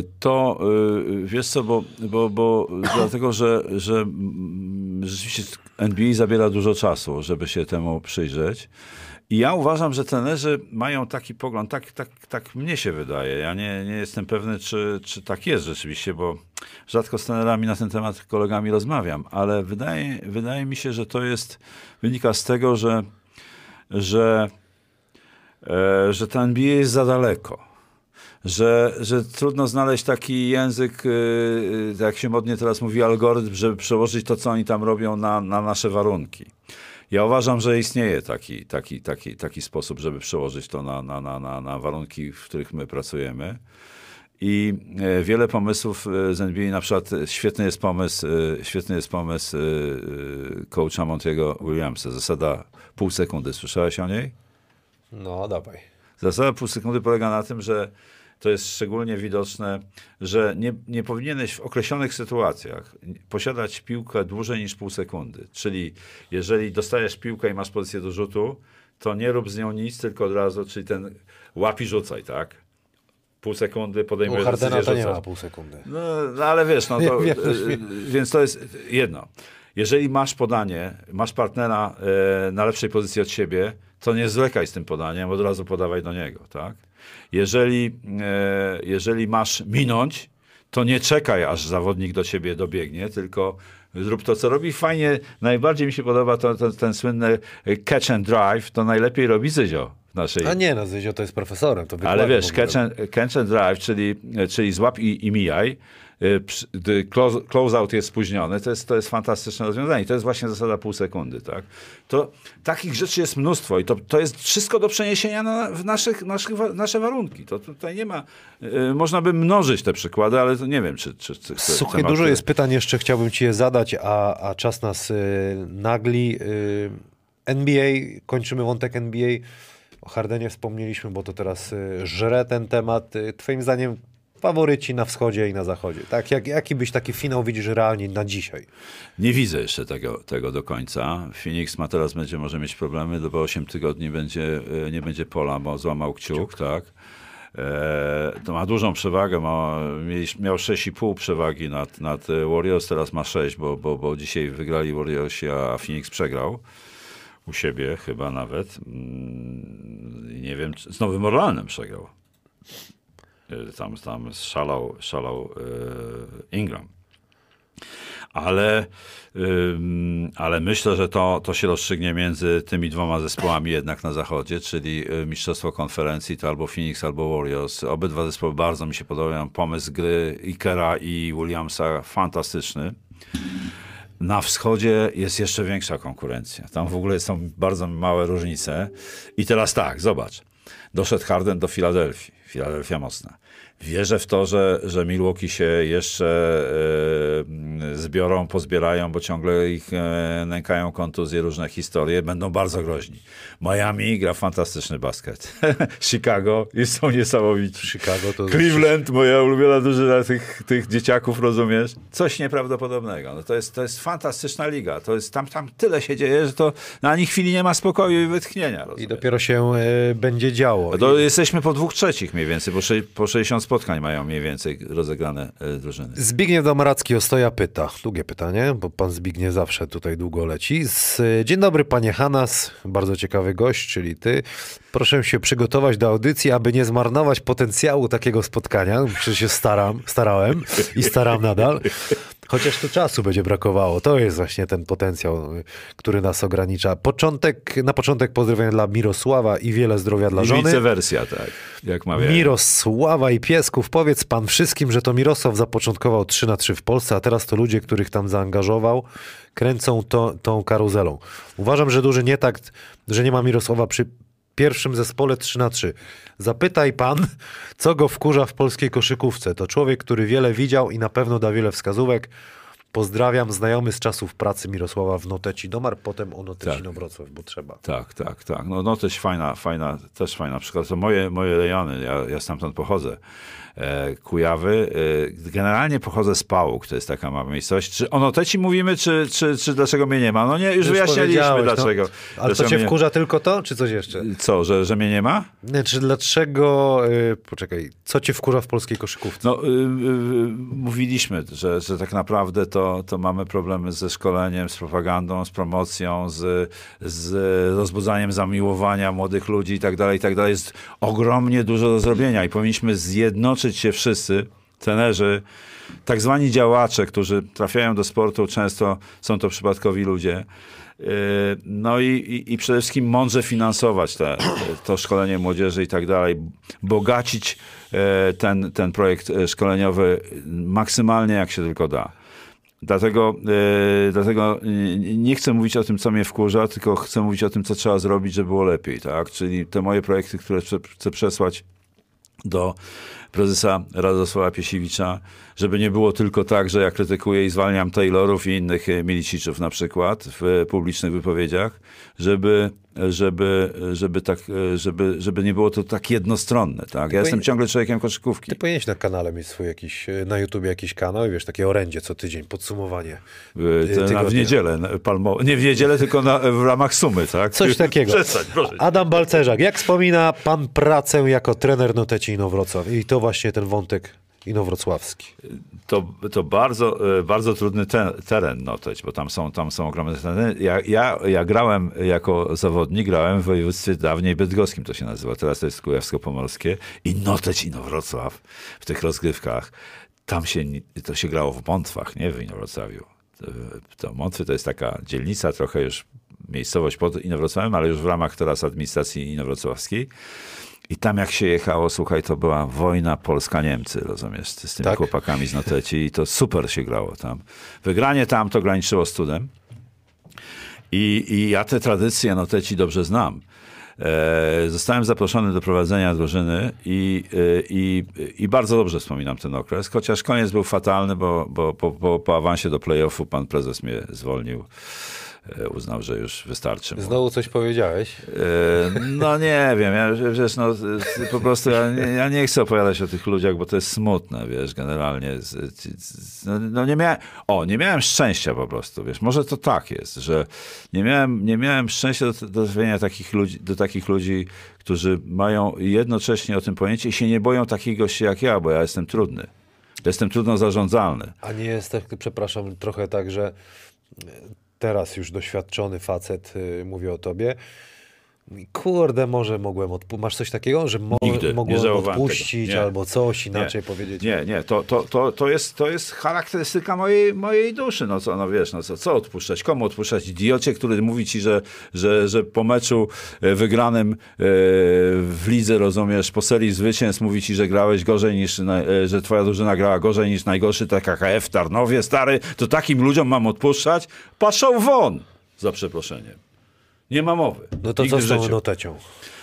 to e, wiesz co, bo, bo, bo dlatego, że, że mm, rzeczywiście N B A zabiera dużo czasu, żeby się temu przyjrzeć. I ja uważam, że trenerzy mają taki pogląd, tak, tak, tak mnie się wydaje. Ja nie, nie jestem pewny, czy, czy tak jest rzeczywiście, bo rzadko z trenerami na ten temat kolegami rozmawiam, ale wydaje, wydaje mi się, że to jest, wynika z tego, że, że, e, że ta N B A jest za daleko. Że, że trudno znaleźć taki język, yy, jak się modnie teraz mówi, algorytm, żeby przełożyć to, co oni tam robią na, na nasze warunki. Ja uważam, że istnieje taki, taki, taki, taki sposób, żeby przełożyć to na, na, na, na, na warunki, w których my pracujemy. I e, wiele pomysłów e, z N B A, na przykład e, świetny jest pomysł, e, świetny jest pomysł e, e, coacha Montiego Williamsa, zasada pół sekundy. Słyszałeś o niej? No, dawaj. Zasada pół sekundy polega na tym, że to jest szczególnie widoczne, że nie, nie powinieneś w określonych sytuacjach posiadać piłkę dłużej niż pół sekundy. Czyli jeżeli dostajesz piłkę i masz pozycję do rzutu, to nie rób z nią nic, tylko od razu, czyli ten łap i rzucaj, tak? Pół sekundy U podejmujesz Hardena decyzję, to nie rzucasz. ma pół sekundy. No, no ale wiesz, no to, Wiem, y, więc to jest jedno. Jeżeli masz podanie, masz partnera e, na lepszej pozycji od siebie, to nie zwlekaj z tym podaniem, od razu podawaj do niego, tak? Jeżeli, e, jeżeli masz minąć, to nie czekaj, aż zawodnik do ciebie dobiegnie, tylko zrób to, co robi. Fajnie, najbardziej mi się podoba to, to, ten słynny catch and drive, to najlepiej robi Zyzio w naszej... A nie, no Zyzio to jest profesorem. To Ale wykłada wiesz, w ogóle. catch and, catch and drive, czyli, czyli złap i, i mijaj, y, przy- gdy close, close out jest spóźniony, to jest, to jest fantastyczne rozwiązanie. To jest właśnie zasada pół sekundy. Tak? To, takich rzeczy jest mnóstwo i to, to jest wszystko do przeniesienia na, w naszych, naszych, wa- nasze warunki. To tutaj nie ma... Y, można by mnożyć te przykłady, ale to nie wiem, czy... czy, czy Słuchaj, temat, dużo który- jest pytań, jeszcze chciałbym ci je zadać, a, a czas nas y, nagli. Y, N B A, kończymy wątek N B A. O Hardenie wspomnieliśmy, bo to teraz y, żre ten temat. Y, twoim zdaniem faworyci na wschodzie i na zachodzie. Tak? Jak, jaki byś taki finał widzisz realnie na dzisiaj? Nie widzę jeszcze tego, tego do końca. Phoenix ma teraz będzie może mieć problemy, bo osiem tygodni będzie, e, nie będzie Pola, bo złamał kciuk, tak. E, to ma dużą przewagę, ma, mieliś- miał sześć i pół przewagi nad, nad Warriors, teraz ma sześć, bo, bo, bo dzisiaj wygrali Warriors, a Phoenix przegrał. U siebie chyba nawet. Mm, Nie wiem, czy- z Nowym Orleanem przegrał. E, Tam, tam szalał, szalał e, Ingram. Ale, ym, ale myślę, że to, to się rozstrzygnie między tymi dwoma zespołami jednak na zachodzie, czyli y, Mistrzostwo Konferencji, to albo Phoenix, albo Warriors. Obydwa zespoły bardzo mi się podobają. Pomysł gry Ikera i Williamsa fantastyczny. Na wschodzie jest jeszcze większa konkurencja. Tam w ogóle są bardzo małe różnice. I teraz tak, zobacz. Doszedł Harden do Filadelfii. Filadelfia mocna. Wierzę w to, że, że Milwaukee się jeszcze e, zbiorą, pozbierają, bo ciągle ich e, nękają kontuzje, różne historie. Będą bardzo groźni. Miami gra fantastyczny basket. Chicago jest są niesamowici. Chicago to Cleveland, moja ulubiona drużyna tych, tych dzieciaków, rozumiesz? Coś nieprawdopodobnego. No to, jest, to jest fantastyczna liga. To jest, tam, tam tyle się dzieje, że to na ani chwili nie ma spokoju i wytchnienia. Rozumiesz? I dopiero się e, będzie działo. To I... jesteśmy po dwóch trzecich mniej więcej, bo sze, po sześćdziesiąt spotkań mają mniej więcej rozegrane e, drużyny. Zbigniew Domaracki Ostoja pyta, długie pytanie, bo pan Zbigniew zawsze tutaj długo leci. Z, dzień dobry panie Hanas, bardzo ciekawy gość, czyli ty. Proszę się przygotować do audycji, aby nie zmarnować potencjału takiego spotkania. Przecież się staram, starałem i staram nadal. Chociaż tu czasu będzie brakowało. To jest właśnie ten potencjał, który nas ogranicza. Początek, na początek pozdrowienia dla Mirosława i wiele zdrowia dla I żony. vice wersja, tak, jak mawiają. Mirosława i piesków. Powiedz pan wszystkim, że to Mirosław zapoczątkował trzy na trzy w Polsce, a teraz to ludzie, których tam zaangażował, kręcą to, tą karuzelą. Uważam, że duży nietakt, że nie ma Mirosława przy pierwszym zespole trzy na trzy. Zapytaj pan, co go wkurza w polskiej koszykówce. To człowiek, który wiele widział i na pewno da wiele wskazówek. Pozdrawiam, znajomy z czasów pracy Mirosława w Noteci Domar, potem o Notecino Tak. Wrocław, bo trzeba. Tak, tak, tak. No, no też fajna, fajna, też fajna przykład. To moje, moje rejony, ja, ja stamtąd pochodzę. E, Kujawy. E, generalnie pochodzę z Pałuk, to jest taka mała miejscowość. Czy o Noteci mówimy, czy, czy, czy dlaczego mnie nie ma? No nie, już, Już wyjaśnialiśmy powiedziałeś, dlaczego. No. Ale dlaczego to cię mnie... wkurza tylko to, czy coś jeszcze? Co, że, że mnie nie ma? Nie, czy dlaczego, yy, poczekaj, co cię wkurza w polskiej koszykówce? No, y, y, mówiliśmy, że, że tak naprawdę to, to mamy problemy ze szkoleniem, z propagandą, z promocją, z, z rozbudzaniem zamiłowania młodych ludzi i tak dalej, i tak dalej. Jest ogromnie dużo do zrobienia i powinniśmy zjednoczyć się wszyscy, trenerzy, tak zwani działacze, którzy trafiają do sportu, często są to przypadkowi ludzie. No i, i, i przede wszystkim mądrze finansować te, to szkolenie młodzieży i tak dalej, bogacić ten, ten projekt szkoleniowy maksymalnie jak się tylko da. Dlatego, yy, dlatego nie chcę mówić o tym, co mnie wkurza, tylko chcę mówić o tym, co trzeba zrobić, żeby było lepiej. Tak? Czyli te moje projekty, które chcę przesłać do prezesa Radosława Piesiewicza, żeby nie było tylko tak, że ja krytykuję i zwalniam Taylorów i innych Miliciczów na przykład w publicznych wypowiedziach, żeby, żeby, żeby, tak, żeby, żeby nie było to tak jednostronne. Tak? Ja jestem ciągle człowiekiem koszykówki. Ty powinieneś na kanale mieć swój jakiś, na YouTubie jakiś kanał i wiesz, takie orędzie co tydzień, podsumowanie. Na, w niedzielę, palmo, nie w niedzielę, tylko na, w ramach sumy, tak? Coś takiego. Przestań, proszę. Adam Balcerzak, jak wspomina pan pracę jako trener Noteci Inowrocław? I to właśnie ten wątek inowrocławski. To, to bardzo, bardzo trudny te, teren Noteć, bo tam są, tam są ogromne tereny. Ja, ja, ja grałem jako zawodnik, grałem w województwie dawniej bydgoskim, to się nazywa, teraz to jest Kujawsko-Pomorskie i Noteć Inowrocław w tych rozgrywkach. Tam się, to się grało w Mątwach, nie w Inowrocławiu. To Mątwy to jest taka dzielnica, trochę już miejscowość pod Inowrocławiem, ale już w ramach teraz administracji inowrocławskiej. I tam jak się jechało, słuchaj, to była wojna Polska-Niemcy, rozumiesz, z tymi tak? chłopakami z Noteci i to super się grało tam. Wygranie tam to graniczyło z cudem. I, i ja te tradycje Noteci dobrze znam. E, zostałem zaproszony do prowadzenia drużyny i, i, i bardzo dobrze wspominam ten okres, chociaż koniec był fatalny, bo, bo po, po, po awansie do play-offu pan prezes mnie zwolnił. Uznał, że już wystarczy. Znowu coś powiedziałeś? No nie wiem, ja, wiesz, no, po prostu ja nie, ja nie chcę opowiadać o tych ludziach, bo to jest smutne, wiesz, generalnie. No, no nie miałem, o, nie miałem szczęścia po prostu, wiesz, może to tak jest, że nie miałem, nie miałem szczęścia do, do trafienia takich ludzi, do takich ludzi, którzy mają jednocześnie o tym pojęcie i się nie boją takich gości jak ja, bo ja jestem trudny. Jestem trudno zarządzalny. A nie jest tak, przepraszam, trochę tak, że teraz już doświadczony facet, yy, mówię o tobie, kurde, może mogłem odpu- masz coś takiego, że mo- Nigdy, mogłem odpuścić albo coś inaczej nie, powiedzieć? Nie, nie, to, to, to, to, jest, to jest charakterystyka mojej, mojej duszy, no co, no wiesz, no co, co odpuszczać, komu odpuszczać? Idiocie, który mówi ci, że, że, że po meczu wygranym w lidze, rozumiesz, po serii zwycięstw mówi ci, że grałeś gorzej niż, że twoja drużyna grała gorzej niż najgorszy T K K F w Tarnowie, stary, to takim ludziom mam odpuszczać? Patrzą won, za przeproszeniem. Nie ma mowy. No to Nigdy co z tą w życiu. Notecią?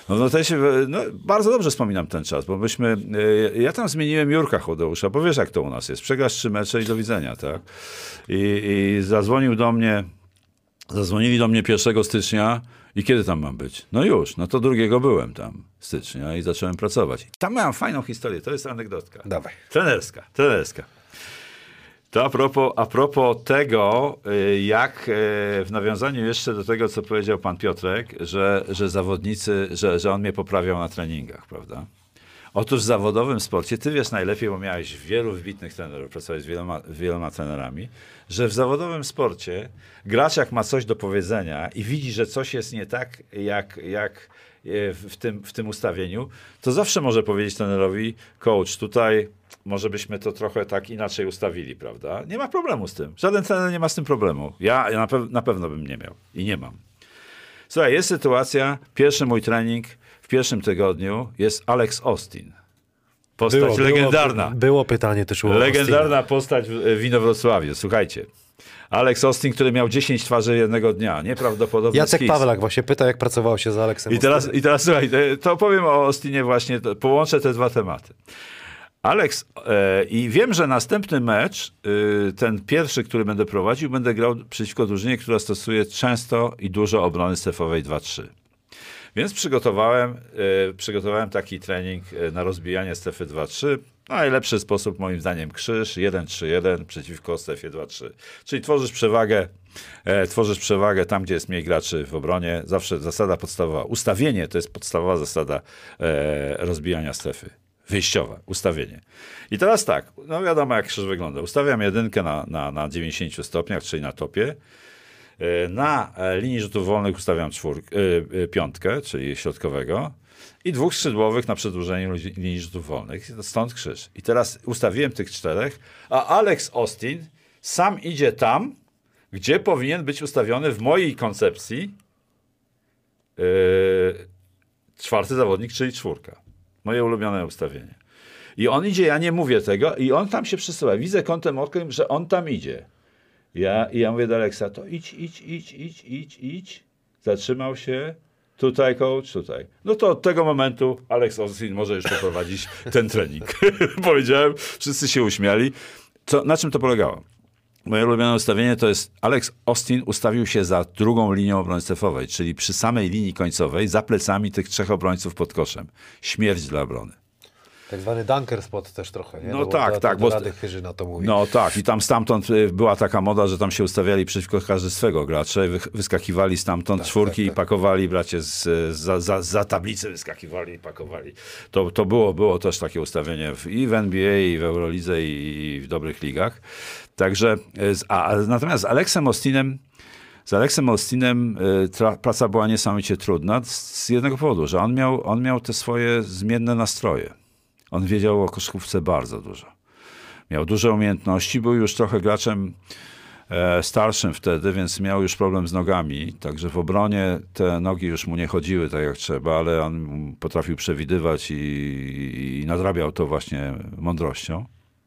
No, no, to się, no bardzo dobrze wspominam ten czas, bo myśmy, y, ja tam zmieniłem Jurka Chodeusza, bo wiesz jak to u nas jest, przegrasz trzy mecze i do widzenia, tak? I, i zadzwonił do mnie, zadzwonili do mnie pierwszego stycznia i kiedy tam mam być? No już, no to drugiego byłem tam stycznia i zacząłem pracować. Tam miałem fajną historię, to jest anegdotka. Dawaj. Trenerska, trenerska. To a propos, a propos tego, jak w nawiązaniu jeszcze do tego, co powiedział pan Piotrek, że, że zawodnicy, że, że on mnie poprawiał na treningach, prawda? Otóż w zawodowym sporcie, ty wiesz najlepiej, bo miałeś wielu wybitnych trenerów, pracowałeś z wieloma, wieloma trenerami, że w zawodowym sporcie gracz jak ma coś do powiedzenia i widzi, że coś jest nie tak, jak, jak w tym, w tym ustawieniu, to zawsze może powiedzieć trenerowi, coach, tutaj może byśmy to trochę tak inaczej ustawili, prawda? Nie ma problemu z tym. Żaden trener nie ma z tym problemu. Ja, ja na, pew- na pewno bym nie miał i nie mam. Słuchaj, jest sytuacja, pierwszy mój trening w pierwszym tygodniu jest Alex Austin. Postać Było, legendarna. Było, było pytanie też o Legendarna Austina. postać w, w Inowrocławiu. Słuchajcie. Alex Austin, który miał dziesięć twarzy jednego dnia. Nieprawdopodobny Jacek skis. Pawlak właśnie pyta, jak pracowało się z Aleksem I teraz, Austinem. I teraz słuchaj, to opowiem o Austinie właśnie, to połączę te dwa tematy. Alex, e, i wiem, że następny mecz, y, ten pierwszy, który będę prowadził, będę grał przeciwko drużynie, która stosuje często i dużo obrony strefowej dwa trzy. Więc przygotowałem, y, przygotowałem taki trening na rozbijanie strefy dwa trzy. Najlepszy sposób moim zdaniem krzyż, jeden trzy jeden przeciwko strefie dwa trzy. Czyli tworzysz przewagę, e, tworzysz przewagę tam, gdzie jest mniej graczy w obronie. Zawsze zasada podstawowa. Ustawienie to jest podstawowa zasada e, rozbijania strefy. Wyjściowe, ustawienie. I teraz tak, no wiadomo jak krzyż wygląda. Ustawiam jedynkę na, na, na dziewięćdziesięciu stopniach, czyli na topie. Na linii rzutów wolnych ustawiam czwórkę, y, y, piątkę, czyli środkowego i dwóch skrzydłowych na przedłużeniu linii rzutów wolnych. Stąd krzyż. I teraz ustawiłem tych czterech, a Alex Austin sam idzie tam, gdzie powinien być ustawiony w mojej koncepcji yy, czwarty zawodnik, czyli czwórka. Moje ulubione ustawienie. I on idzie, ja nie mówię tego, i on tam się przesuwa. Widzę kątem okiem, że on tam idzie. Ja, I ja mówię do Alexa, to idź, idź, idź, idź, idź, idź. Zatrzymał się. Tutaj coach, tutaj. No to od tego momentu Alex Austin może już poprowadzić ten trening. Powiedziałem, wszyscy się uśmiali. Co, na czym to polegało? Moje ulubione ustawienie to jest Alex Austin ustawił się za drugą linią obrony strefowej, czyli przy samej linii końcowej, za plecami tych trzech obrońców pod koszem. Śmierć dla obrony. Tak zwany dunker spot też trochę, nie? No bo tak, to, tak, To, bo- to Radek Chyrzyna to mówi. No tak, i tam stamtąd y, była taka moda, że tam się ustawiali przeciwko każdy swego gracza i wy, wyskakiwali stamtąd Tak, czwórki tak, i tak. pakowali, bracie, z, za, za, za tablicy wyskakiwali i pakowali. To, to było, było też takie ustawienie w, i w N B A, i w Eurolidze, i, i w dobrych ligach. Także, y, z, a, a natomiast z Alexem Austinem Z Alexem Austinem y, tra, praca była niesamowicie trudna z, z jednego powodu, że on miał, on miał te swoje zmienne nastroje. On wiedział o koszykówce bardzo dużo. Miał duże umiejętności, był już trochę graczem e, starszym wtedy, więc miał już problem z nogami. Także w obronie te nogi już mu nie chodziły tak jak trzeba, ale on potrafił przewidywać i, i nadrabiał to właśnie mądrością.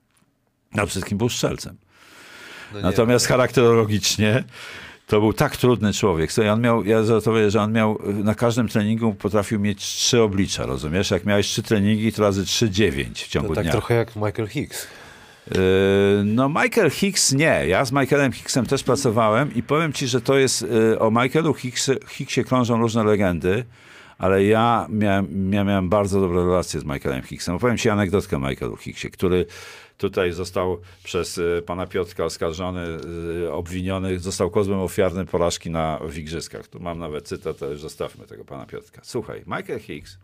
A przede wszystkim był strzelcem. No nie, Natomiast charakterologicznie to był tak trudny człowiek. Słuchaj, on miał, ja żartuję, że on miał na każdym treningu potrafił mieć trzy oblicza, rozumiesz? Jak miałeś trzy treningi, to razy trzy, dziewięć w ciągu to tak dnia. trochę jak Michael Hicks. Yy, no Michael Hicks nie. Ja z Michaelem Hicksem też pracowałem i powiem ci, że to jest, yy, o Michaelu Hicks, Hicksie krążą różne legendy, ale ja miałem, ja miałem bardzo dobre relacje z Michaelem Hicksem. Opowiem ci anegdotkę o Michaelu Hicksie, który tutaj został przez y, pana Piotrka oskarżony, y, obwiniony, został kozłem ofiarnym porażki na w igrzyskach. Tu mam nawet cytat, ale już zostawmy tego pana Piotrka. Słuchaj, Michael Hicks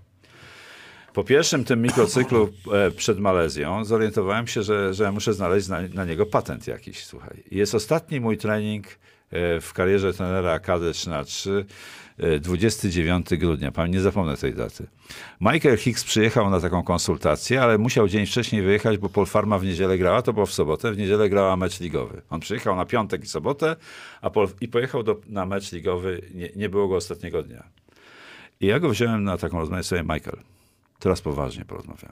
po pierwszym tym mikrocyklu e, przed Malezją zorientowałem się, że, że muszę znaleźć na, na niego patent jakiś, słuchaj. Jest ostatni mój trening e, w karierze trenera A K D trzy na trzy, e, dwudziestego dziewiątego grudnia, Pan nie zapomnę tej daty. Michael Hicks przyjechał na taką konsultację, ale musiał dzień wcześniej wyjechać, bo Polfarma w niedzielę grała, to było w sobotę, w niedzielę grała mecz ligowy. On przyjechał na piątek i sobotę a Pol, i pojechał do, na mecz ligowy, nie, nie było go ostatniego dnia. I ja go wziąłem na taką rozmowę sobie, Michael, teraz poważnie porozmawiamy.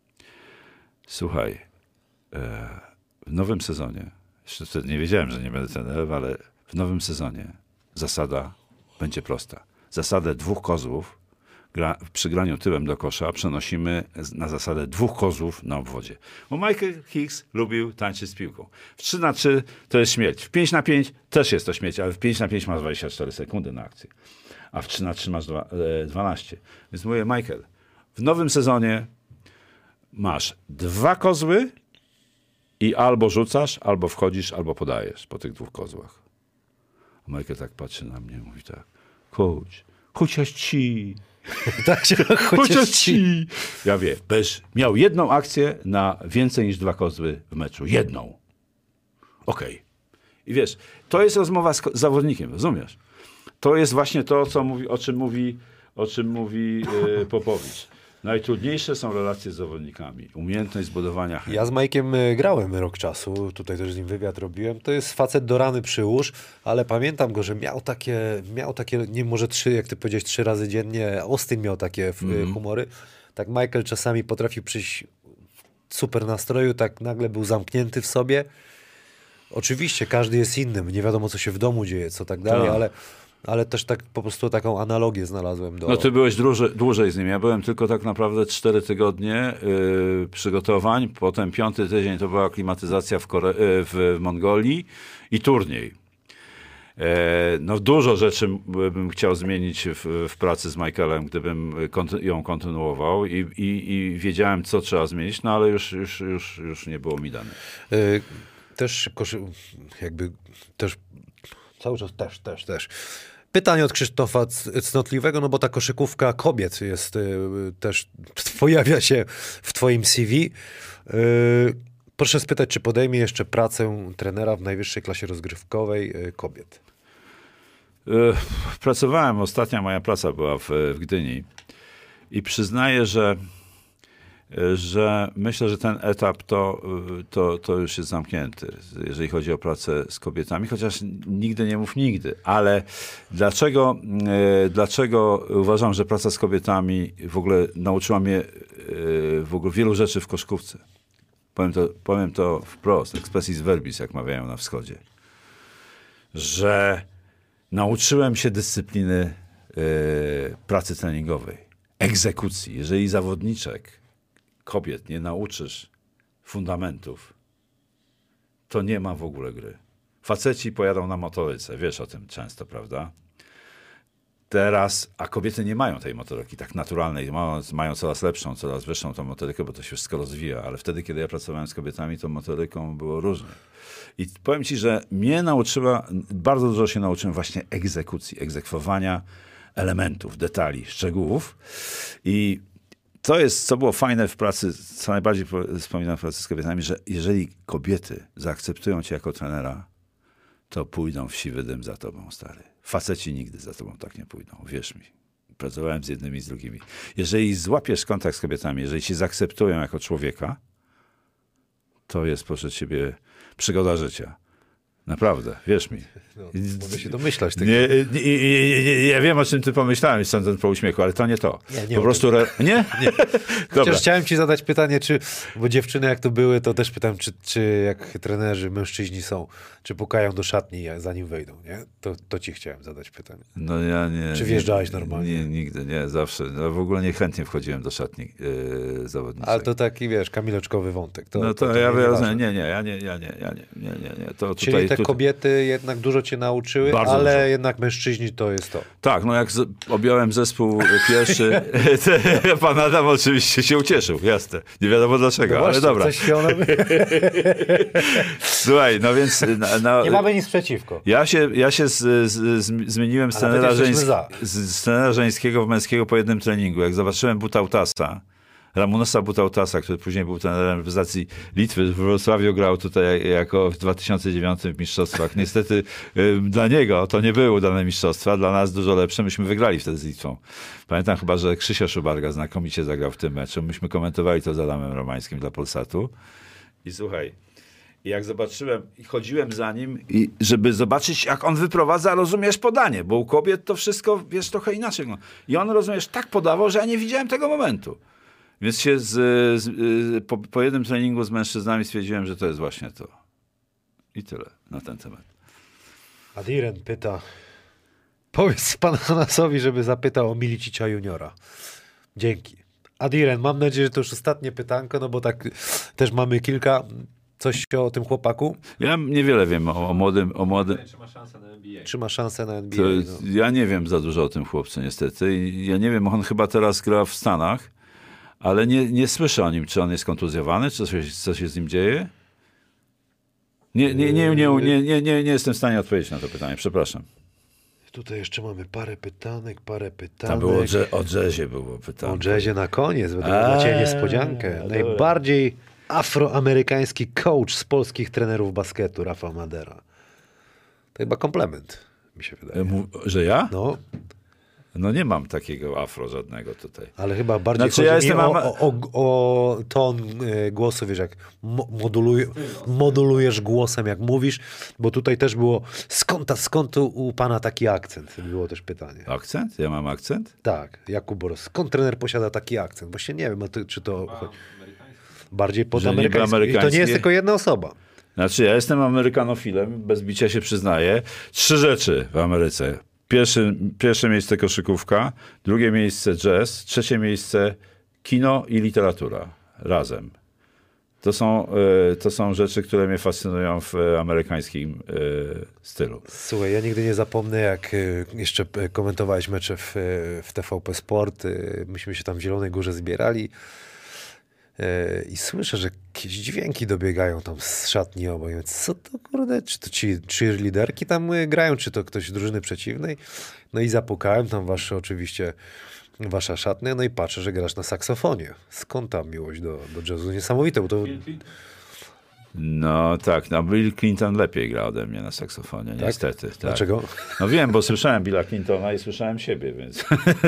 Słuchaj, e, w nowym sezonie, jeszcze wtedy nie wiedziałem, że nie będę trenerem, ale w nowym sezonie zasada będzie prosta. Zasadę dwóch kozłów gra, przy graniu tyłem do kosza przenosimy na zasadę dwóch kozłów na obwodzie. Bo Michael Hicks lubił tańczyć z piłką. W trzy na trzy to jest śmierć. W pięć na pięć też jest to śmierć, ale w pięć na pięć masz dwadzieścia cztery sekundy na akcję. A w trzy na trzy masz dwanaście. Więc mówię, Michael, w nowym sezonie masz dwa kozły i albo rzucasz, albo wchodzisz, albo podajesz po tych dwóch kozłach. A Michael tak patrzy na mnie i mówi tak, coach, chociaż ci, Tak się chociaż ci. Ja wiem, bez, miał jedną akcję na więcej niż dwa kozły w meczu. Jedną. Okej. Okay. I wiesz, to jest rozmowa z zawodnikiem, rozumiesz? To jest właśnie to, co mówi, o czym mówi, o czym mówi yy, Popowicz. Najtrudniejsze są relacje z zawodnikami. Umiejętność zbudowania chemii. Ja z Majkiem y, grałem rok czasu, tutaj też z nim wywiad robiłem. To jest facet do rany przyłóż, ale pamiętam go, że miał takie, miał takie, nie może trzy, jak ty powiedziałeś, trzy razy dziennie. Austin miał takie mm. humory. Tak Michael czasami potrafił przyjść w super nastroju, tak nagle był zamknięty w sobie. Oczywiście każdy jest innym, nie wiadomo co się w domu dzieje, co tak dalej, Tak. ale... Ale też tak po prostu taką analogię znalazłem do... No ty byłeś dłużej, dłużej z nim. Ja byłem tylko tak naprawdę cztery tygodnie yy, przygotowań. Potem piąty tydzień to była aklimatyzacja w, Kore- yy, w Mongolii i turniej. Yy, no dużo rzeczy bym chciał zmienić w, w pracy z Michaelem, gdybym konty- ją kontynuował i, i, i wiedziałem, co trzeba zmienić, no ale już, już, już, już nie było mi dane. Yy, też koszy... jakby też... Cały czas też, też, też. Pytanie od Krzysztofa Cnotliwego, no bo ta koszykówka kobiet jest y, też, pojawia się w twoim C V. Y, proszę spytać, czy podejmie jeszcze pracę trenera w najwyższej klasie rozgrywkowej y, kobiet? Yy, pracowałem, ostatnia moja praca była w, w Gdyni i przyznaję, że że myślę, że ten etap to, to, to już jest zamknięty, jeżeli chodzi o pracę z kobietami, chociaż nigdy nie mów nigdy. Ale dlaczego, dlaczego uważam, że praca z kobietami w ogóle nauczyła mnie w ogóle wielu rzeczy w koszykówce? Powiem to, powiem to wprost, expressis verbis, jak mawiają na wschodzie. Że nauczyłem się dyscypliny pracy treningowej, egzekucji. Jeżeli zawodniczek kobiet nie nauczysz fundamentów, to nie ma w ogóle gry. Faceci pojadą na motoryce, wiesz o tym często, prawda? Teraz, a kobiety nie mają tej motoryki tak naturalnej, mają, mają coraz lepszą, coraz wyższą tą motorykę, bo to się wszystko rozwija, ale wtedy, kiedy ja pracowałem z kobietami, tą motoryką było różnie. I powiem ci, że mnie nauczyła, bardzo dużo się nauczyłem właśnie egzekucji, egzekwowania elementów, detali, szczegółów i to jest, co było fajne w pracy, co najbardziej wspominam w pracy z kobietami, że jeżeli kobiety zaakceptują cię jako trenera, to pójdą w siwy dym za tobą, stary. Faceci nigdy za tobą tak nie pójdą, wierz mi. Pracowałem z jednymi i z drugimi. Jeżeli złapiesz kontakt z kobietami, jeżeli cię zaakceptują jako człowieka, to jest, proszę ciebie, przygoda życia. Naprawdę, wierz mi. No, mogę się domyślać tego. Nie, nie, nie, nie, ja wiem, o czym ty pomyślałem, sądząc po uśmiechu, ale to nie to. Nie, nie po prostu... Re... Nie? Nie. Dobra. Chociaż chciałem ci zadać pytanie, czy, bo dziewczyny jak to były, to też pytam, czy, czy jak trenerzy, mężczyźni są, czy pukają do szatni, zanim wejdą, nie? To, to ci chciałem zadać pytanie. No ja nie. Czy wjeżdżałeś normalnie? Nie, nigdy, nie, zawsze. No, w ogóle niechętnie wchodziłem do szatni yy, zawodniczej. Ale to taki, wiesz, kamileczkowy wątek. To, no to, to, to ja nie rozumiem, nie, nie, ja nie, ja nie, ja nie, nie, nie, nie. To Czyli tutaj, te tutaj... kobiety jednak dużo cię nauczyły, Bardzo ale dużo. jednak mężczyźni to jest to. Tak, no jak z, objąłem zespół pierwszy, to pan Adam oczywiście się ucieszył, jasne. Nie wiadomo dlaczego, No ale właśnie, dobra. coś się ona... Słuchaj, no więc... Na, na, Nie mamy nic przeciwko. Ja się, ja się z, z, z, zmieniłem z A nawet trenera, jesteśmy żeńs, za. z, z trenera żeńskiego w męskiego po jednym treningu. Jak zobaczyłem Butautasa, Ramonosa Butautasa, który później był trenerem reprezentacji Litwy, w Wrocławiu grał tutaj jako w dwa tysiące dziewiątym w mistrzostwach. Niestety y, dla niego to nie były udane mistrzostwa, dla nas dużo lepsze. Myśmy wygrali wtedy z Litwą. Pamiętam chyba, że Krzysio Szubarga znakomicie zagrał w tym meczu. Myśmy komentowali to z Adamem Romańskim dla Polsatu. I słuchaj, i jak zobaczyłem i chodziłem za nim, i żeby zobaczyć, jak on wyprowadza, rozumiesz, podanie, bo u kobiet to wszystko, wiesz, trochę inaczej. I on, rozumiesz, tak podawał, że ja nie widziałem tego momentu. Więc się z, z, po, po jednym treningu z mężczyznami stwierdziłem, że to jest właśnie to. I tyle na ten temat. Adiren pyta, Powiedz panu Hanasowi, żeby zapytał o Milicicia juniora. Dzięki. Adiren, mam nadzieję, że to już ostatnie pytanko, no bo tak też mamy kilka. Coś o tym chłopaku? Ja niewiele wiem o, o młodym... O młodym... Czy ma szansę na N B A? Czy ma szansę na N B A? To, No. ja nie wiem za dużo o tym chłopcu niestety. I ja nie wiem, on chyba teraz gra w Stanach, ale nie, nie słyszę o nim, czy on jest kontuzjowany, czy coś, co się z nim dzieje. Nie, nie, nie, nie, nie, nie, nie, nie jestem w stanie odpowiedzieć na to pytanie, przepraszam. Tutaj jeszcze mamy parę pytanek, parę pytanek. Tam było o, dże- o jazzie było pytanie. O jazzie na koniec, będę A, dla ciebie niespodziankę. dobra. Najbardziej afroamerykański coach z polskich trenerów basketu, Rafał Madera. To chyba komplement, mi się wydaje. Mu- Że ja? No, No nie mam takiego afro żadnego tutaj. ale chyba bardziej Znaczy, chodzi ja mi jestem o, ama- o, o, o ton e, głosu, wiesz, jak mo- moduluj, modulujesz głosem, jak mówisz, bo tutaj też było, skąd, ta, skąd u, u pana taki akcent? Było też pytanie. Akcent? Ja mam akcent? Tak, Jakub Boros. Skąd trener posiada taki akcent? Właśnie nie wiem, a ty, czy to Amerykański. bardziej pod Że niby amerykański. I to nie amerykańskie? jest tylko jedna osoba. Znaczy, ja jestem amerykanofilem, bez bicia się przyznaję. Trzy rzeczy w Ameryce. Pierwsze, pierwsze miejsce koszykówka, drugie miejsce jazz, trzecie miejsce kino i literatura. Razem. To są, e, to są rzeczy, które mnie fascynują w e, amerykańskim e, stylu. Słuchaj, ja nigdy nie zapomnę, jak y, jeszcze y, komentowałeś mecze w, y, w T V P Sport. y, Myśmy się tam w Zielonej Górze zbierali y, i słyszę, że jakieś dźwięki dobiegają tam z szatni obok. Mówię, co to kurde, czy to ci cheerleaderki tam y, grają, czy to ktoś z drużyny przeciwnej? No i zapukałem, tam wasze oczywiście, wasza szatnia, no i patrzę, że grasz na saksofonie. Skąd ta miłość do, do jazzu? Niesamowite, bo to... Bill Clinton. No tak, no Bill Clinton lepiej gra ode mnie na saksofonie, niestety. Tak. Dlaczego? No wiem, bo słyszałem Billa Clintona i słyszałem siebie, więc...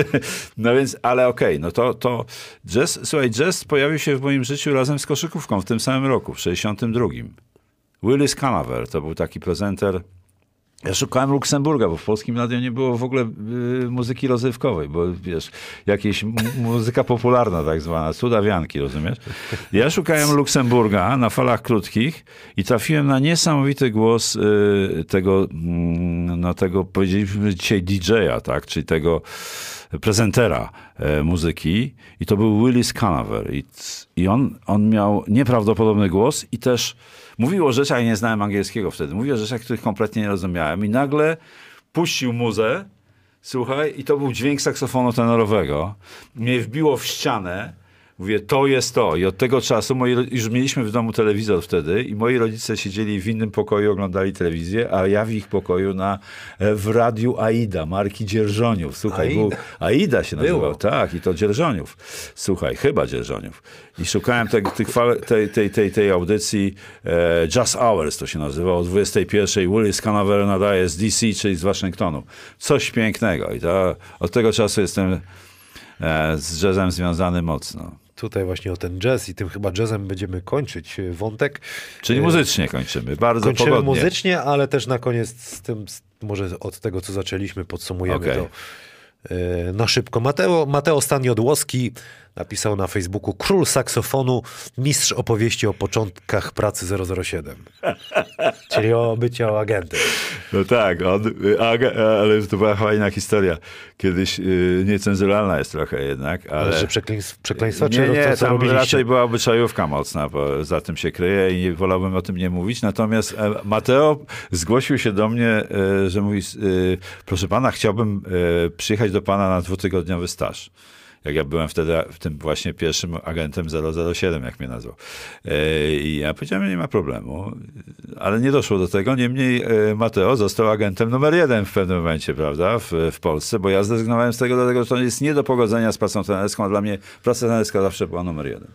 no więc, ale okej, no to, to jazz, słuchaj, jazz pojawił się w moim życiu razem z koszykówką w tym samym roku, w sześćdziesiątym drugim. Willis Canaver to był taki prezenter. Ja szukałem Luksemburga, bo w polskim radiu nie było w ogóle y, muzyki rozrywkowej, bo wiesz, jakieś m- muzyka popularna tak zwana, cudawianki, rozumiesz? Ja szukałem Luksemburga na falach krótkich i trafiłem na niesamowity głos y, tego, mm, no tego, powiedzieliśmy dzisiaj D J a, tak, czyli tego prezentera e, muzyki i to był Willis Canaver i, i on, on miał nieprawdopodobny głos i też mówił o rzeczach, ja nie znałem angielskiego wtedy, mówił o rzeczach, których kompletnie nie rozumiałem i nagle puścił muzę, słuchaj, i to był dźwięk saksofonu tenorowego, mnie wbiło w ścianę. Mówię, to jest to. I od tego czasu, moi, już mieliśmy w domu telewizor wtedy i moi rodzice siedzieli w innym pokoju, oglądali telewizję, a ja w ich pokoju na, w radiu Aida, marki Dzierżoniów. Słuchaj, Aida. był, Aida się nazywał, Było. tak, i to Dzierżoniów. Słuchaj, chyba Dzierżoniów. I szukałem te, tych, fal- tej, tej, tej, tej audycji e, Jazz Hours to się nazywa, o dwudziestej pierwszej. Willis Canaver nadaje z D C, czyli z Waszyngtonu. Coś pięknego. I to, od tego czasu jestem e, z jazzem związany mocno. Tutaj właśnie o ten jazz i tym chyba jazzem będziemy kończyć y, wątek. Czyli Y, muzycznie kończymy, bardzo Kończymy pogodnie. muzycznie, ale też na koniec z tym, z, może od tego, co zaczęliśmy, podsumujemy Okej. to y, na szybko. Mateo, Mateo Staniodłowski napisał na Facebooku: król saksofonu, mistrz opowieści o początkach pracy zero zero siedem. Czyli o byciu agentem. No tak, on, y, aga, ale to była fajna historia. Kiedyś y, niecenzuralna jest trochę jednak, ale... Ale że przekleństw, przekleństwa, czy Nie, nie, to, co tam robiliście? raczej była obyczajówka mocna, bo za tym się kryje i nie wolałbym o tym nie mówić. Natomiast e, Mateo zgłosił się do mnie, e, że mówi, e, proszę pana, chciałbym e, przyjechać do pana na dwutygodniowy staż. Jak ja byłem wtedy w tym właśnie pierwszym agentem zero zero siedem, jak mnie nazwał. E, I ja powiedziałem, nie ma problemu, ale nie doszło do tego. Niemniej e, Mateo został agentem numer jeden w pewnym momencie, prawda, w, w Polsce, bo ja zrezygnowałem z tego, dlatego że to jest nie do pogodzenia z pracą trenerską, a dla mnie praca trenerska zawsze była numer jeden.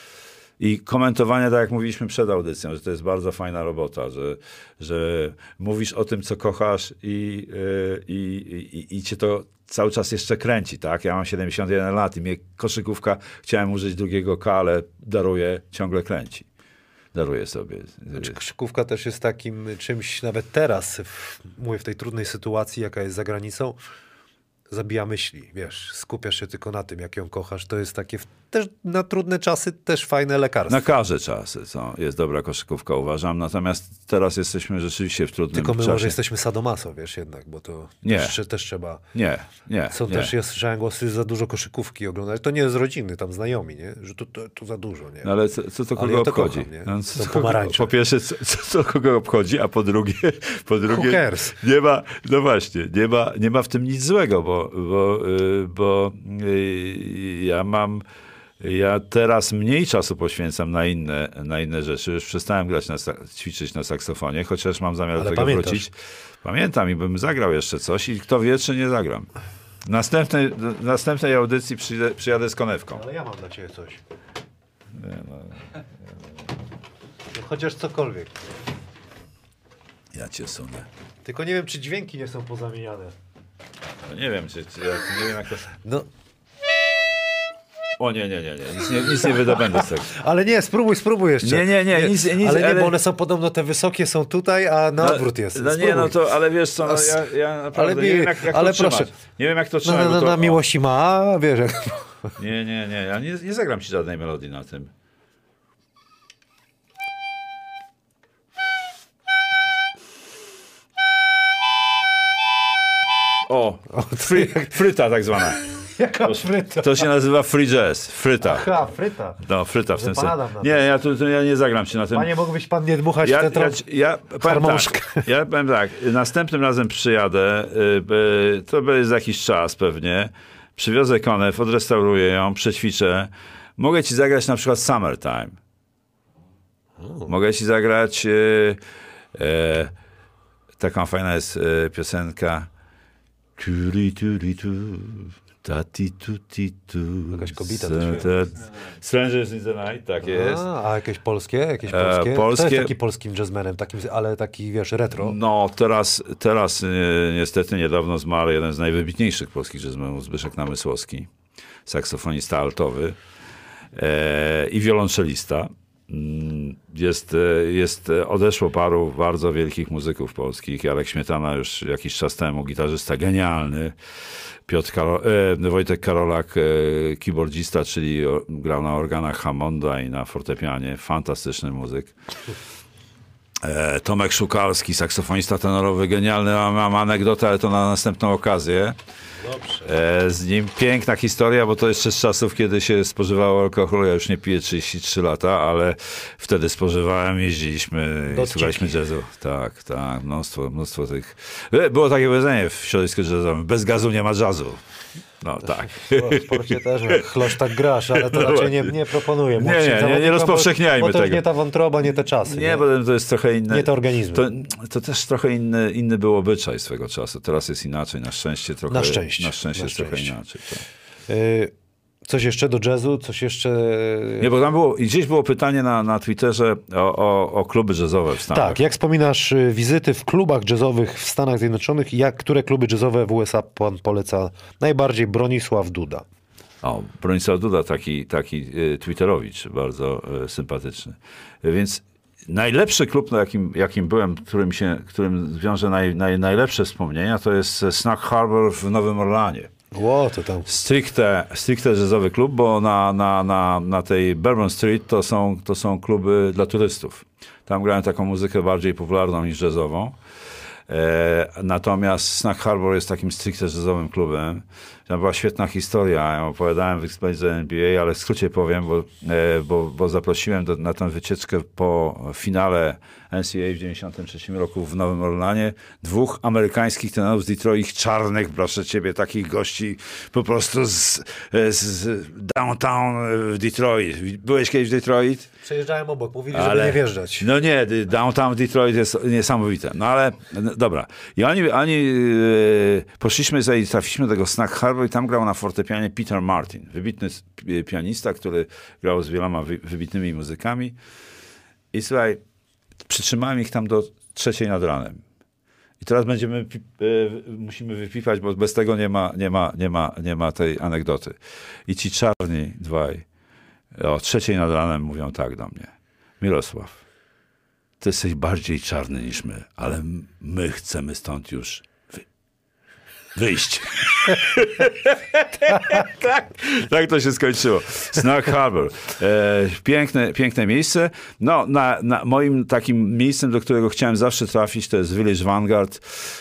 I komentowanie, tak jak mówiliśmy przed audycją, że to jest bardzo fajna robota, że, że mówisz o tym, co kochasz i, yy, i, i, i cię to cały czas jeszcze kręci, tak? Ja mam siedemdziesiąt jeden lat i mnie koszykówka, chciałem użyć drugiego K, ale daruję, ciągle kręci. Daruję sobie. Znaczy, koszykówka też jest takim czymś, nawet teraz, w, mówię, w tej trudnej sytuacji, jaka jest za granicą, zabija myśli, wiesz, skupiasz się tylko na tym, jak ją kochasz, to jest takie w- też na trudne czasy też fajne lekarstwo. Na każde czasy co, jest dobra koszykówka, uważam. Natomiast teraz jesteśmy rzeczywiście w trudnym Tylko my czasie. może jesteśmy sadomaso, wiesz, jednak, bo to Nie. też, też trzeba... Nie, nie, Co nie. też ja słyszałem głosy, że za dużo koszykówki oglądać. To nie z rodziny, tam znajomi, nie? Że to, to, to za dużo, nie? No ale co, co to Ale kogo ja to obchodzi? kocham, nie? No, co, To co, kogo, pomarańcze. po pierwsze, co, co, co kogo obchodzi, a po drugie, po drugie cares? nie ma, no właśnie, nie ma, nie ma w tym nic złego, bo, bo, yy, bo yy, ja mam, ja teraz mniej czasu poświęcam na inne, na inne rzeczy. Już przestałem grać na, sa- ćwiczyć na saksofonie, chociaż mam zamiar Ale do tego pamiętasz? wrócić. Pamiętam i bym zagrał jeszcze coś i kto wie, czy nie zagram. Następnej, następnej audycji przyjdę, przyjadę z konewką. Ale ja mam dla ciebie coś. No, chociaż cokolwiek. Ja cię sunę. Tylko nie wiem, czy dźwięki nie są pozamieniane. No nie wiem, czy, czy jak, nie wiem jak to... No, O nie, nie, nie, nie. Nic nie, nic nie wydobędę z tego. ale nie, spróbuj, spróbuj jeszcze. Nie, nie, nie, nic- nic, ale nie, ale- bo one są podobno, te wysokie są tutaj, a na odwrót jest. No nie, Spróbuj. no to, ale wiesz co, no, As- ja, ja naprawdę ale nie mi- wiem jak, jak ale to trzymać. proszę. Nie wiem jak to No, trzymać, no, bo no, to... na o, miłości ma, wiesz. jak- Nie, nie, nie, ja nie, nie zagram ci żadnej melodii na tym. O, fry, fryta tak zwana. Jaka fryta. To się nazywa free jazz, fryta. Aha, fryta. No, fryta w tym sensie. Zapadam na to. Nie, ja tu, tu ja nie zagram ci na tym. Panie, mógłbyś pan nie dmuchać Ja, w tę ja, trąb... ja, powiem harmoszkę. tak, ja powiem tak, następnym razem przyjadę, y, y, to będzie za jakiś czas pewnie, przywiozę konew, odrestauruję ją, przećwiczę. Mogę ci zagrać na przykład Summertime. Mogę ci zagrać y, y, taką fajna jest y, piosenka Turi, turi, tu, tati, tu, ti, tu. Jakaś kobieta S- to śpiewa. te- Strangers in the Night, tak jest. A, a jakieś polskie? Jakieś E, polskie? polskie- To jest taki polskim jazzmenem, takim, ale taki, wiesz, retro. No, teraz, teraz y, niestety niedawno zmarł jeden z najwybitniejszych polskich jazzmenów, Zbyszek Namysłowski, saksofonista altowy e, i wiolonczelista. Mm, Jest, e, jest, e, odeszło paru bardzo wielkich muzyków polskich. Jarek Śmietana już jakiś czas temu, gitarzysta genialny. Piotr Karo, e, Wojtek Karolak, e, keyboardzista, czyli o, grał na organach Hammonda i na fortepianie. Fantastyczny muzyk. E, Tomek Szukalski, saksofonista tenorowy, genialny. Mam, mam anegdotę, ale to na następną okazję. E, z nim piękna historia, bo to jeszcze z czasów, kiedy się spożywało alkohol. Ja już nie piję trzydzieści trzy lata, ale wtedy spożywałem, jeździliśmy i Do słuchaliśmy odcieki. jazzu. Tak, tak, mnóstwo, mnóstwo tych... E, Było takie powiedzenie w środowisku jazzowym, bez gazu nie ma jazzu. No tak. W sporcie też, jak chlosz tak grasz, ale to No raczej nie, właśnie. nie proponuję. Nie, młodszym nie, nie, nie zawodnikom, rozpowszechniajmy bo, bo to już tego. nie ta wątroba, nie te czasy. Nie, bo to jest trochę inne. Nie te organizmy. To, to też trochę inny, inny był obyczaj swego czasu. Teraz jest inaczej. Na szczęście trochę. Na szczęście. Na szczęście Na jest trochę szczęście. inaczej. Tak. Y, coś jeszcze do jazzu? Coś jeszcze... Nie, bo tam było, i gdzieś było pytanie na, na Twitterze o, o, o kluby jazzowe w Stanach. Tak, jak wspominasz y, wizyty w klubach jazzowych w Stanach Zjednoczonych? Jak, które kluby jazzowe w U S A pan poleca najbardziej? Bronisław Duda. O, Bronisław Duda, taki, taki y, Twitterowicz, bardzo y, sympatyczny. Y, Więc najlepszy klub, na jakim, jakim byłem, którym, się, którym wiąże naj, naj, najlepsze wspomnienia, to jest Snug Harbor w Nowym Orleanie. Ło, to tam... Stricte, stricte jazzowy klub, bo na, na, na, na tej Bourbon Street to są, to są kluby dla turystów. Tam grałem taką muzykę bardziej popularną niż jazzową. E, natomiast Snug Harbor jest takim stricte jazzowym klubem. Tam była świetna historia. Ja opowiadałem w Explain N B A, ale w skrócie powiem, bo, e, bo, bo zaprosiłem do, na tę wycieczkę po finale N C A A w dziewięćdziesiątym trzecim roku w Nowym Orleanie dwóch amerykańskich tenorów z Detroit, czarnych, proszę ciebie, takich gości po prostu z, z downtown w Detroit. Byłeś kiedyś w Detroit? Przejeżdżałem obok, mówili, Ale- żeby nie wjeżdżać. No nie, d- downtown Detroit jest niesamowite. No ale, no, dobra. I oni, oni e, poszliśmy za- i trafiliśmy do tego Snug Harbor i tam grał na fortepianie Peter Martin. Wybitny s- pi- pianista, który grał z wieloma wy, wybitnymi muzykami. I słuchaj, przytrzymałem ich tam do trzeciej nad ranem. I teraz będziemy, pi- e, musimy wypipać, bo bez tego nie ma, nie ma, nie ma, nie ma tej anegdoty. I ci czarni dwaj o trzeciej nad ranem mówią tak do mnie. Mirosław, ty jesteś bardziej czarny niż my, ale m- my chcemy stąd już wy... wyjść. tak, tak to się skończyło. Snug Harbor. E, piękne, piękne miejsce. No, na, na moim takim miejscem, do którego chciałem zawsze trafić, to jest Village Vanguard.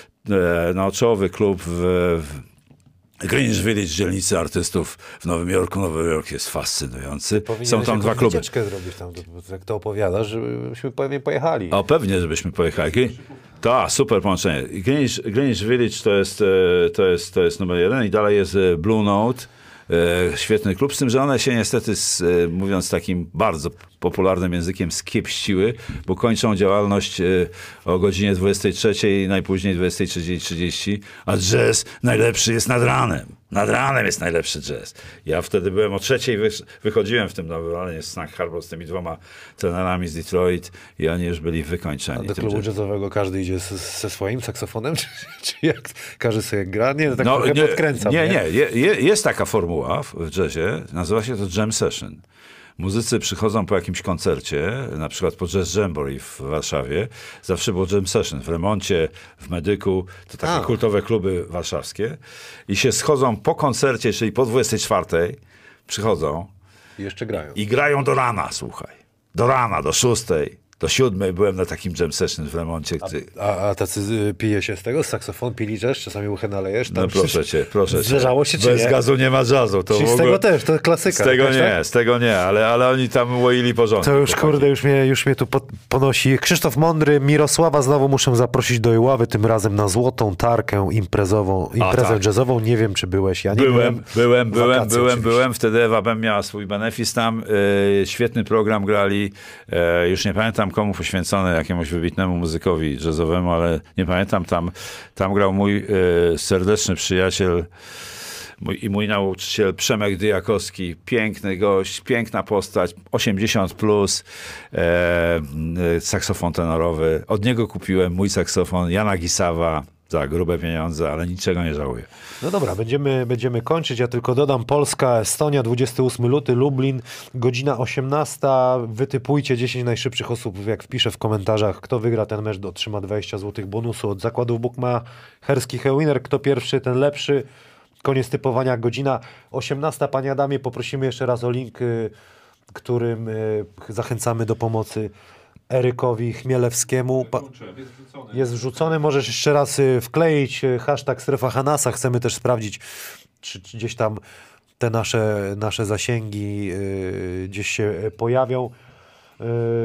E, no, czołowy klub w, w Greenwich Village, dzielnicy artystów w Nowym Jorku. Nowy Jork jest fascynujący. Są tam dwa kluby. Wycieczkę zrobić tam, jak to opowiadasz, żebyśmy pewnie pojechali. O, pewnie, żebyśmy pojechali. Tak, super połączenie. Greenwich, Greenwich Village to jest, to, jest, to jest numer jeden i dalej jest Blue Note. Świetny klub, z tym, że one się niestety, mówiąc takim bardzo popularnym językiem, skiepściły, bo kończą działalność o godzinie dwudziestej trzeciej, najpóźniej dwudziestej trzeciej trzydzieści, a jazz najlepszy jest nad ranem. Nad ranem jest najlepszy jazz. Ja wtedy byłem o trzeciej, wychodziłem w tym Nowym Orleanie z Snug Harbor z tymi dwoma trenerami z Detroit i oni już byli wykończeni. A do klubu jazzowego każdy idzie z, ze swoim saksofonem? Czy, czy jak każdy sobie gra? Nie, tak no, trochę nie, podkręcam. Nie, nie, nie. Je, jest taka formuła w jazzie, nazywa się to jam session. Muzycy przychodzą po jakimś koncercie, na przykład po Jazz Jamboree w Warszawie. Zawsze było jam session w Remoncie, w Medyku. To takie A. kultowe kluby warszawskie. I się schodzą po koncercie, czyli po dwudziestej czwartej przychodzą. I jeszcze grają. I grają do rana, słuchaj. Do rana, do szóstej. Do siódmej byłem na takim jam session w Remoncie. Gdy... A, a tacy pije się z tego? Z saksofon pili jazz? Czasami łuchę nalejesz? Tam No proszę cię, proszę cię. Zdarzało się, czy Bez nie? gazu nie ma jazzu. To Czyli w z ogóle... tego też, to klasyka. Z tego tak, nie, tak? z tego nie, ale, ale oni tam łoili porządek. To już kurde, już mnie, już mnie tu po, ponosi. Krzysztof Mądry, Mirosława znowu muszę zaprosić do Iławy, tym razem na złotą tarkę imprezową, imprezę tak. jazzową. Nie wiem, czy byłeś. Ja nie byłem, byłem, byłem, byłem, Wakacje byłem, oczywiście. byłem. Wtedy Ewa Bem miała swój benefis tam. E, świetny program grali. E, już nie pamiętam komu poświęcony, jakiemuś wybitnemu muzykowi jazzowemu, ale nie pamiętam. Tam, tam grał mój e, serdeczny przyjaciel mój, i mój nauczyciel Przemek Dyjakowski. Piękny gość, piękna postać, osiemdziesiąt plus, e, e, saksofon tenorowy. Od niego kupiłem mój saksofon Jana Gisawa za grube pieniądze, ale niczego nie żałuję. No dobra, będziemy, będziemy kończyć. Ja tylko dodam Polska, Estonia, dwudziestego ósmego lutego, Lublin, godzina osiemnasta. Wytypujcie dziesięć najszybszych osób, jak wpiszę w komentarzach, kto wygra ten mecz, otrzyma dwadzieścia złotych bonusu od zakładów bukmacherskich Winner. Kto pierwszy, ten lepszy. Koniec typowania, godzina osiemnasta. Panie Adamie, poprosimy jeszcze raz o link, y, którym y, zachęcamy do pomocy Erykowi Chmielewskiemu. Pa- Jest wrzucony. jest wrzucony, możesz jeszcze raz y, wkleić y, hashtag Strefa Hanasa. Chcemy też sprawdzić, czy, czy gdzieś tam te nasze, nasze zasięgi y, gdzieś się pojawią. Y,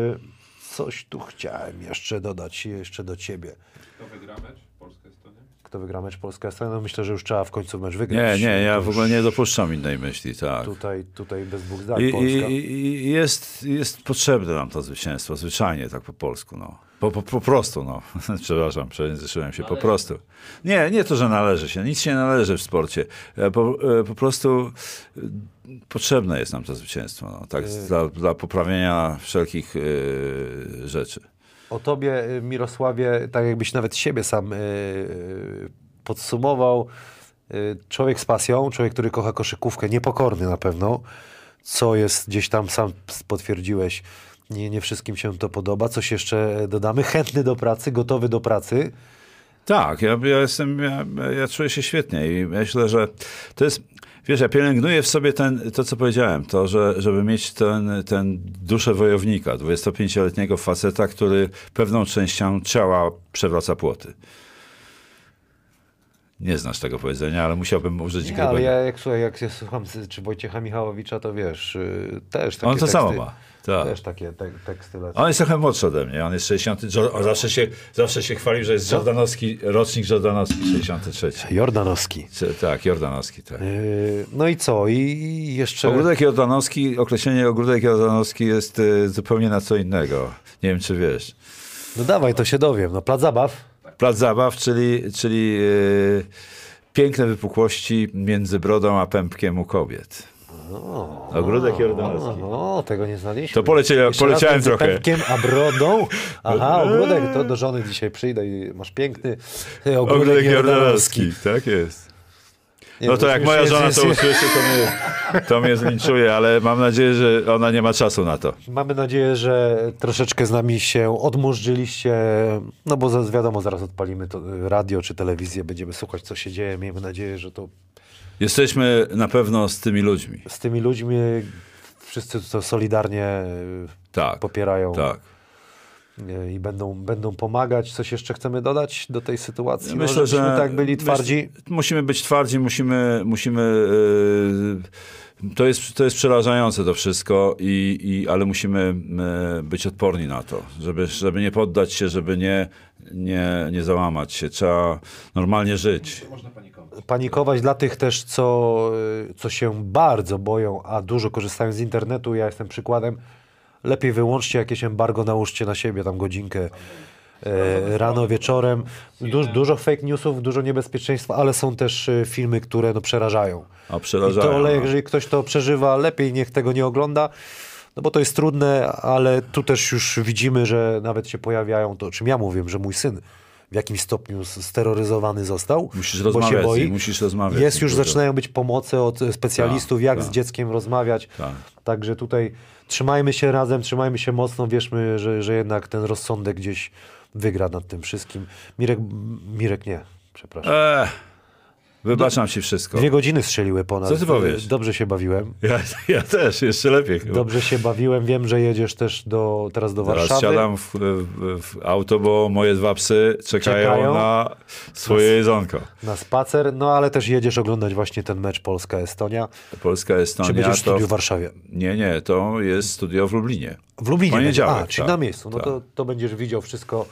coś tu chciałem jeszcze dodać, jeszcze do ciebie. Kto wygra mecz? Polska-Estonia? Kto wygra mecz Polska-Estonia? No myślę, że już trzeba w końcu mecz wygrać. Nie, nie, ja To w już ogóle nie dopuszczam innej myśli, tak. Tutaj, tutaj bez dwóch zdań I, Polska. i, i jest, jest potrzebne nam to zwycięstwo, zwyczajnie, tak po polsku, no. Po, po, po prostu, no. Przepraszam, przejęzyczyłem się, po prostu. Nie, nie to, że należy się, nic się nie należy w sporcie. Po, po prostu potrzebne jest nam to zwycięstwo, no. Tak, dla, dla poprawienia wszelkich y, rzeczy. O tobie, y, Mirosławie, tak jakbyś nawet siebie sam y, y, podsumował. Y, człowiek z pasją, człowiek, który kocha koszykówkę, niepokorny na pewno, co jest gdzieś tam, sam potwierdziłeś, nie, nie wszystkim się to podoba. Coś jeszcze dodamy? Chętny do pracy, gotowy do pracy. Tak, ja, ja jestem, ja, ja czuję się świetnie i myślę, że to jest, wiesz, ja pielęgnuję w sobie ten, to, co powiedziałem, to, że, żeby mieć ten, ten duszę wojownika, dwudziestopięcioletniego faceta, który pewną częścią ciała przewraca płoty. Nie znasz tego powiedzenia, ale musiałbym użyć Nie, grubego. ale ja jak, słuchaj, jak ja słucham czy Wojciecha Michałowicza, to wiesz, y, też takie On to teksty, samo ma. Tak. też takie te, teksty lecą. On jest trochę młodszy ode mnie, on jest sześćdziesiąty. On zawsze się, zawsze się chwalił, że jest Jordanowski, rocznik Jordanowski, sześćdziesiąty trzeci. Jordanowski. Czy- Tak, Jordanowski, tak. Yy, no i co? I jeszcze... Ogródek Jordanowski, określenie ogródek Jordanowski jest y, zupełnie na co innego. Nie wiem, czy wiesz. No dawaj, to się dowiem. No plac zabaw. Plac zabaw, czyli, czyli y, piękne wypukłości między brodą a pępkiem u kobiet. Ogródek Jordanowski. O, tego nie znaliśmy. To polecieli- Jeszcze poleciałem raz między trochę. pępkiem a brodą. Aha, ogródek, to do żony dzisiaj przyjdę i masz piękny ogródek, Ogródek Jordanowski. Jordanowski, tak jest. Nie, No to już- jak już moja jest- żona jest- to jest- usłyszy, to nie... to mnie zlinczuje, ale mam nadzieję, że ona nie ma czasu na to. Mamy nadzieję, że troszeczkę z nami się odmurzyliście, no bo za- wiadomo, zaraz odpalimy to radio czy telewizję, będziemy słuchać, co się dzieje. Miejmy nadzieję, że to Jesteśmy na pewno z tymi ludźmi. z tymi ludźmi wszyscy to solidarnie Tak, popierają tak. i będą, będą pomagać. Coś jeszcze chcemy dodać do tej sytuacji? Ja No, myślę, żebyśmy że tak byli myśl- twardzi. musimy być twardzi, musimy, musimy yy, to jest, to jest przerażające to wszystko, i, i, ale musimy yy, być odporni na to, żeby, żeby nie poddać się, żeby nie, nie, nie załamać się. Trzeba normalnie żyć. Można panikować. Panikować dla tych też, co, co się bardzo boją, a dużo korzystają z internetu. Ja jestem przykładem. Lepiej wyłączcie jakieś embargo, nałóżcie na siebie tam godzinkę e, rano, wieczorem. Du, dużo fake newsów, dużo niebezpieczeństwa, ale są też e, filmy, które no, przerażają. A I przerażają. to, ale no. jeżeli ktoś to przeżywa, lepiej niech tego nie ogląda, no bo to jest trudne, ale tu też już widzimy, że nawet się pojawiają, to o czym ja mówię, że mój syn w jakimś stopniu steroryzowany został, Musisz bo się rozmawiać, boi. z nim, musisz rozmawiać. Jest z nim już, dużo. zaczynają być pomocy od specjalistów, Tak, jak tak. z dzieckiem rozmawiać. Tak. Także tutaj trzymajmy się razem, trzymajmy się mocno, wierzmy, że, że jednak ten rozsądek gdzieś wygra nad tym wszystkim. Mirek, Mirek nie, przepraszam. Eee, wybaczam ci wszystko. Dwie godziny strzeliły ponad. Co ty powiesz? Dobrze się bawiłem. Ja, ja też, jeszcze lepiej chyba. Dobrze się bawiłem. Wiem, że jedziesz też do, teraz do Teraz Warszawy. siadam w, w, w auto, bo moje dwa psy czekają, Czekają. na swoje jedzonko. Na spacer, no ale też jedziesz oglądać właśnie ten mecz Polska-Estonia. Polska Czy Estonia będziesz w to... studiu w Warszawie? Nie, nie, to jest studio w Lublinie. W Lublinie. Poniedziałek, będzie. A, czyli tak, na miejscu. No tak. to, to będziesz widział wszystko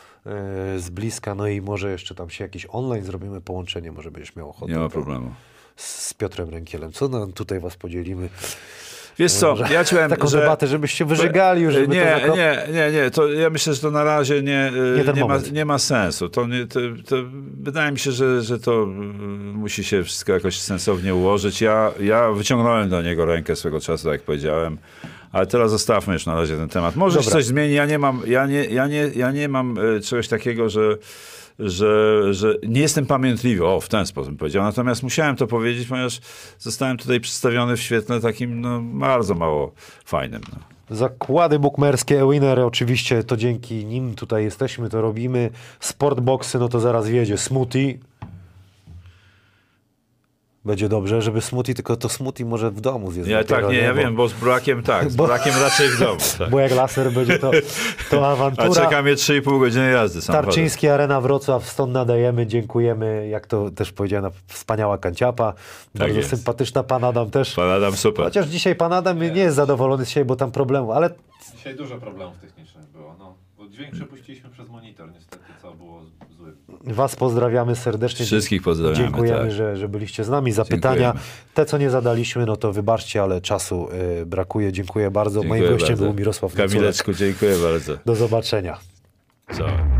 e, z bliska, no i może jeszcze tam się jakieś online zrobimy połączenie, może będziesz miał ochotę. Nie ma to- problemu. Z Piotrem Rękielem. Co nam tutaj was podzielimy? Wiesz co, Może ja ci powiem, Taką że... debatę, żebyście wyżygali już, żeby nie, to zakop... nie, nie, nie, to ja myślę, że to na razie nie, Nie nie, ten nie, ma, moment. nie ma sensu. To nie, to, to wydaje mi się, że, że to mm, musi się wszystko jakoś sensownie ułożyć. Ja, ja wyciągnąłem do niego rękę swego czasu, tak jak powiedziałem, ale teraz zostawmy już na razie ten temat. Może się Dobra. coś zmieni. Ja nie mam, ja nie, ja nie, ja nie mam e, czegoś takiego, że że, że nie jestem pamiętliwy, o, w ten sposób bym powiedział. Natomiast musiałem to powiedzieć, ponieważ zostałem tutaj przedstawiony w świetle takim, no, bardzo mało fajnym. No. Zakłady bukmerskie, Winner, oczywiście to dzięki nim tutaj jesteśmy, to robimy. Sportboxy, no to zaraz wjedzie smoothie. Będzie dobrze, żeby smoothie, tylko to smoothie może w domu zjeść. Ja dopiero, tak, nie, ja bo, wiem, bo z brakiem tak, z Bo- brakiem raczej w domu. Tak. Bo jak laser będzie, to, to A awantura. czeka mnie trzy i pół godziny jazdy samochodem. Tarczyński, Arena Wrocław, stąd nadajemy, dziękujemy, jak to też powiedziałem, wspaniała kanciapa, bardzo jest. sympatyczna, pan Adam też. Pan Adam super. Chociaż dzisiaj pan Adam nie jest zadowolony z siebie, bo tam problemu, ale Dzisiaj dużo problemów technicznych było. No, bo dźwięk przepuściliśmy przez monitor, niestety, co było z- złe. was pozdrawiamy serdecznie. Wszystkich pozdrawiamy. Dziękujemy, tak. że, że byliście z nami. Zapytania, Dziękujemy. te co nie zadaliśmy, no to wybaczcie, ale czasu y, brakuje. Dziękuję bardzo. Dziękuję Moim gościem bardzo. był Mirosław Noculek. Kamileczku, dziękuję bardzo. Do zobaczenia. Czołem.